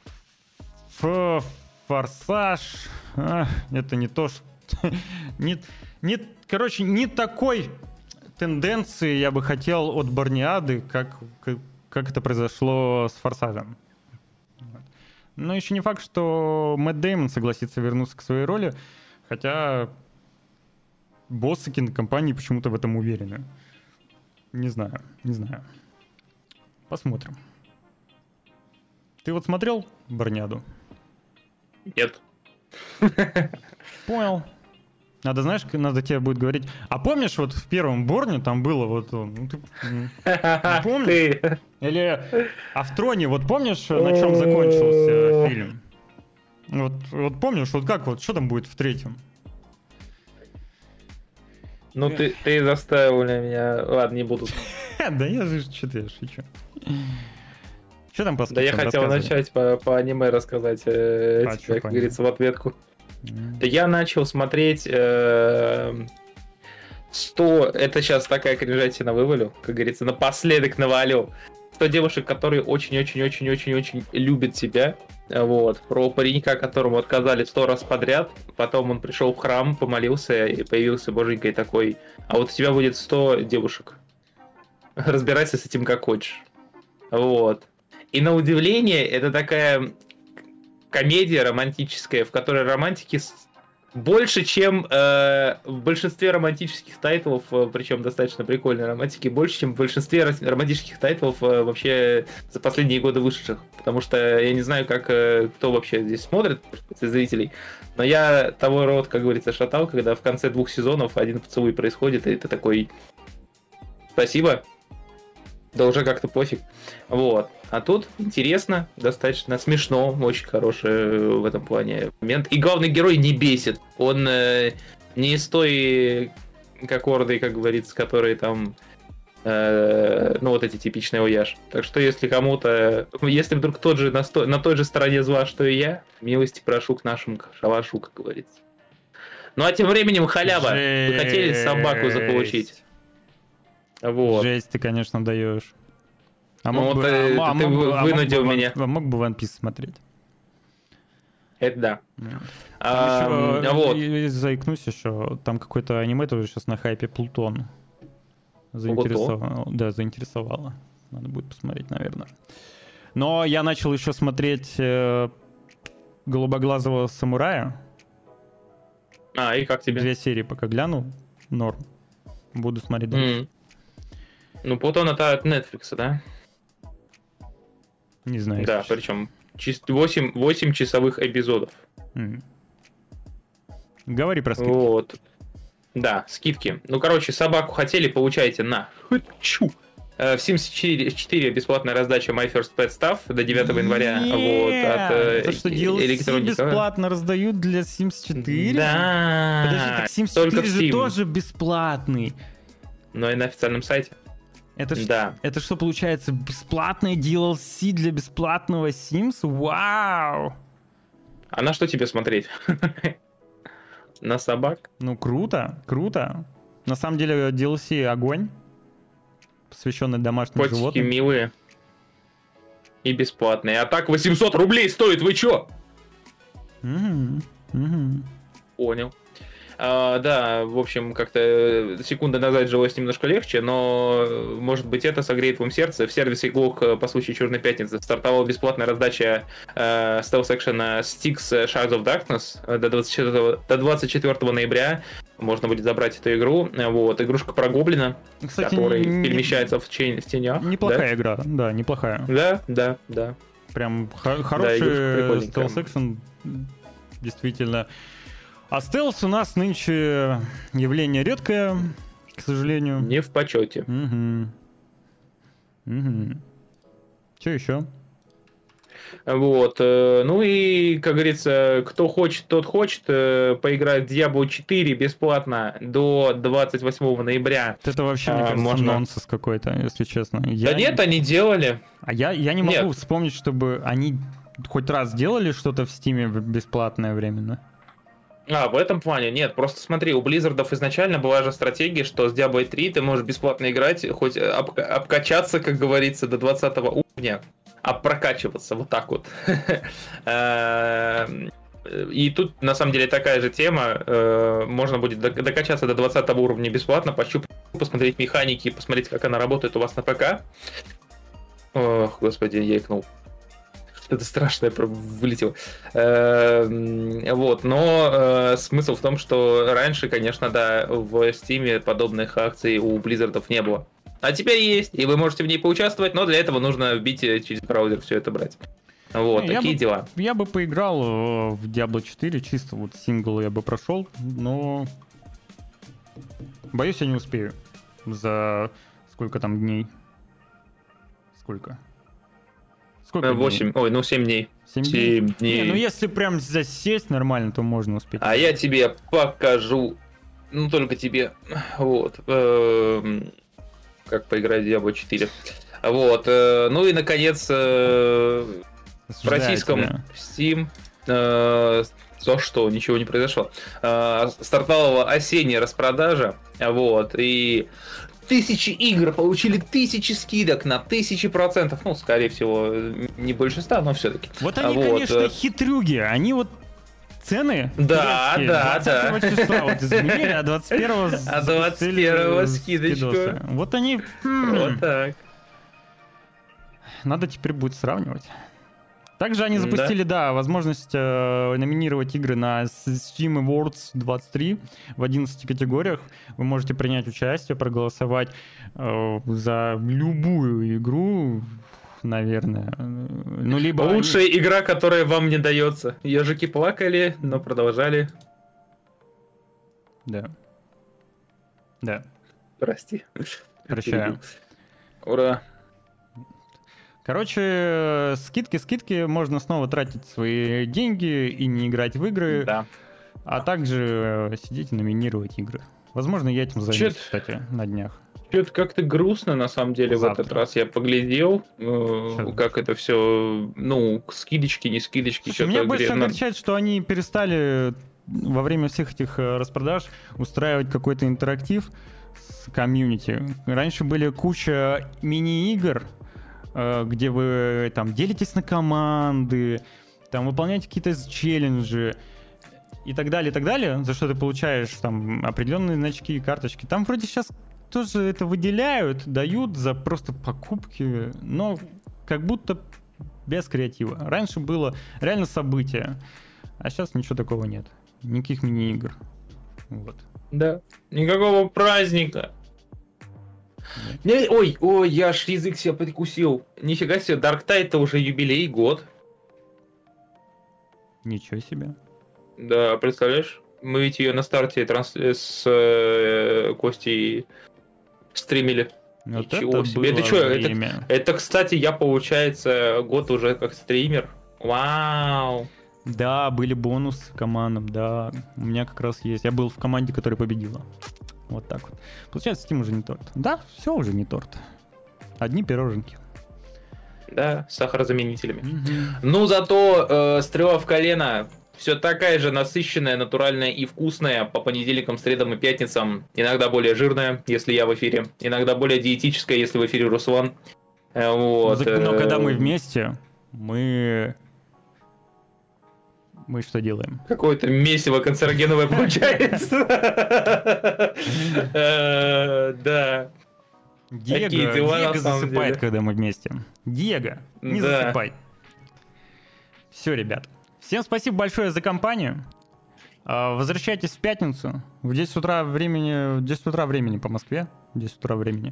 «Форсаж» это не то, что... Короче, не такой тенденции я бы хотел от Борниады, как это произошло с «Форсажем». Но еще не факт, что Мэтт Дэймон согласится вернуться к своей роли, хотя боссы кинокомпании почему-то в этом уверены. Не знаю. Посмотрим. Ты вот смотрел Борниаду? Нет. Понял. Надо тебе будет говорить. А помнишь, вот в первом Борне там было вот... Помнишь? Или... А в Троне, вот помнишь, на чем закончился фильм? Вот помнишь, вот как вот, что там будет в третьем? Ну ты заставил меня... Ладно, не буду. Да я же что-то я шучу. Что там по Да я скидкам хотел рассказывай? начать по аниме рассказать тебе, чё как по говорится, в ответку. М. Да я начал смотреть 100... Это сейчас такая кринжатина вывалю, как говорится, напоследок навалю. 100 девушек, которые очень-очень-очень-очень-очень любят тебя. Вот. Про паренька, которому отказали 100 раз подряд. Потом он пришел в храм, помолился и появился боженькой такой. А вот у тебя будет 100 девушек. Разбирайся с этим как хочешь. Вот. И на удивление, это такая комедия романтическая, в которой романтики больше, чем в большинстве романтических тайтлов, причем достаточно прикольной романтики, больше, чем в большинстве романтических тайтлов вообще за последние годы вышедших. Потому что я не знаю, как кто вообще здесь смотрит, из зрителей, но я того рода, как говорится, шатал, когда в конце 2 сезонов один поцелуй происходит, и ты такой: спасибо, да уже как-то пофиг. Вот. А тут интересно, достаточно смешно, очень хороший в этом плане момент. И главный герой не бесит. Он не из той кокорды, как говорится, которые там, ну вот эти типичные ояж. Так что если кому-то, если вдруг тот же на той же стороне зла, что и я, милости прошу к нашему шалашу, как говорится. Ну а тем временем халява. Вы хотели собаку заполучить? Вот. Жесть ты, конечно, даешь. А Ну, мог бы, ты вынудил меня. мог бы One Piece смотреть. Это да. Там еще, Вот. заикнусь еще, там какое-то аниме тоже сейчас на хайпе, Плутон. Заинтересовало. Надо будет посмотреть, наверное. Но я начал еще смотреть Голубоглазого самурая. И как тебе? 2 серии пока глянул. Норм. Буду смотреть дальше. Ну, Плутон это от Netflix, да? Не знаю. Да, если причем 8 часовых эпизодов. честно. Говори про скидки. Вот. Да, скидки. Ну, короче, собаку хотели, получаете на. Чу. В Sims 4 бесплатная раздача My First Pet Stuff до 9 января. Вот, от то, что DLC Electronic бесплатно раздают для Sims 4? Да. Подожди, так Sims только 4 в же Steam. тоже бесплатный. Но и на официальном сайте. Да. Это что, получается, бесплатное DLC для бесплатного Sims? Вау! А на что тебе смотреть? На собак? Ну, круто, круто. На самом деле, DLC огонь, посвященный домашним Котики животным. милые. И бесплатные. А так 800 рублей стоит, вы чё? Понял. Да, в общем, как-то секунда назад жилось немножко легче, но, может быть, это согреет вам сердце. В сервисе Иглок по случаю Черной Пятницы стартовала бесплатная раздача стелс-экшена Styx Shards of Darkness до 24 ноября. Можно будет забрать эту игру. Вот, игрушка про гоблина, Кстати, который перемещается в тенях. Неплохая игра, да, неплохая. Да. Прям игрушка хороший прикольненькая. стелс-экшен, действительно. А стелс у нас нынче явление редкое, к сожалению. Не в почете. Что еще? Вот. Ну и, как говорится, кто хочет, тот хочет поиграть в Diablo 4 бесплатно до 28 ноября. Это вообще, мне кажется, можно. нонсенс какой-то, если честно. Да нет, они делали. А я не могу Нет. вспомнить, чтобы они хоть раз делали что-то в Стиме бесплатное временно. В этом плане нет. Просто смотри, у Близзардов изначально была же стратегия, что с Diablo 3 ты можешь бесплатно играть, хоть обкачаться, как говорится, до 20 уровня, а прокачиваться вот так вот. И тут, на самом деле, такая же тема. Можно будет докачаться до 20 уровня бесплатно, пощупать, посмотреть механики, посмотреть, как она работает у вас на ПК. Ох, господи, я икнул. Что-то страшное вылетело. Вот, но смысл в том, что раньше, конечно, да, в Steam подобных акций у Близзардов не было. А теперь есть, и вы можете в ней поучаствовать, но для этого нужно вбить через браузер все это брать. Вот, такие дела. Я бы поиграл в Diablo 4, чисто вот сингл я бы прошел, но боюсь, я не успею. За сколько там дней? Сколько? Сколько дней? 8, ой, ну 7 дней. 7 7 дней? дней. Не, ну если прям засесть нормально, то можно успеть. А я тебе покажу, ну только тебе, вот, как поиграть в Diablo 4. Вот, ну и наконец, в Осуждаю российском тебя. Steam, за что, ничего не произошло, стартовала осенняя распродажа, вот, и тысячи игр получили тысячи скидок на 1000%, ну, скорее всего, не больше 100, но все-таки. Вот они, конечно, хитрюги. Они вот цены Да, турецкие да, 20 числа вот изменили, а 21-го А 21-го скидочку. скидосы. Вот они... Вот так. Надо теперь будет сравнивать. Также они Да. запустили, да, возможность номинировать игры на Steam Awards 23 в 11 категориях. Вы можете принять участие, проголосовать за любую игру, наверное. Ну, либо... Лучшая игра, которая вам не дается. Ежики плакали, но продолжали. Да. Да, Прости. прощаю. Ура. Короче, скидки, можно снова тратить свои деньги и не играть в игры, Да. а также сидеть и номинировать игры. Возможно, я этим займусь, Чё-то- кстати, на днях. Что-то как-то грустно, на самом деле, в Завтра. этот раз. Я поглядел, Чё? как это все, ну, скидочки, не скидочки, Слушай, меня больше огорчает, что они перестали во время всех этих распродаж устраивать какой-то интерактив с комьюнити. Раньше были куча мини-игр, где вы там делитесь на команды, там выполняете какие-то челленджи и так далее, за что ты получаешь там определенные значки, карточки. Там вроде сейчас тоже это выделяют, дают за просто покупки, но как будто без креатива. Раньше было реально событие, а сейчас ничего такого нет. Никаких мини-игр. Вот. Да. Никакого праздника. Ой, я аж язык себя прикусил. Нифига себе, Dark Tide-то уже юбилей, год. Ничего себе. Да, представляешь? Мы ведь ее на старте с Костей стримили. Вот Ничего это себе. было Это чё, это- время. Это, кстати, я, получается, год уже как стример. Вау. Да, были бонусы командам, да. У меня как раз есть. Я был в команде, которая победила. Вот так вот. Получается, Steam уже не торт. Да, все уже не торт. Одни пироженки. Да, с сахарозаменителями. Ну, зато стрела в колено все такая же насыщенная, натуральная и вкусная по понедельникам, средам и пятницам. Иногда более жирная, если я в эфире. Иногда более диетическая, если в эфире Руслан. Вот. Но когда мы вместе, мы что делаем? Какое-то месиво канцерогеновое получается. Да. Такие дела, на Диего самом засыпает, деле. когда мы вместе. Диего, не Да. засыпай. Все, ребят. Всем спасибо большое за компанию. Возвращайтесь в пятницу. В 10 утра времени по Москве. 10 утра времени.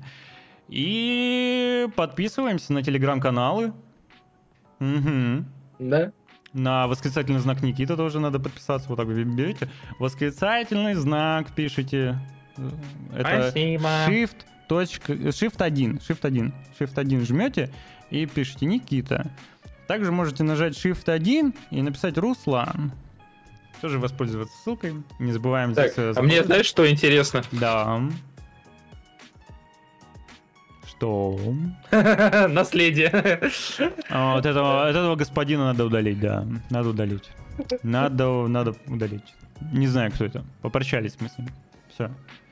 И подписываемся на телеграм-каналы. Угу. Да. На восклицательный знак Никита тоже надо подписаться. Вот так вы берете. Восклицательный знак пишите. Это Спасибо. Shift 1 жмете и пишите Никита. Также можете нажать Shift 1 и написать Руслан. Тоже воспользоваться ссылкой. Не забываем Так, здесь... а мне знаешь, что интересно? Да. Что? Наследие. Вот этого господина надо удалить, да. Надо удалить. Надо удалить. Не знаю, кто это. Попрощались мы с ним. Все.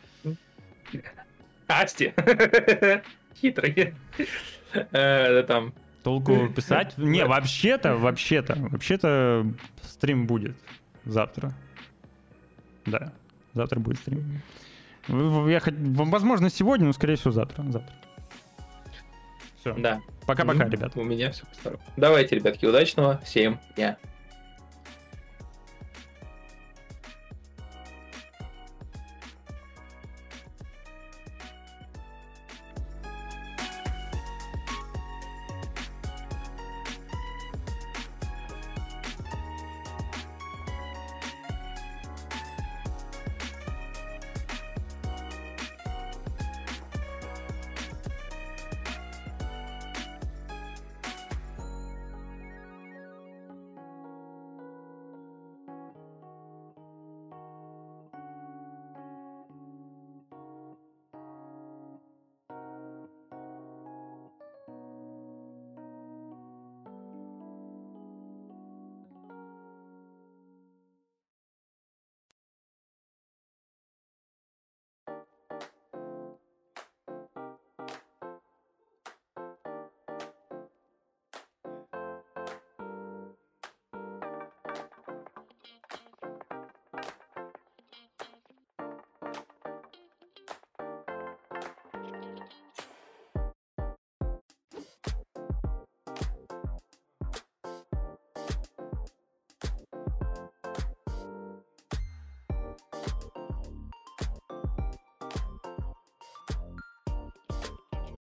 Асти. Хитрый. Там. Толку писать? Не, вообще-то стрим будет завтра. Да, завтра будет стрим. Возможно, сегодня, но, скорее всего, завтра. Все. Да. Пока-пока, ребят. У меня все по-старому. Давайте, ребятки, удачного всем дня.